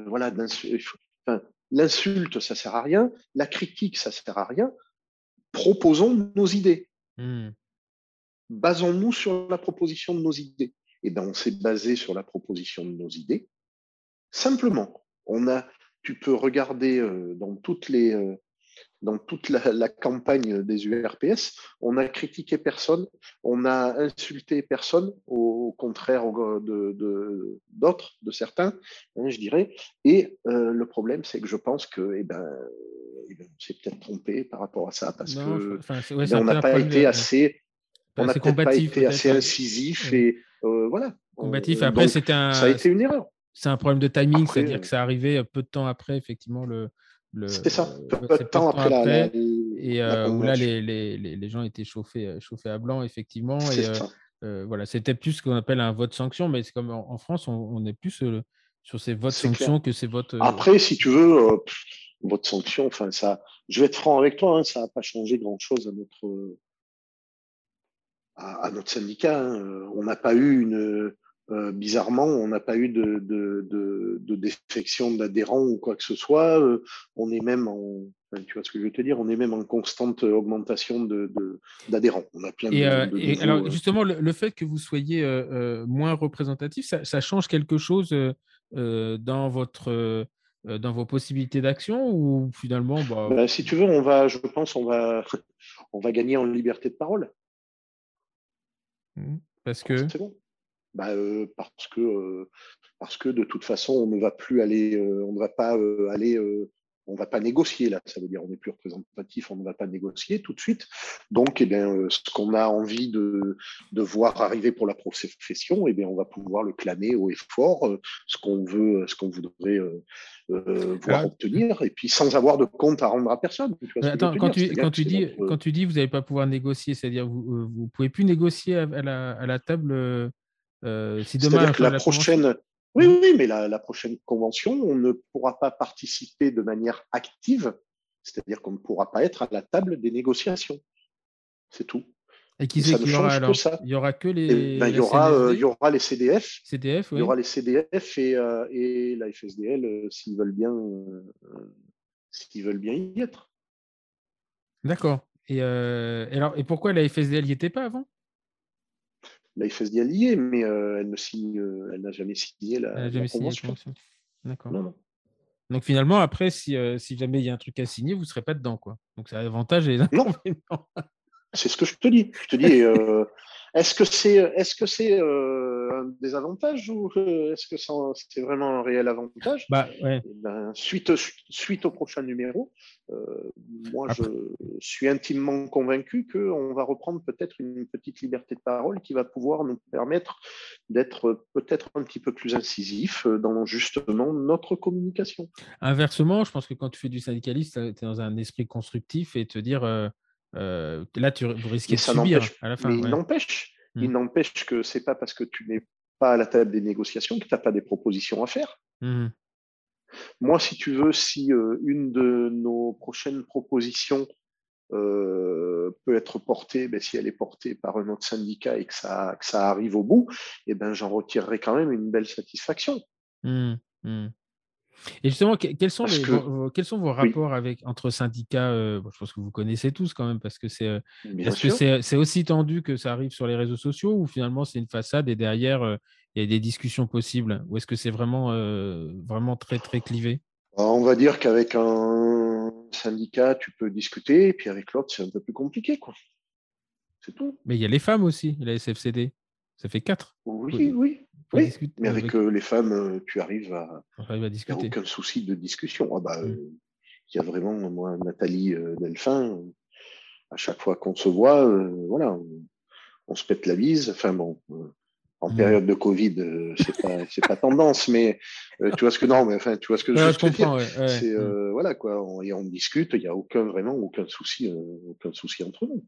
l'insulte, ça sert à rien. La critique, ça sert à rien. Proposons nos idées. Basons-nous sur la proposition de nos idées. Et bien, on s'est basé sur la proposition de nos idées. Simplement, tu peux regarder dans toute la campagne des URPS, on n'a critiqué personne, on n'a insulté personne, au contraire d'autres, de certains, hein, je dirais. Et le problème, c'est que je pense que, on s'est peut-être trompé par rapport à ça, parce que on n'a pas été assez, on n'a peut-être pas été assez incisif, et voilà. Combatif. Après, Donc, ça a été une erreur. C'est un problème de timing, c'est-à-dire que ça arrivait peu de temps après, effectivement, c'est ça, peu de temps après et où là, les gens étaient chauffés à blanc, effectivement. Et voilà, c'était plus ce qu'on appelle un vote sanction, mais c'est comme en France, on est plus sur ces votes sanctions que ces votes. Après, si tu veux, vote sanction, je vais être franc avec toi, hein, ça n'a pas changé grand-chose à notre syndicat, hein. On n'a pas eu bizarrement, on n'a pas eu de défection d'adhérents ou quoi que ce soit. On est même tu vois ce que je veux te dire, on est même en constante augmentation d'adhérents. On a plein de nouveaux, alors, justement, le fait que vous soyez moins représentatif, ça change quelque chose dans vos possibilités d'action, ou finalement, si tu veux, je pense, on va gagner en liberté de parole. Parce que c'est bon. Parce que de toute façon, on ne va plus aller, on ne va pas aller on va pas négocier là, ça veut dire on n'est plus représentatif, on ne va pas négocier tout de suite. Donc, ce qu'on a envie de voir arriver pour la profession, on va pouvoir le clamer haut et fort, ce qu'on voudrait voir obtenir, et puis sans avoir de compte à rendre à personne. Tu vois attends, quand tu dis vous n'allez pas pouvoir négocier, c'est-à-dire vous pouvez plus négocier à la table si demain c'est-à-dire que la prochaine. Oui, mais la prochaine convention, on ne pourra pas participer de manière active, c'est-à-dire qu'on ne pourra pas être à la table des négociations. C'est tout. Et qui c'est qu'il y aura alors? Il y aura que les il y aura les CDF. CDF, oui. Il y aura les CDF et la FSDL s'ils veulent bien y être. D'accord. Et pourquoi la FSDL n'y était pas avant? La FSDL y est, mais elle n'a jamais signé la convention. D'accord. Non. Donc finalement, après, si jamais il y a un truc à signer, vous ne serez pas dedans, quoi. Donc c'est l'avantage et l'inconvénient. Non. C'est ce que je te dis. Je te dis, est-ce que c'est un désavantage ou est-ce que c'est vraiment un réel avantage? Ouais. Suite au prochain numéro, moi, je suis intimement convaincu qu'on va reprendre peut-être une petite liberté de parole qui va pouvoir nous permettre d'être peut-être un petit peu plus incisif dans justement notre communication. Inversement, je pense que quand tu fais du syndicaliste, tu es dans un esprit constructif et te dire là, vous risquez de subir à la fin. Mais il n'empêche que c'est pas parce que tu n'es pas à la table des négociations que tu n'as pas des propositions à faire. Moi, si tu veux, si une de nos prochaines propositions peut être portée, si elle est portée par un autre syndicat et que ça arrive au bout, j'en retirerai quand même une belle satisfaction. Et justement, quels sont vos rapports entre syndicats? Je pense que vous connaissez tous quand même, parce que est-ce que c'est aussi tendu que ça arrive sur les réseaux sociaux, ou finalement c'est une façade et derrière il y a des discussions possibles, ou est-ce que c'est vraiment très très clivé? On va dire qu'avec un syndicat, tu peux discuter, et puis avec l'autre, c'est un peu plus compliqué, quoi. C'est tout. Mais il y a les femmes aussi, la SFCD. Ça fait 4. Oui. Mais avec les femmes, tu arrives à discuter. Il n'y a aucun souci de discussion. Il y a vraiment, moi, Nathalie Delphin, à chaque fois qu'on se voit, on se pète la bise. Enfin bon, en période de Covid, c'est pas tendance, mais tu vois ce que je comprends. C'est voilà quoi, et on discute. Il n'y a vraiment aucun souci entre nous.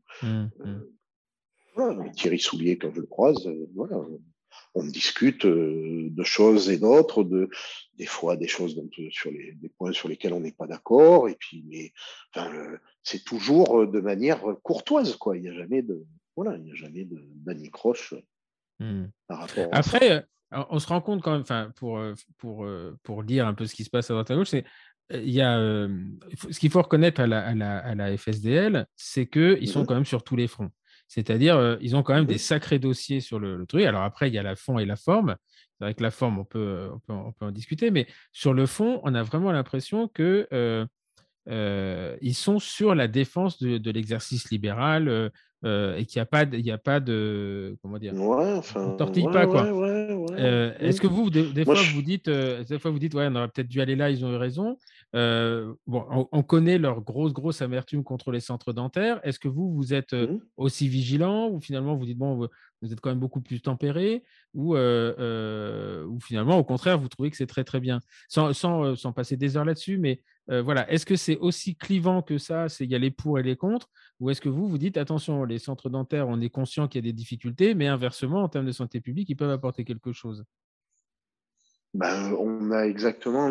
Thierry Soulier, quand je le croise, on discute de choses et d'autres, des fois des choses sur des points sur lesquels on n'est pas d'accord, et puis c'est toujours de manière courtoise, quoi. Il n'y a jamais d'anicroche par rapport à ça. Après, on se rend compte quand même, pour lire un peu ce qui se passe à droite à gauche, ce qu'il faut reconnaître à la FSDL, c'est qu'ils sont quand même sur tous les fronts. C'est-à-dire, ils ont quand même des sacrés dossiers sur le truc. Alors après, il y a la fond et la forme. C'est vrai que la forme, on peut en discuter, mais sur le fond, on a vraiment l'impression que ils sont sur la défense de l'exercice libéral et qu'il n'y a pas de comment dire. On tortille pas, quoi. Est-ce que vous, des fois, vous dites, ouais, on aurait peut-être dû aller là, ils ont eu raison. On connaît leur grosse amertume contre les centres dentaires. Est-ce que vous êtes aussi vigilant, ou finalement vous dites bon, vous êtes quand même beaucoup plus tempéré, ou finalement au contraire vous trouvez que c'est très très bien, sans passer des heures là-dessus, mais voilà, est-ce que c'est aussi clivant que ça, il y a les pour et les contre, ou est-ce que vous dites attention, les centres dentaires, on est conscient qu'il y a des difficultés, mais inversement en termes de santé publique, ils peuvent apporter quelque chose? On a exactement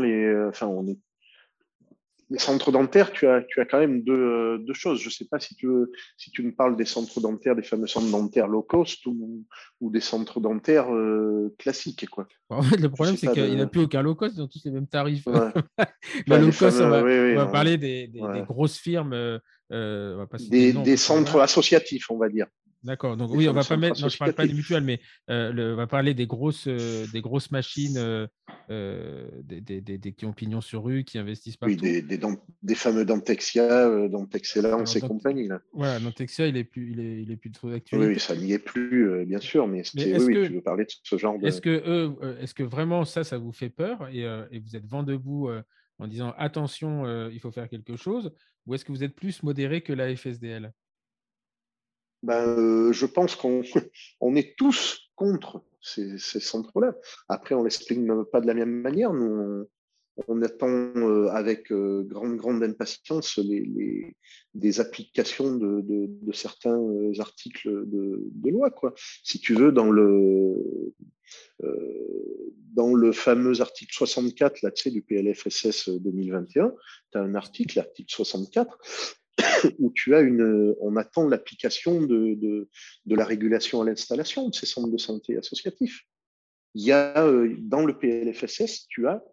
les centres dentaires, tu as quand même deux choses. Je ne sais pas si tu me parles des centres dentaires, des fameux centres dentaires low cost, ou des centres dentaires classiques, quoi. En fait, le problème, c'est qu'il n'y a plus aucun low cost, ils ont tous les mêmes tarifs. Ouais. Low cost, on va parler des grosses firmes. Des centres associatifs, on va dire. D'accord. Donc oui, on va pas mettre. Non, je parle pas des mutuelles, mais on va parler des grosses machines, qui ont pignon sur rue, qui investissent partout. Oui, des fameux Dentexia, Dentexcellence et compagnie. Là. Voilà, Dentexia, il est plus trop d'actualité. Oui, ça n'y est plus, bien sûr, mais tu veux parler de ce genre de. Est-ce que vraiment ça vous fait peur, et vous êtes vent debout en disant attention, il faut faire quelque chose, ou est-ce que vous êtes plus modéré que la FSDL? Je pense qu'on on est tous contre ces centres-là. Après, on ne l'exprime pas de la même manière. Nous, on attend avec grande impatience des applications de certains articles de loi, quoi. Si tu veux, dans le fameux article 64 là, tu sais, du PLFSS 2021, tu as un article, l'article 64, où on attend l'application de la régulation à l'installation de ces centres de santé associatifs. Il y a, dans le PLFSS, tu as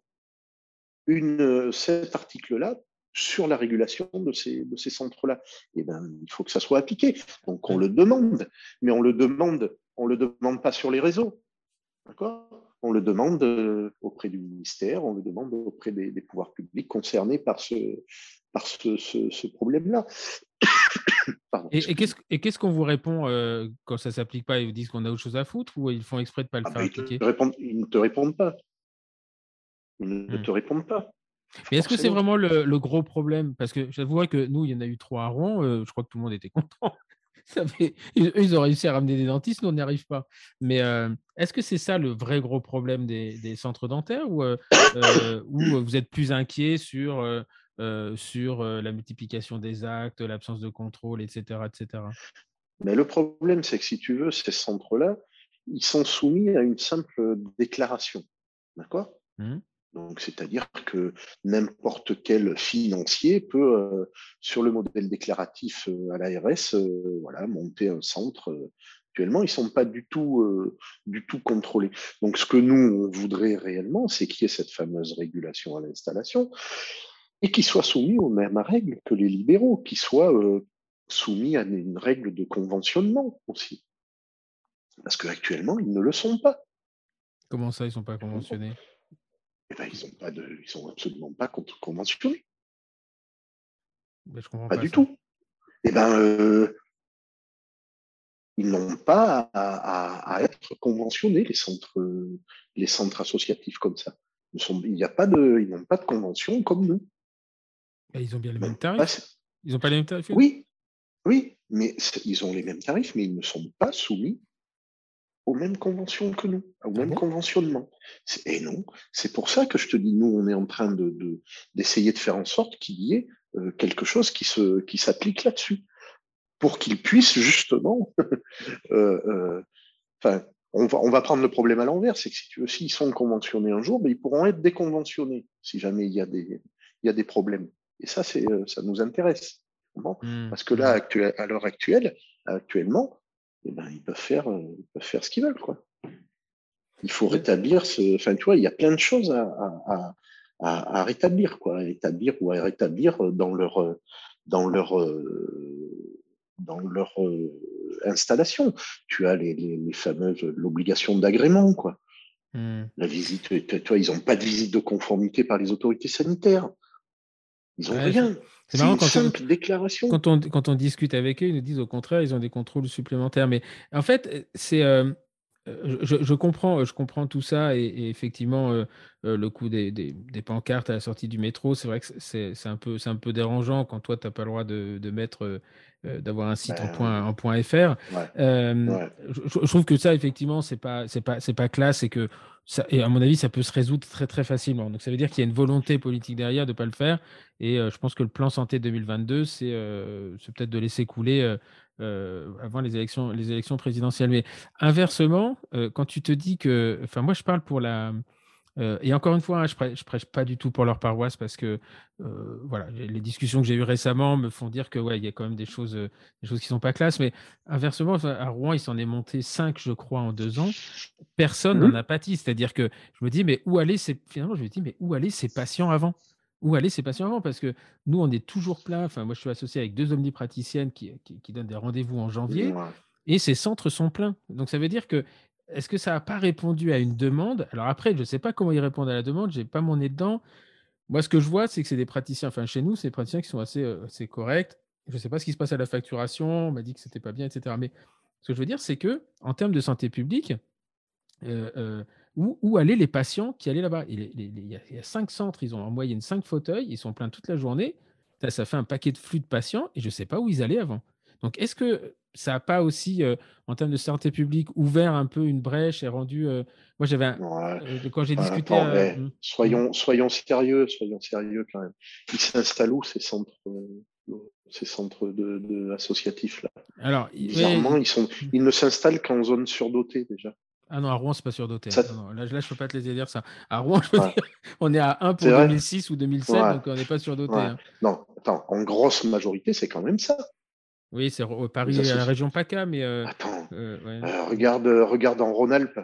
cet article-là sur la régulation de ces centres-là. Et ben, il faut que ça soit appliqué. Donc, on le demande, mais on le demande pas sur les réseaux. D'accord? On le demande auprès du ministère, on le demande auprès des pouvoirs publics concernés par ce problème-là. Pardon, Et qu'est-ce qu'on vous répond quand ça ne s'applique pas? Ils vous disent qu'on a autre chose à foutre ou ils font exprès de ne pas le faire appliquer? Ils ne te répondent pas. Ils ne te répondent pas. Mais est-ce que c'est Forcément. vraiment le gros problème? Parce que j'avouerais que nous, il y en a eu 3 à Rouen, je crois que tout le monde était content. Ils ont réussi à ramener des dentistes, nous, on n'y arrive pas. Mais est-ce que c'est ça le vrai gros problème des centres dentaires ou vous êtes plus inquiet sur la multiplication des actes, l'absence de contrôle, etc., etc.? Mais le problème, c'est que si tu veux, ces centres-là, ils sont soumis à une simple déclaration. D'accord? Donc, c'est-à-dire que n'importe quel financier peut, sur le modèle déclaratif à l'ARS, voilà, monter un centre. Actuellement, ils ne sont pas du tout contrôlés. Donc, ce que nous, on voudrait réellement, c'est qu'il y ait cette fameuse régulation à l'installation et qu'ils soient soumis aux mêmes règles que les libéraux, qu'ils soient soumis à une règle de conventionnement aussi. Parce qu'actuellement, ils ne le sont pas. Comment ça, ils ne sont pas conventionnés? Eh ben, ils sont absolument pas conventionnés. Ben, je comprends Pas pas du ça. tout. Eh ben, ils n'ont pas à être conventionnés, les centres associatifs comme ça. Ils n'ont pas de convention comme nous. Ben, ils ont bien les mêmes Même pas, tarifs. Ils n'ont pas les mêmes tarifs que nous? oui, oui, mais ils ont les mêmes tarifs, mais ils ne sont pas soumis aux mêmes conventions que nous, au Ah même bon? conventionnement. Et non, c'est pour ça que je te dis, nous, on est en train d'essayer de faire en sorte qu'il y ait quelque chose qui s'applique là-dessus, pour qu'ils puissent justement, enfin, on va prendre le problème à l'envers, c'est que si tu veux, s'ils sont conventionnés un jour, ben, ils pourront être déconventionnés si jamais il y a des problèmes. Et ça, ça nous intéresse. Bon, parce que là, à l'heure actuelle, actuellement, eh ben, ils peuvent faire ce qu'ils veulent, quoi. Il faut Ouais. rétablir enfin, tu vois, il y a plein de choses à rétablir, quoi, à établir ou à rétablir dans leur, dans leur installation. Tu as les fameuses, l'obligation d'agrément, quoi. La visite, tu vois, ils n'ont pas de visite de conformité par les autorités sanitaires. Ils n'ont Ouais, rien. c'est C'est marrant une simple déclaration. quand on discute avec eux, ils nous disent au contraire, ils ont des contrôles supplémentaires. Mais en fait, je comprends tout ça et effectivement, le coup des pancartes à la sortie du métro, c'est vrai que c'est un peu dérangeant quand toi, tu n'as pas le droit de mettre, d'avoir un site Ben, en point .fr. ouais, Euh, ouais. je trouve que ça, effectivement, c'est pas classe et que ça, et à mon avis, ça peut se résoudre très, très facilement. Donc, ça veut dire qu'il y a une volonté politique derrière de ne pas le faire. Et je pense que le plan santé 2022, c'est peut-être de laisser couler avant les élections présidentielles. Mais inversement, quand tu te dis que, enfin, moi, je parle pour et encore une fois, hein, je prêche pas du tout pour leur paroisse parce que voilà, les discussions que j'ai eues récemment me font dire que ouais, il y a quand même des choses qui sont pas classes. Mais inversement, enfin, à Rouen, il s'en est monté 5, je crois, en 2 ans. Personne n'en Mmh. a pâti. C'est-à-dire que je me dis, mais où aller finalement, je me dis, mais où aller ces patients avant? Où aller ces patients avant? Parce que nous, on est toujours plein. Enfin, moi, je suis associé avec 2 omnipraticiennes qui donnent des rendez-vous en janvier Ouais. et ces centres sont pleins. Donc, ça veut dire que, est-ce que ça n'a pas répondu à une demande? Alors après, je ne sais pas comment ils répondent à la demande, je n'ai pas mon nez dedans. Moi, ce que je vois, c'est que c'est des praticiens, enfin, chez nous, c'est des praticiens qui sont assez corrects. Je ne sais pas ce qui se passe à la facturation, on m'a dit que c'était pas bien, et cetera. Mais ce que je veux dire, c'est que en termes de santé publique, Heu heu, où allaient les patients qui allaient là-bas. Il y a 5 centres, ils ont en moyenne 5 fauteuils, ils sont pleins toute la journée. Ça fait un paquet de flux de patients et je ne sais pas où ils allaient avant. Donc, est-ce que ça n'a pas aussi, en termes de santé publique, ouvert un peu une brèche et rendu. Moi, Ouais. quand j'ai Enfin, discuté. attends, soyons sérieux quand même. Ils s'installent où ces centres associatifs là? Alors, Bizarrement, ils ne s'installent qu'en zone surdotée déjà. Ah non, à Rouen, c'est pas surdoté. Ça, Non, là, je ne peux pas te laisser dire ça. À Rouen, je peux ouais. dire, on est à 1 C'est pour vrai? 2006 ou 2007, Ouais, donc on n'est pas surdoté. ouais. Non, attends, en grosse majorité, c'est quand même ça. Oui, c'est Les Paris, la associations. région PACA, mais Attends, ouais. regarde en Rhône-Alpes.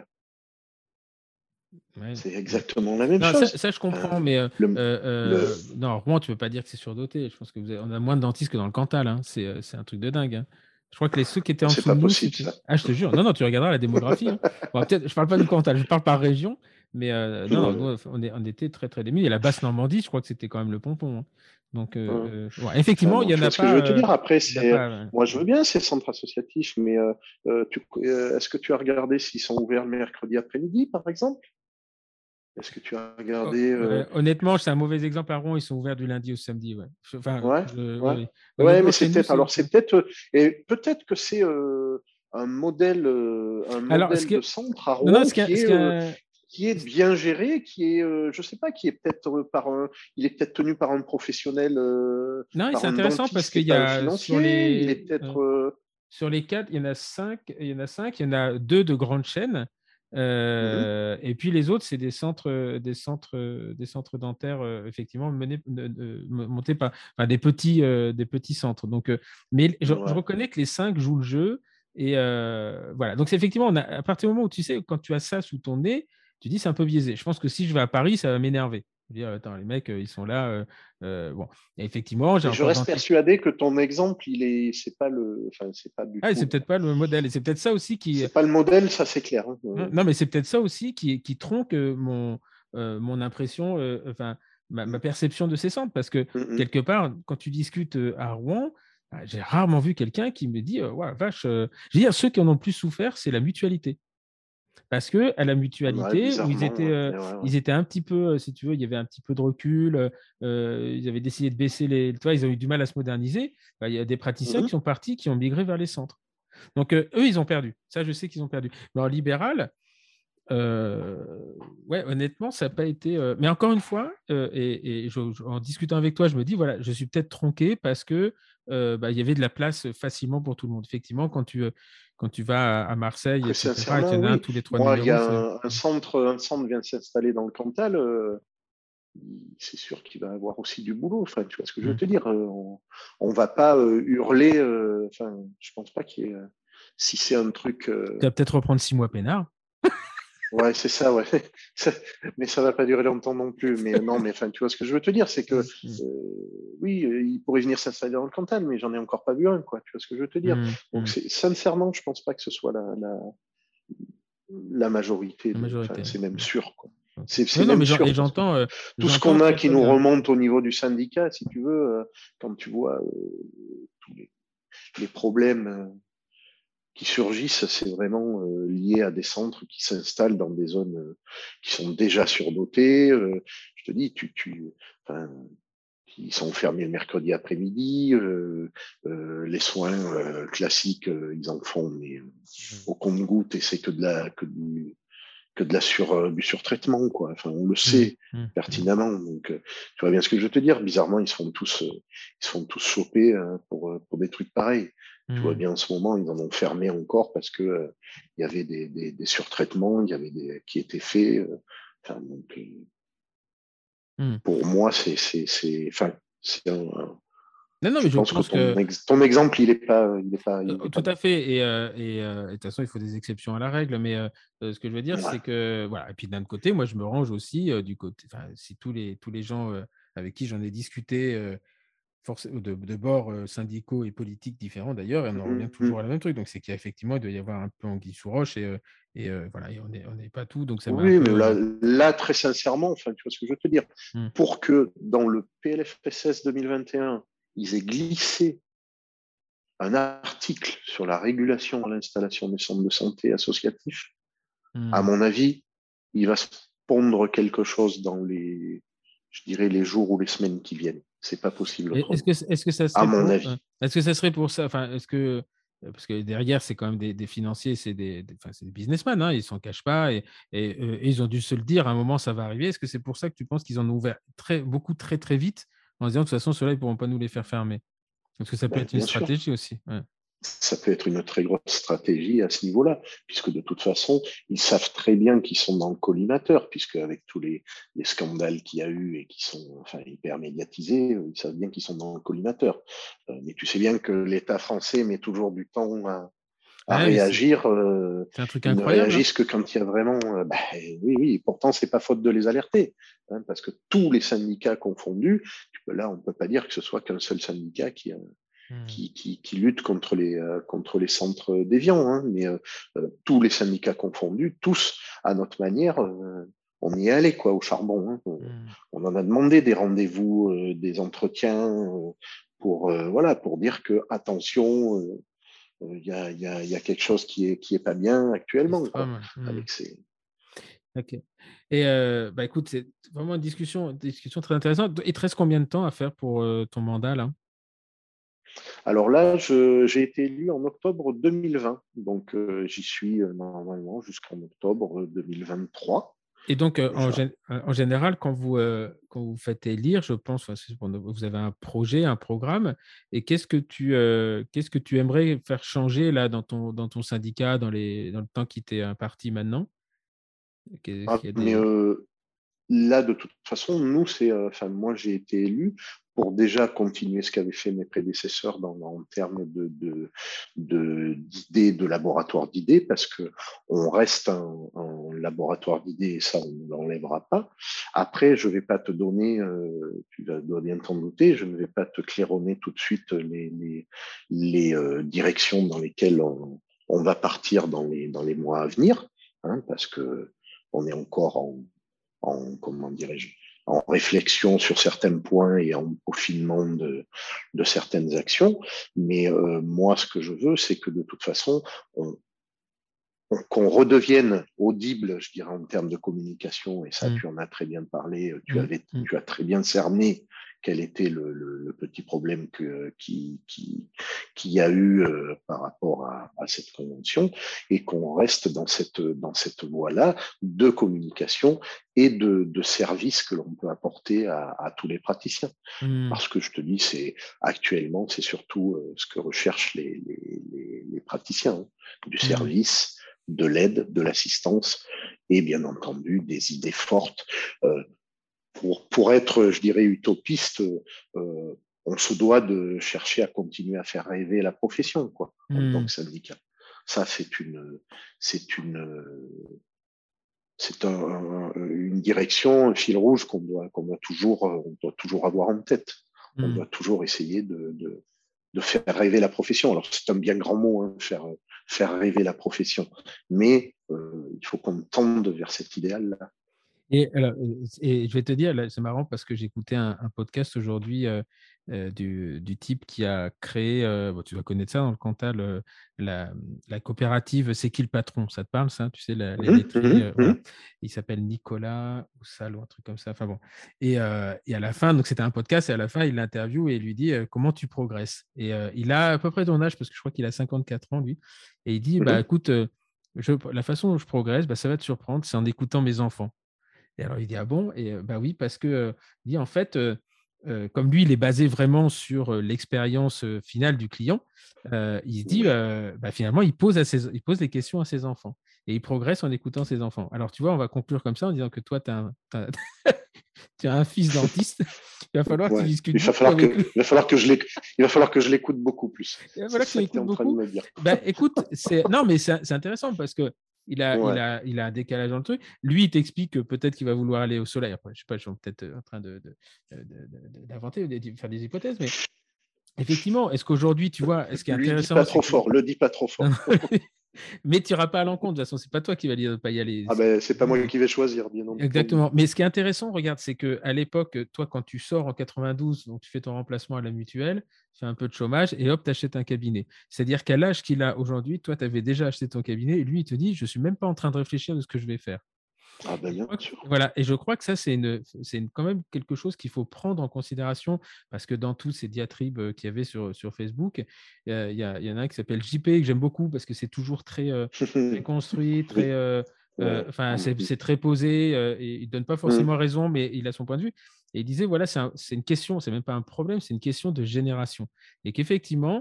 Ouais. C'est exactement la même Non, chose. ça, je comprends, mais non, Rouen, tu peux pas dire que c'est surdoté. Je pense que on a moins de dentistes que dans le Cantal. Hein. C'est un truc de dingue. Hein. Je crois que ceux qui étaient en C'est dessous de pas nous, possible c'était. ça. Ah, je te jure. Non, non, tu regarderas la démographie. Hein. Bon, peut-être, je parle pas du Cantal, je parle par région, mais non, nous, on était très, très démunis. Et la basse Normandie, je crois que c'était quand même le pompon. Hein. Donc, Ouais. ouais, effectivement, Enfin, il bon, y en tu a vois ce que je veux te pas. dire. Après, Il y en a pas moi, je veux bien ces centres associatifs, mais est-ce que tu as regardé s'ils sont ouverts le mercredi après-midi, par exemple? Est-ce que tu as regardé Honnêtement, c'est un mauvais exemple à Rouen. Ils sont ouverts du lundi au samedi. Ouais. Enfin, Ouais, oui, ouais, oui. ouais, Honnêtement, mais chez nous, c'est peut-être, et peut-être que c'est un Alors, modèle de centre à non, non, Rouen qui est bien géré, je sais pas, qui est peut-être il est peut-être tenu par un professionnel, Non, et par c'est un intéressant parce dentiste et qu'il y pas un a financier. Il est peut-être, sur les 4, il y en a 5, il y en a 2 de grandes chaînes. mhm, Et puis les autres, c'est des centres dentaires, effectivement, montés par des petits centres. Donc, mais je ouais. reconnais que les 5 jouent le jeu. Et voilà. Donc, c'est effectivement, à partir du moment où tu sais, quand tu as ça sous ton nez, tu dis c'est un peu biaisé. Je pense que si je vais à Paris, ça va m'énerver. Je veux dire, attends, les mecs, ils sont là. Bon. Et effectivement, j'ai Mais un je pote reste dentiste. persuadé que ton exemple, c'est pas du Ah, et c'est tout, peut-être pas le modèle. Et c'est peut-être ça aussi qui. c'est pas le modèle, ça c'est clair. Hein. Non, mais c'est peut-être ça aussi qui tronque mon impression, enfin, ma perception de ces centres. Parce que Mhm. quelque part, quand tu discutes à Rouen, j'ai rarement vu quelqu'un qui me dit ouais, vache. Je veux dire, ceux qui en ont le plus souffert, c'est la mutualité. Parce que à la Ouais, mutualité, où bizarrement, ouais. Ouais, ouais. ils étaient un petit peu, si tu veux, il y avait un petit peu de recul, ils avaient décidé de baisser tu vois, ils ont eu du mal à se moderniser. Bah, il y a des praticiens Mhm. qui sont partis, qui ont migré vers les centres. Donc, eux, ils ont perdu. Ça, je sais qu'ils ont perdu. Mais en libéral, euh, ouais, honnêtement, ça n'a pas été. Mais encore une fois, en discutant avec toi, je me dis, voilà, je suis peut-être tronqué parce que il y avait de la place facilement pour tout le monde. Effectivement, quand tu vas à Marseille, Très etc., et qu'il sincèrement, y en a un oui. tous les 3 Moi, il y numéros, a c'est. un centre vient de s'installer dans le Cantal. C'est sûr qu'il va avoir aussi du boulot. Enfin, tu vois ce que je veux Hmm. te dire. On va pas hurler. Enfin, je pense pas qu'il y ait. Si c'est un truc. Tu vas peut-être reprendre 6 mois peinard. Ouais, c'est ça, ouais. Mais ça va pas durer longtemps non plus. Mais non, mais enfin, tu vois ce que je veux te dire, c'est que oui, il pourrait venir s'installer dans le Cantal, mais j'en ai encore pas vu un, quoi. Tu vois ce que je veux te dire. Hmm. Donc, Hmm. sincèrement, je pense pas que ce soit la majorité La enfin, majorité. c'est même sûr, quoi. Ok. C'est Non, non, même mais sûr parce que tout ce j'entends qu'on a très, qui très nous bien. remonte au niveau du syndicat, si tu veux, quand tu vois tous les problèmes qui surgissent, c'est vraiment lié à des centres qui s'installent dans des zones qui sont déjà surdotées. Je te dis, enfin, ils sont fermés le mercredi après-midi. Les soins classiques, ils en font, mais au compte-gouttes, et c'est du surtraitement, quoi. Enfin, on le Hmm. sait Hmm. Hmm. pertinemment. Donc, tu vois bien ce que je veux te dire. Bizarrement, ils se font tous choper pour des trucs pareils. Tu vois Hmm. bien en ce moment, ils en ont fermé encore parce que il y avait des surtraitements, il y avait qui étaient faits. Enfin, donc, Hmm. pour moi, enfin, Non, non, je mais je pense que pense que. ton exemple, il est pas Tout à bon. fait. Et de toute façon, il faut des exceptions à la règle. Mais ce que je veux dire, Ouais. c'est que, voilà. Et puis d'un autre côté, moi, je me range aussi du côté. Enfin, si tous les gens avec qui j'en ai discuté, de bords syndicaux et politiques différents d'ailleurs, et on en revient toujours à la même truc. Donc, c'est qu'effectivement, il doit y avoir un peu anguille sous roche. Et voilà, et on n'est pas tout. Donc, ça m'a un Oui, mais peu. là, très sincèrement, enfin, tu vois ce que je veux te dire. Hmm. Pour que dans le PLFSS 2021, ils aient glissé un article sur la régulation à l'installation des centres de santé associatifs, à Hmm. mon avis, il va se pondre quelque chose dans je dirais, les jours ou les semaines qui viennent. C'est pas possible autrement. Est-ce que ça À serait mon pour, avis. est-ce que ça serait pour ça, enfin, est-ce que, parce que derrière, c'est quand même des financiers, enfin, c'est des businessmen, hein, ils ne s'en cachent pas et ils ont dû se le dire, à un moment, ça va arriver. Est-ce que c'est pour ça que tu penses qu'ils en ont ouvert beaucoup, très, très vite en disant, de toute façon, ceux-là, ils ne pourront pas nous les faire fermer? Parce que ça peut être une Bien sûr. stratégie aussi. Ouais. Ça peut être une très grosse stratégie à ce niveau-là, puisque de toute façon, ils savent très bien qu'ils sont dans le collimateur, puisque avec tous les scandales qu'il y a eu et qui sont enfin, hyper médiatisés, ils savent bien qu'ils sont dans le collimateur. Mais tu sais bien que l'État français met toujours du temps à Ouais, mais réagir. c'est un truc Ils ne incroyable, hein. réagissent que quand il y a vraiment. Oui, pourtant, c'est pas faute de les alerter, hein, parce que tous les syndicats confondus, là, on ne peut pas dire que ce soit qu'un seul syndicat qui lutte contre les centres déviants, hein, mais tous les syndicats confondus, tous, à notre manière, on y est allé quoi, au charbon. Hein. On en a demandé des rendez-vous, des entretiens pour dire que attention, il y a quelque chose qui est pas bien actuellement quoi, avec ces. Ok. Et bah, écoute, c'est vraiment une discussion très intéressante. Il te reste combien de temps à faire pour ton mandat là? Alors là, j'ai été élu en octobre 2020, donc j'y suis normalement jusqu'en octobre 2023. Et donc, Déjà. en général, quand vous faites élire, je pense, enfin, vous avez un projet, un programme, et qu'est-ce que tu aimerais faire changer là dans ton syndicat, dans le temps qui t'est imparti maintenant? Est-ce qu'il y a Mais là, de toute façon, nous, enfin, moi, j'ai été élu pour déjà continuer ce qu'avaient fait mes prédécesseurs en termes d'idées, de laboratoire d'idées, parce que on reste un laboratoire d'idées et ça, on ne l'enlèvera pas. Après, je ne vais pas te donner, tu dois bien t'en douter, je ne vais pas te claironner tout de suite les directions dans lesquelles on va partir dans les mois à venir, hein, parce que on est encore comment dirais-je, en réflexion sur certains points et en peaufinement de certaines actions. Mais moi, ce que je veux, c'est que de toute façon, qu'on redevienne audible, je dirais, en termes de communication, et ça, tu en as très bien parlé, tu as très bien cerné quel était le petit problème qu'il y a eu par rapport à cette convention, et qu'on reste dans cette voie-là de communication et de service que l'on peut apporter à tous les praticiens. Parce que je te dis, actuellement, c'est surtout ce que recherchent les praticiens, hein, du service, de l'aide, de l'assistance et bien entendu des idées fortes. Pour être, je dirais, utopiste, on se doit de chercher à continuer à faire rêver la profession quoi, en tant que syndicat. Ça, c'est une direction, un fil rouge qu'on doit toujours avoir en tête. On doit toujours essayer de faire rêver la profession. Alors, c'est un bien grand mot, hein, faire rêver la profession. Mais il faut qu'on tende vers cet idéal-là. Et je vais te dire, là, c'est marrant parce que j'écoutais un podcast aujourd'hui du type qui a créé, bon, tu dois connaître ça dans le Cantal, la coopérative C'est qui le patron? Ça te parle, ça? Tu sais, les laiteries, voilà. Il s'appelle Nicolas Oussal ou un truc comme ça. Enfin bon. Et à la fin, donc c'était un podcast, et à la fin, il l'interviewe et il lui dit comment tu progresses. Et il a à peu près ton âge, parce que je crois qu'il a 54 ans, lui. Et il dit, bah, écoute, la façon dont je progresse, bah, ça va te surprendre, c'est en écoutant mes enfants. Et alors, il dit: «Ah bon?» Et bah oui, parce que, il dit: «En fait, comme lui, il est basé vraiment sur, l'expérience, finale du client», il se dit, Oui. bah, finalement, il pose les questions à ses enfants et il progresse en écoutant ses enfants. Alors, tu vois, on va conclure comme ça en disant que toi, tu as un fils dentiste. Il va falloir que tu Ouais. discutes beaucoup avec lui. Il va falloir que je l'écoute beaucoup plus. Il va C'est falloir que tu ça que tu es l'écoutes en train de beaucoup. me dire. Ben, écoute, non, mais c'est intéressant parce que Ouais. il a un décalage dans le truc. Lui, il t'explique que peut-être qu'il va vouloir aller au soleil. Après, je sais pas, je suis peut-être en train d'inventer ou de faire des hypothèses, mais effectivement, est-ce qu'aujourd'hui, tu vois, ce qui est Lui dis pas intéressant, c'est trop que fort, le dis pas trop non, fort. mais tu n'iras pas à l'encontre. De toute façon, c'est pas toi qui vas dire de ne pas y aller. Ah ben, c'est pas moi qui vais choisir, bien entendu. Exactement. Mais ce qui est intéressant, regarde, c'est qu'à l'époque, toi, quand tu sors en 92, donc tu fais ton remplacement à la mutuelle, tu fais un peu de chômage et hop, tu achètes un cabinet. C'est-à-dire qu'à l'âge qu'il a aujourd'hui, toi, tu avais déjà acheté ton cabinet et lui, il te dit, je ne suis même pas en train de réfléchir de ce que je vais faire. Ah ben Et je bien crois sûr. voilà, et je crois que ça, quand même quelque chose qu'il faut prendre en considération parce que dans tous ces diatribes qu'il y avait sur Facebook, il y en a un qui s'appelle JP que j'aime beaucoup parce que c'est toujours très construit, Oui, ouais. enfin, c'est très posé et il ne donne pas Mm. forcément raison, mais il a son point de vue. Et il disait, voilà, c'est une question, c'est même pas un problème, c'est une question de génération. Et qu'effectivement,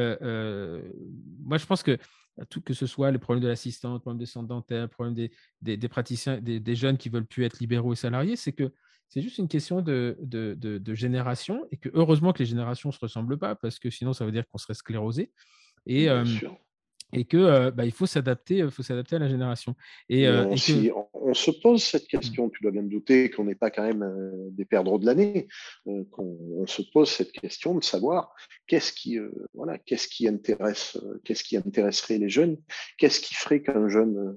moi, je pense que tout, que ce soit le problème de l'assistante, le problème des centres dentaires, le problème des praticiens, des jeunes qui veulent plus être libéraux et salariés, c'est que c'est juste une question de génération et que heureusement que les générations ne se ressemblent pas parce que sinon ça veut dire qu'on serait sclérosé et, Bien euh, sûr. et que il faut s'adapter à la génération Mais et que on se pose cette mmh, question. Tu dois bien te douter qu'on n'est pas quand même des perdreaux de l'année. On se pose cette question de savoir voilà, qu'est-ce qui intéresserait les jeunes, qu'est-ce qui ferait qu'un jeune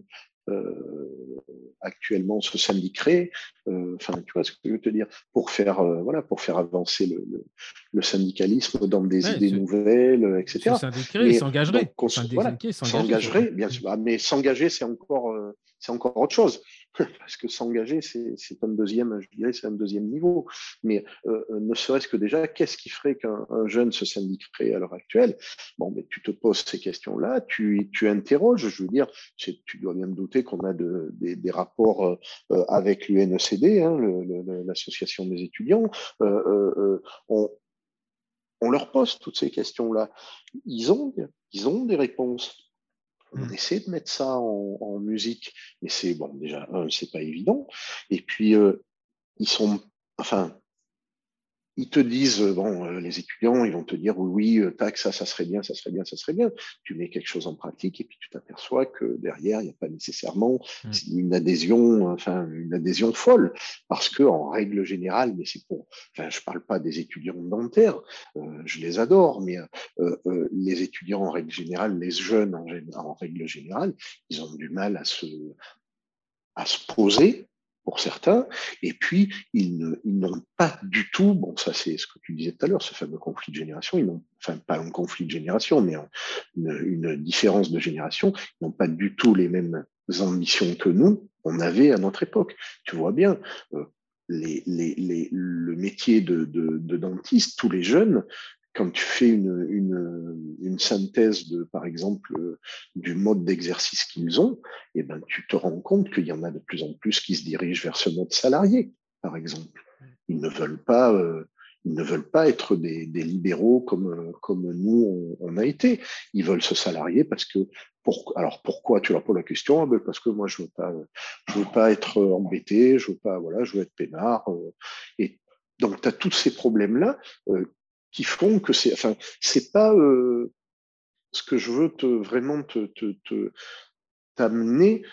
actuellement se syndiquerait. Enfin, tu vois ce que je veux te dire, voilà, pour faire avancer le syndicalisme dans des ouais, idées nouvelles, se etc. syndiquerait et Mais s'engagerait, donc, voilà, syndiquer et s'engager surtout. s'engagerait, bien sûr. Ah, mais s'engager, c'est encore autre chose. Parce que s'engager, c'est un deuxième, je dirais, c'est un deuxième niveau. Mais ne serait-ce que déjà, qu'est-ce qui ferait qu'un jeune se syndiquerait à l'heure actuelle? Bon, mais tu te poses ces questions-là, tu interroges, je veux dire, tu dois bien te douter qu'on a des rapports avec l'UNECD, hein, l'association des étudiants. On, on leur pose toutes ces questions-là. Ils ont des réponses. On Mmh. essaie de mettre ça en musique, mais c'est bon, déjà, c'est pas évident. Et puis, ils sont, enfin, ils te disent, bon, les étudiants, ils vont te dire, oui, oui, tac, ça serait bien, ça serait bien, ça serait bien. Tu mets quelque chose en pratique et puis tu t'aperçois que derrière, il n'y a pas nécessairement Mmh. une adhésion folle. Parce que, en règle générale, mais enfin, je parle pas des étudiants dentaires, je les adore, mais les étudiants en règle générale, les jeunes en règle générale, ils ont du mal à se poser pour certains, et puis ils n'ont pas du tout, bon ça c'est ce que tu disais tout à l'heure, ce fameux conflit de génération, ils n'ont, enfin pas un conflit de génération, mais une différence de génération, ils n'ont pas du tout les mêmes ambitions que nous, on avait à notre époque. Tu vois bien, le métier de dentiste, tous les jeunes, quand tu fais une synthèse par exemple, du mode d'exercice qu'ils ont, eh ben, tu te rends compte qu'il y en a de plus en plus qui se dirigent vers ce mode salarié, par exemple. Ils ne veulent pas, euh, ils ne veulent pas être des libéraux comme nous, on a été. Ils veulent se salarier parce que, alors pourquoi tu leur poses la question? Ah ben parce que moi, je veux pas être embêté, je veux pas, voilà, je veux être peinard. Et donc, tu as tous ces problèmes-là qui font que c'est pas ce que je veux vraiment t'amener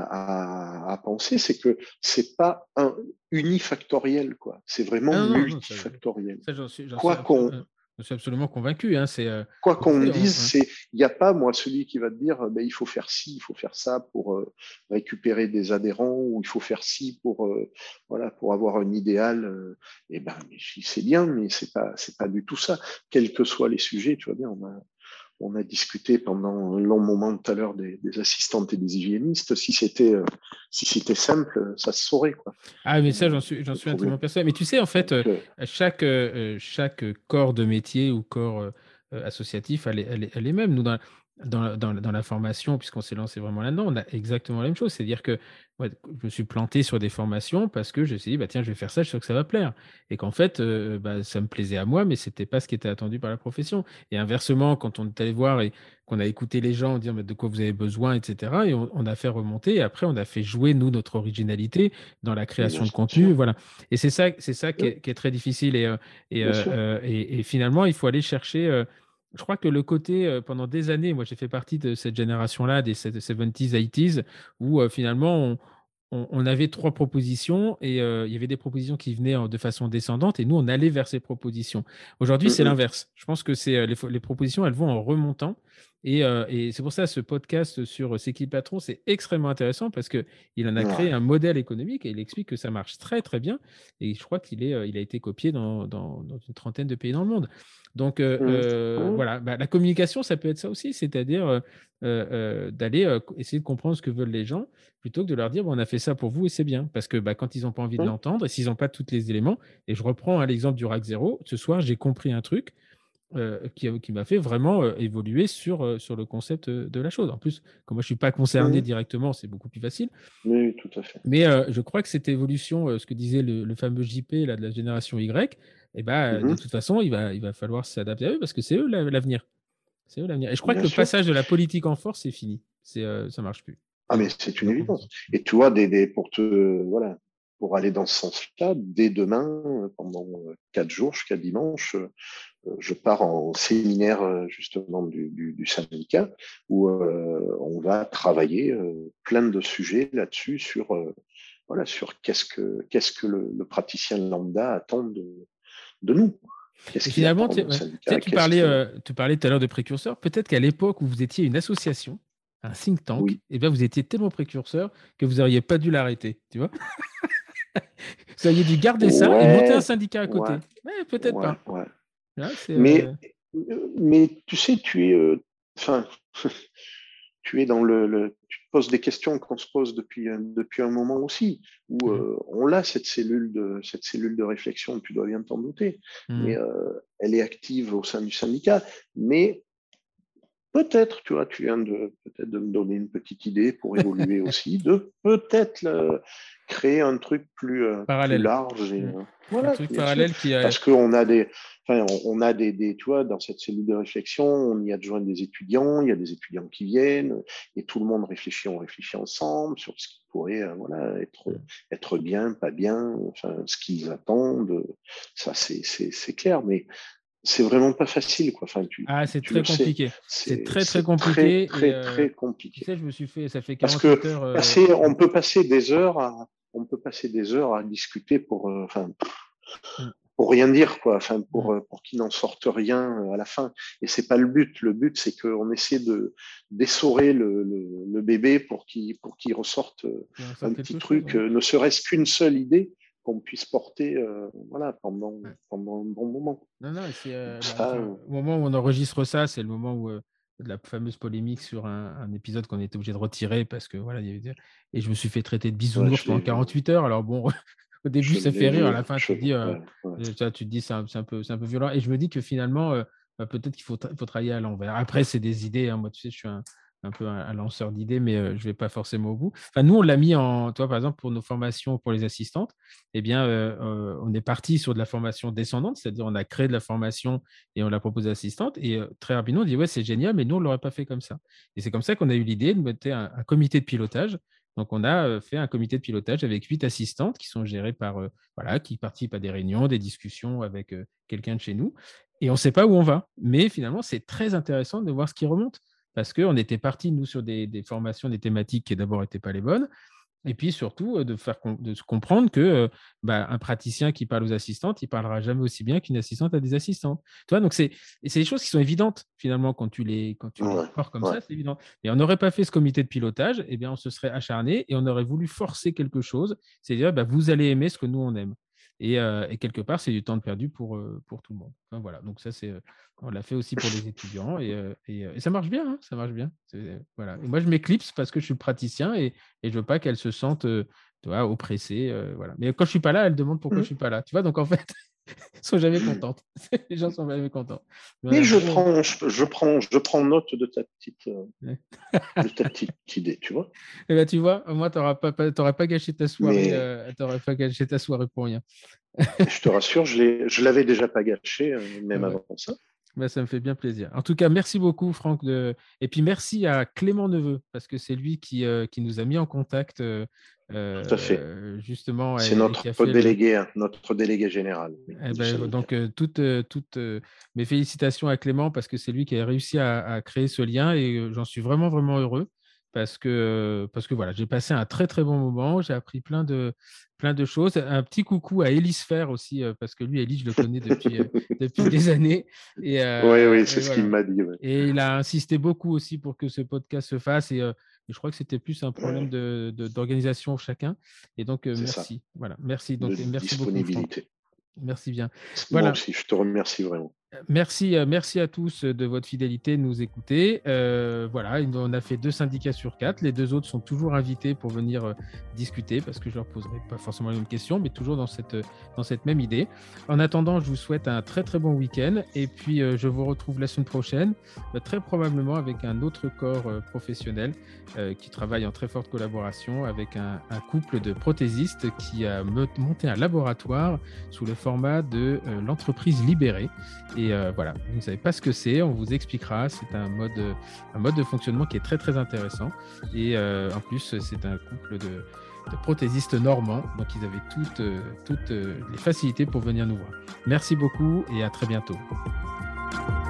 à penser, c'est que c'est pas unifactoriel, quoi. C'est vraiment Ah non, non, non, multifactoriel. ça Quoi qu'on j'en suis absolument convaincu, hein, quoi tu qu'on me sais, dise, il n'y a pas, moi, celui qui va te dire, ben, il faut faire ci, il faut faire ça pour récupérer des adhérents, ou il faut faire ci voilà, pour avoir un idéal. Eh ben, c'est bien, mais c'est pas du tout ça. Quels que soient les sujets, tu vois bien, on a discuté pendant un long moment tout à l'heure des assistantes et des hygiénistes. Si c'était simple, ça se saurait, quoi. Ah, mais ça, j'en Le suis problème. intimement persuadé. Mais tu sais, en fait, Donc, chaque corps de métier ou corps associatif elle est même. Nous, dans la formation, puisqu'on s'est lancé vraiment là-dedans, on a exactement la même chose. C'est-à-dire que ouais, je me suis planté sur des formations parce que je me suis dit, bah, tiens, je vais faire ça, je suis sûr que ça va plaire. Et qu'en fait, bah, ça me plaisait à moi, mais ce n'était pas ce qui était attendu par la profession. Et inversement, quand on est allé voir et qu'on a écouté les gens dire mais de quoi vous avez besoin, etc., et on a fait remonter, et après, on a fait jouer, nous, notre originalité dans la bien création de contenu, sûr, voilà. Et c'est ça qui est très difficile. bien sûr. Et finalement, il faut aller chercher. Je crois que le côté, pendant des années, moi j'ai fait partie de cette génération-là, des 70s, 80s, où finalement on avait trois propositions et il y avait des propositions qui venaient de façon descendante et nous on allait vers ces propositions. Aujourd'hui, c'est Mm, l'inverse. Je pense que c'est les propositions, elles vont en remontant Et c'est pour ça ce podcast sur C'est qui le patron, c'est extrêmement intéressant parce qu'il en a créé un modèle économique et il explique que ça marche très, très bien. Et je crois il a été copié dans une trentaine de pays dans le monde. Donc, voilà, la communication, ça peut être ça aussi, c'est-à-dire d'aller essayer de comprendre ce que veulent les gens plutôt que de leur dire, bon, on a fait ça pour vous et c'est bien. Parce que quand ils n'ont pas envie de l'entendre et s'ils n'ont pas tous les éléments, et je reprends l'exemple du rack zéro, ce soir, j'ai compris un truc qui m'a fait vraiment évoluer sur le concept de la chose. En plus, comme moi, je ne suis pas concerné directement, c'est beaucoup plus facile. Oui, tout à fait. Mais je crois que cette évolution, ce que disait le fameux JP là, de la génération Y, de toute façon, il va falloir s'adapter à eux parce que c'est eux l'avenir. C'est eux l'avenir. Et je crois que le passage de la politique en force, c'est fini. Ça ne marche plus. Ah, mais c'est une évidence. Et tu vois, voilà, pour aller dans ce sens-là, dès demain, pendant 4 jours, jusqu'à dimanche, je pars en séminaire justement du syndicat où on va travailler plein de sujets là-dessus sur voilà sur qu'est-ce que le praticien lambda attend de nous. Qu'est-ce qu'il finalement, attend tu sais, tu parlais tout à l'heure de précurseurs. Peut-être qu'à l'époque où vous étiez une association, un think tank, Oui. et vous étiez tellement précurseur que vous n'auriez pas dû l'arrêter, tu vois. Vous auriez dû garder ça et monter un syndicat à côté. Ouais, peut-être pas. Ouais. Là, mais tu sais, enfin, tu es dans tu te poses des questions qu'on se pose depuis un moment aussi, où on a cette cellule de réflexion, tu dois bien t'en douter, mais elle est active au sein du syndicat, mais peut-être, tu vois, tu viens peut-être de me donner une petite idée pour évoluer aussi, de peut-être créer un truc plus large. Et, voilà, un truc parallèle qui a... Parce qu'on a on a tu vois, dans cette cellule de réflexion, on y adjoint des étudiants, il y a des étudiants qui viennent, et tout le monde on réfléchit ensemble sur ce qui pourrait être bien, pas bien, enfin, ce qu'ils attendent. Ça, c'est clair, mais c'est vraiment pas facile, quoi. Enfin, c'est tu très le sais. compliqué. C'est très, très compliqué. Très compliqué. Tu sais, je me suis fait, ça fait Parce 48 que heures. on peut passer des heures à discuter pour rien dire, quoi. Enfin, pour qu'il n'en sorte rien à la fin. Et c'est pas le but. Le but, c'est qu'on essaie d'essorer le bébé pour qu'il ressorte un petit truc, ne serait-ce qu'une seule idée qu'on puisse porter voilà, pendant un bon moment. Non, au moment où on enregistre ça, c'est le moment où de la fameuse polémique sur un épisode qu'on était obligé de retirer parce que voilà, et je me suis fait traiter de bisounours pendant 48 heures. Alors bon, au début, ça fait rire, à la fin, tu te dis c'est un peu violent. Et je me dis que finalement, peut-être qu'il faut travailler à l'envers. Après, c'est des idées. Hein. Moi, tu sais, je suis un peu un lanceur d'idées, mais je ne vais pas forcément au bout. Enfin, nous, on l'a mis toi, par exemple, pour nos formations pour les assistantes, eh bien, on est parti sur de la formation descendante, c'est-à-dire on a créé de la formation et on l'a proposé à l'assistante. Et très rapidement, on dit, ouais, c'est génial, mais nous, on ne l'aurait pas fait comme ça. Et c'est comme ça qu'on a eu l'idée de mettre un comité de pilotage. Donc, on a fait un comité de pilotage avec 8 assistantes qui sont gérées par, qui participent à des réunions, des discussions avec quelqu'un de chez nous. Et on ne sait pas où on va. Mais finalement, c'est très intéressant de voir ce qui remonte. Parce qu'on était parti, nous, sur des formations, des thématiques qui d'abord n'étaient pas les bonnes. Et puis surtout, de se comprendre que un praticien qui parle aux assistantes, il ne parlera jamais aussi bien qu'une assistante à des assistantes. Tu vois, donc c'est des choses qui sont évidentes, finalement, quand tu les portes comme ça, c'est évident. Et on n'aurait pas fait ce comité de pilotage, eh bien, on se serait acharné et on aurait voulu forcer quelque chose, c'est-à-dire, vous allez aimer ce que nous, on aime. Et quelque part, c'est du temps de perdu pour tout le monde. Enfin, voilà, donc ça, on l'a fait aussi pour les étudiants et ça marche bien, hein, ça marche bien. Voilà. Et moi, je m'éclipse parce que je suis praticien et je ne veux pas qu'elles se sentent oppressées. Voilà. Mais quand je ne suis pas là, elles demandent pourquoi je ne suis pas là. Tu vois, donc en fait, elles ne sont jamais contentes. Les gens ne sont jamais contents. Mais je prends note de ta petite idée, tu vois. Et ben, tu vois, moi, tu n'auras pas gâché ta soirée. Tu n'aurais pas gâché ta soirée pour rien. Je te rassure, je l'avais déjà pas gâché, même avant ça. Ça me fait bien plaisir. En tout cas, merci beaucoup, Franck. Et puis, merci à Clément Neveu, parce que c'est lui qui nous a mis en contact. Tout à fait. Justement. C'est notre délégué général. Donc, toutes mes félicitations à Clément, parce que c'est lui qui a réussi à créer ce lien et j'en suis vraiment, vraiment heureux. Parce que voilà, j'ai passé un très, très bon moment. J'ai appris plein de plein de choses. Un petit coucou à Élie Sfer aussi, parce que lui, Élie, je le connais depuis des années. Oui, c'est ce qu'il m'a dit. Ouais. Et il a insisté beaucoup aussi pour que ce podcast se fasse. Et je crois que c'était plus un problème d'organisation chacun. Et donc, merci. Ça. Voilà, merci. Donc, De merci beaucoup, disponibilité. Franck. Merci bien. Moi aussi, je te remercie vraiment. Merci à tous de votre fidélité de nous écouter. Voilà, on a fait 2 syndicats sur 4. Les 2 autres sont toujours invités pour venir discuter parce que je leur poserai pas forcément les mêmes questions, mais toujours dans cette même idée. En attendant, je vous souhaite un très très bon week-end et puis je vous retrouve la semaine prochaine, très probablement avec un autre corps professionnel qui travaille en très forte collaboration avec un couple de prothésistes qui a monté un laboratoire sous le format de l'entreprise libérée. Et voilà, vous ne savez pas ce que c'est, on vous expliquera. C'est un mode de fonctionnement qui est très très intéressant. Et en plus, c'est un couple de prothésistes normands, donc ils avaient toutes les facilités pour venir nous voir. Merci beaucoup et à très bientôt.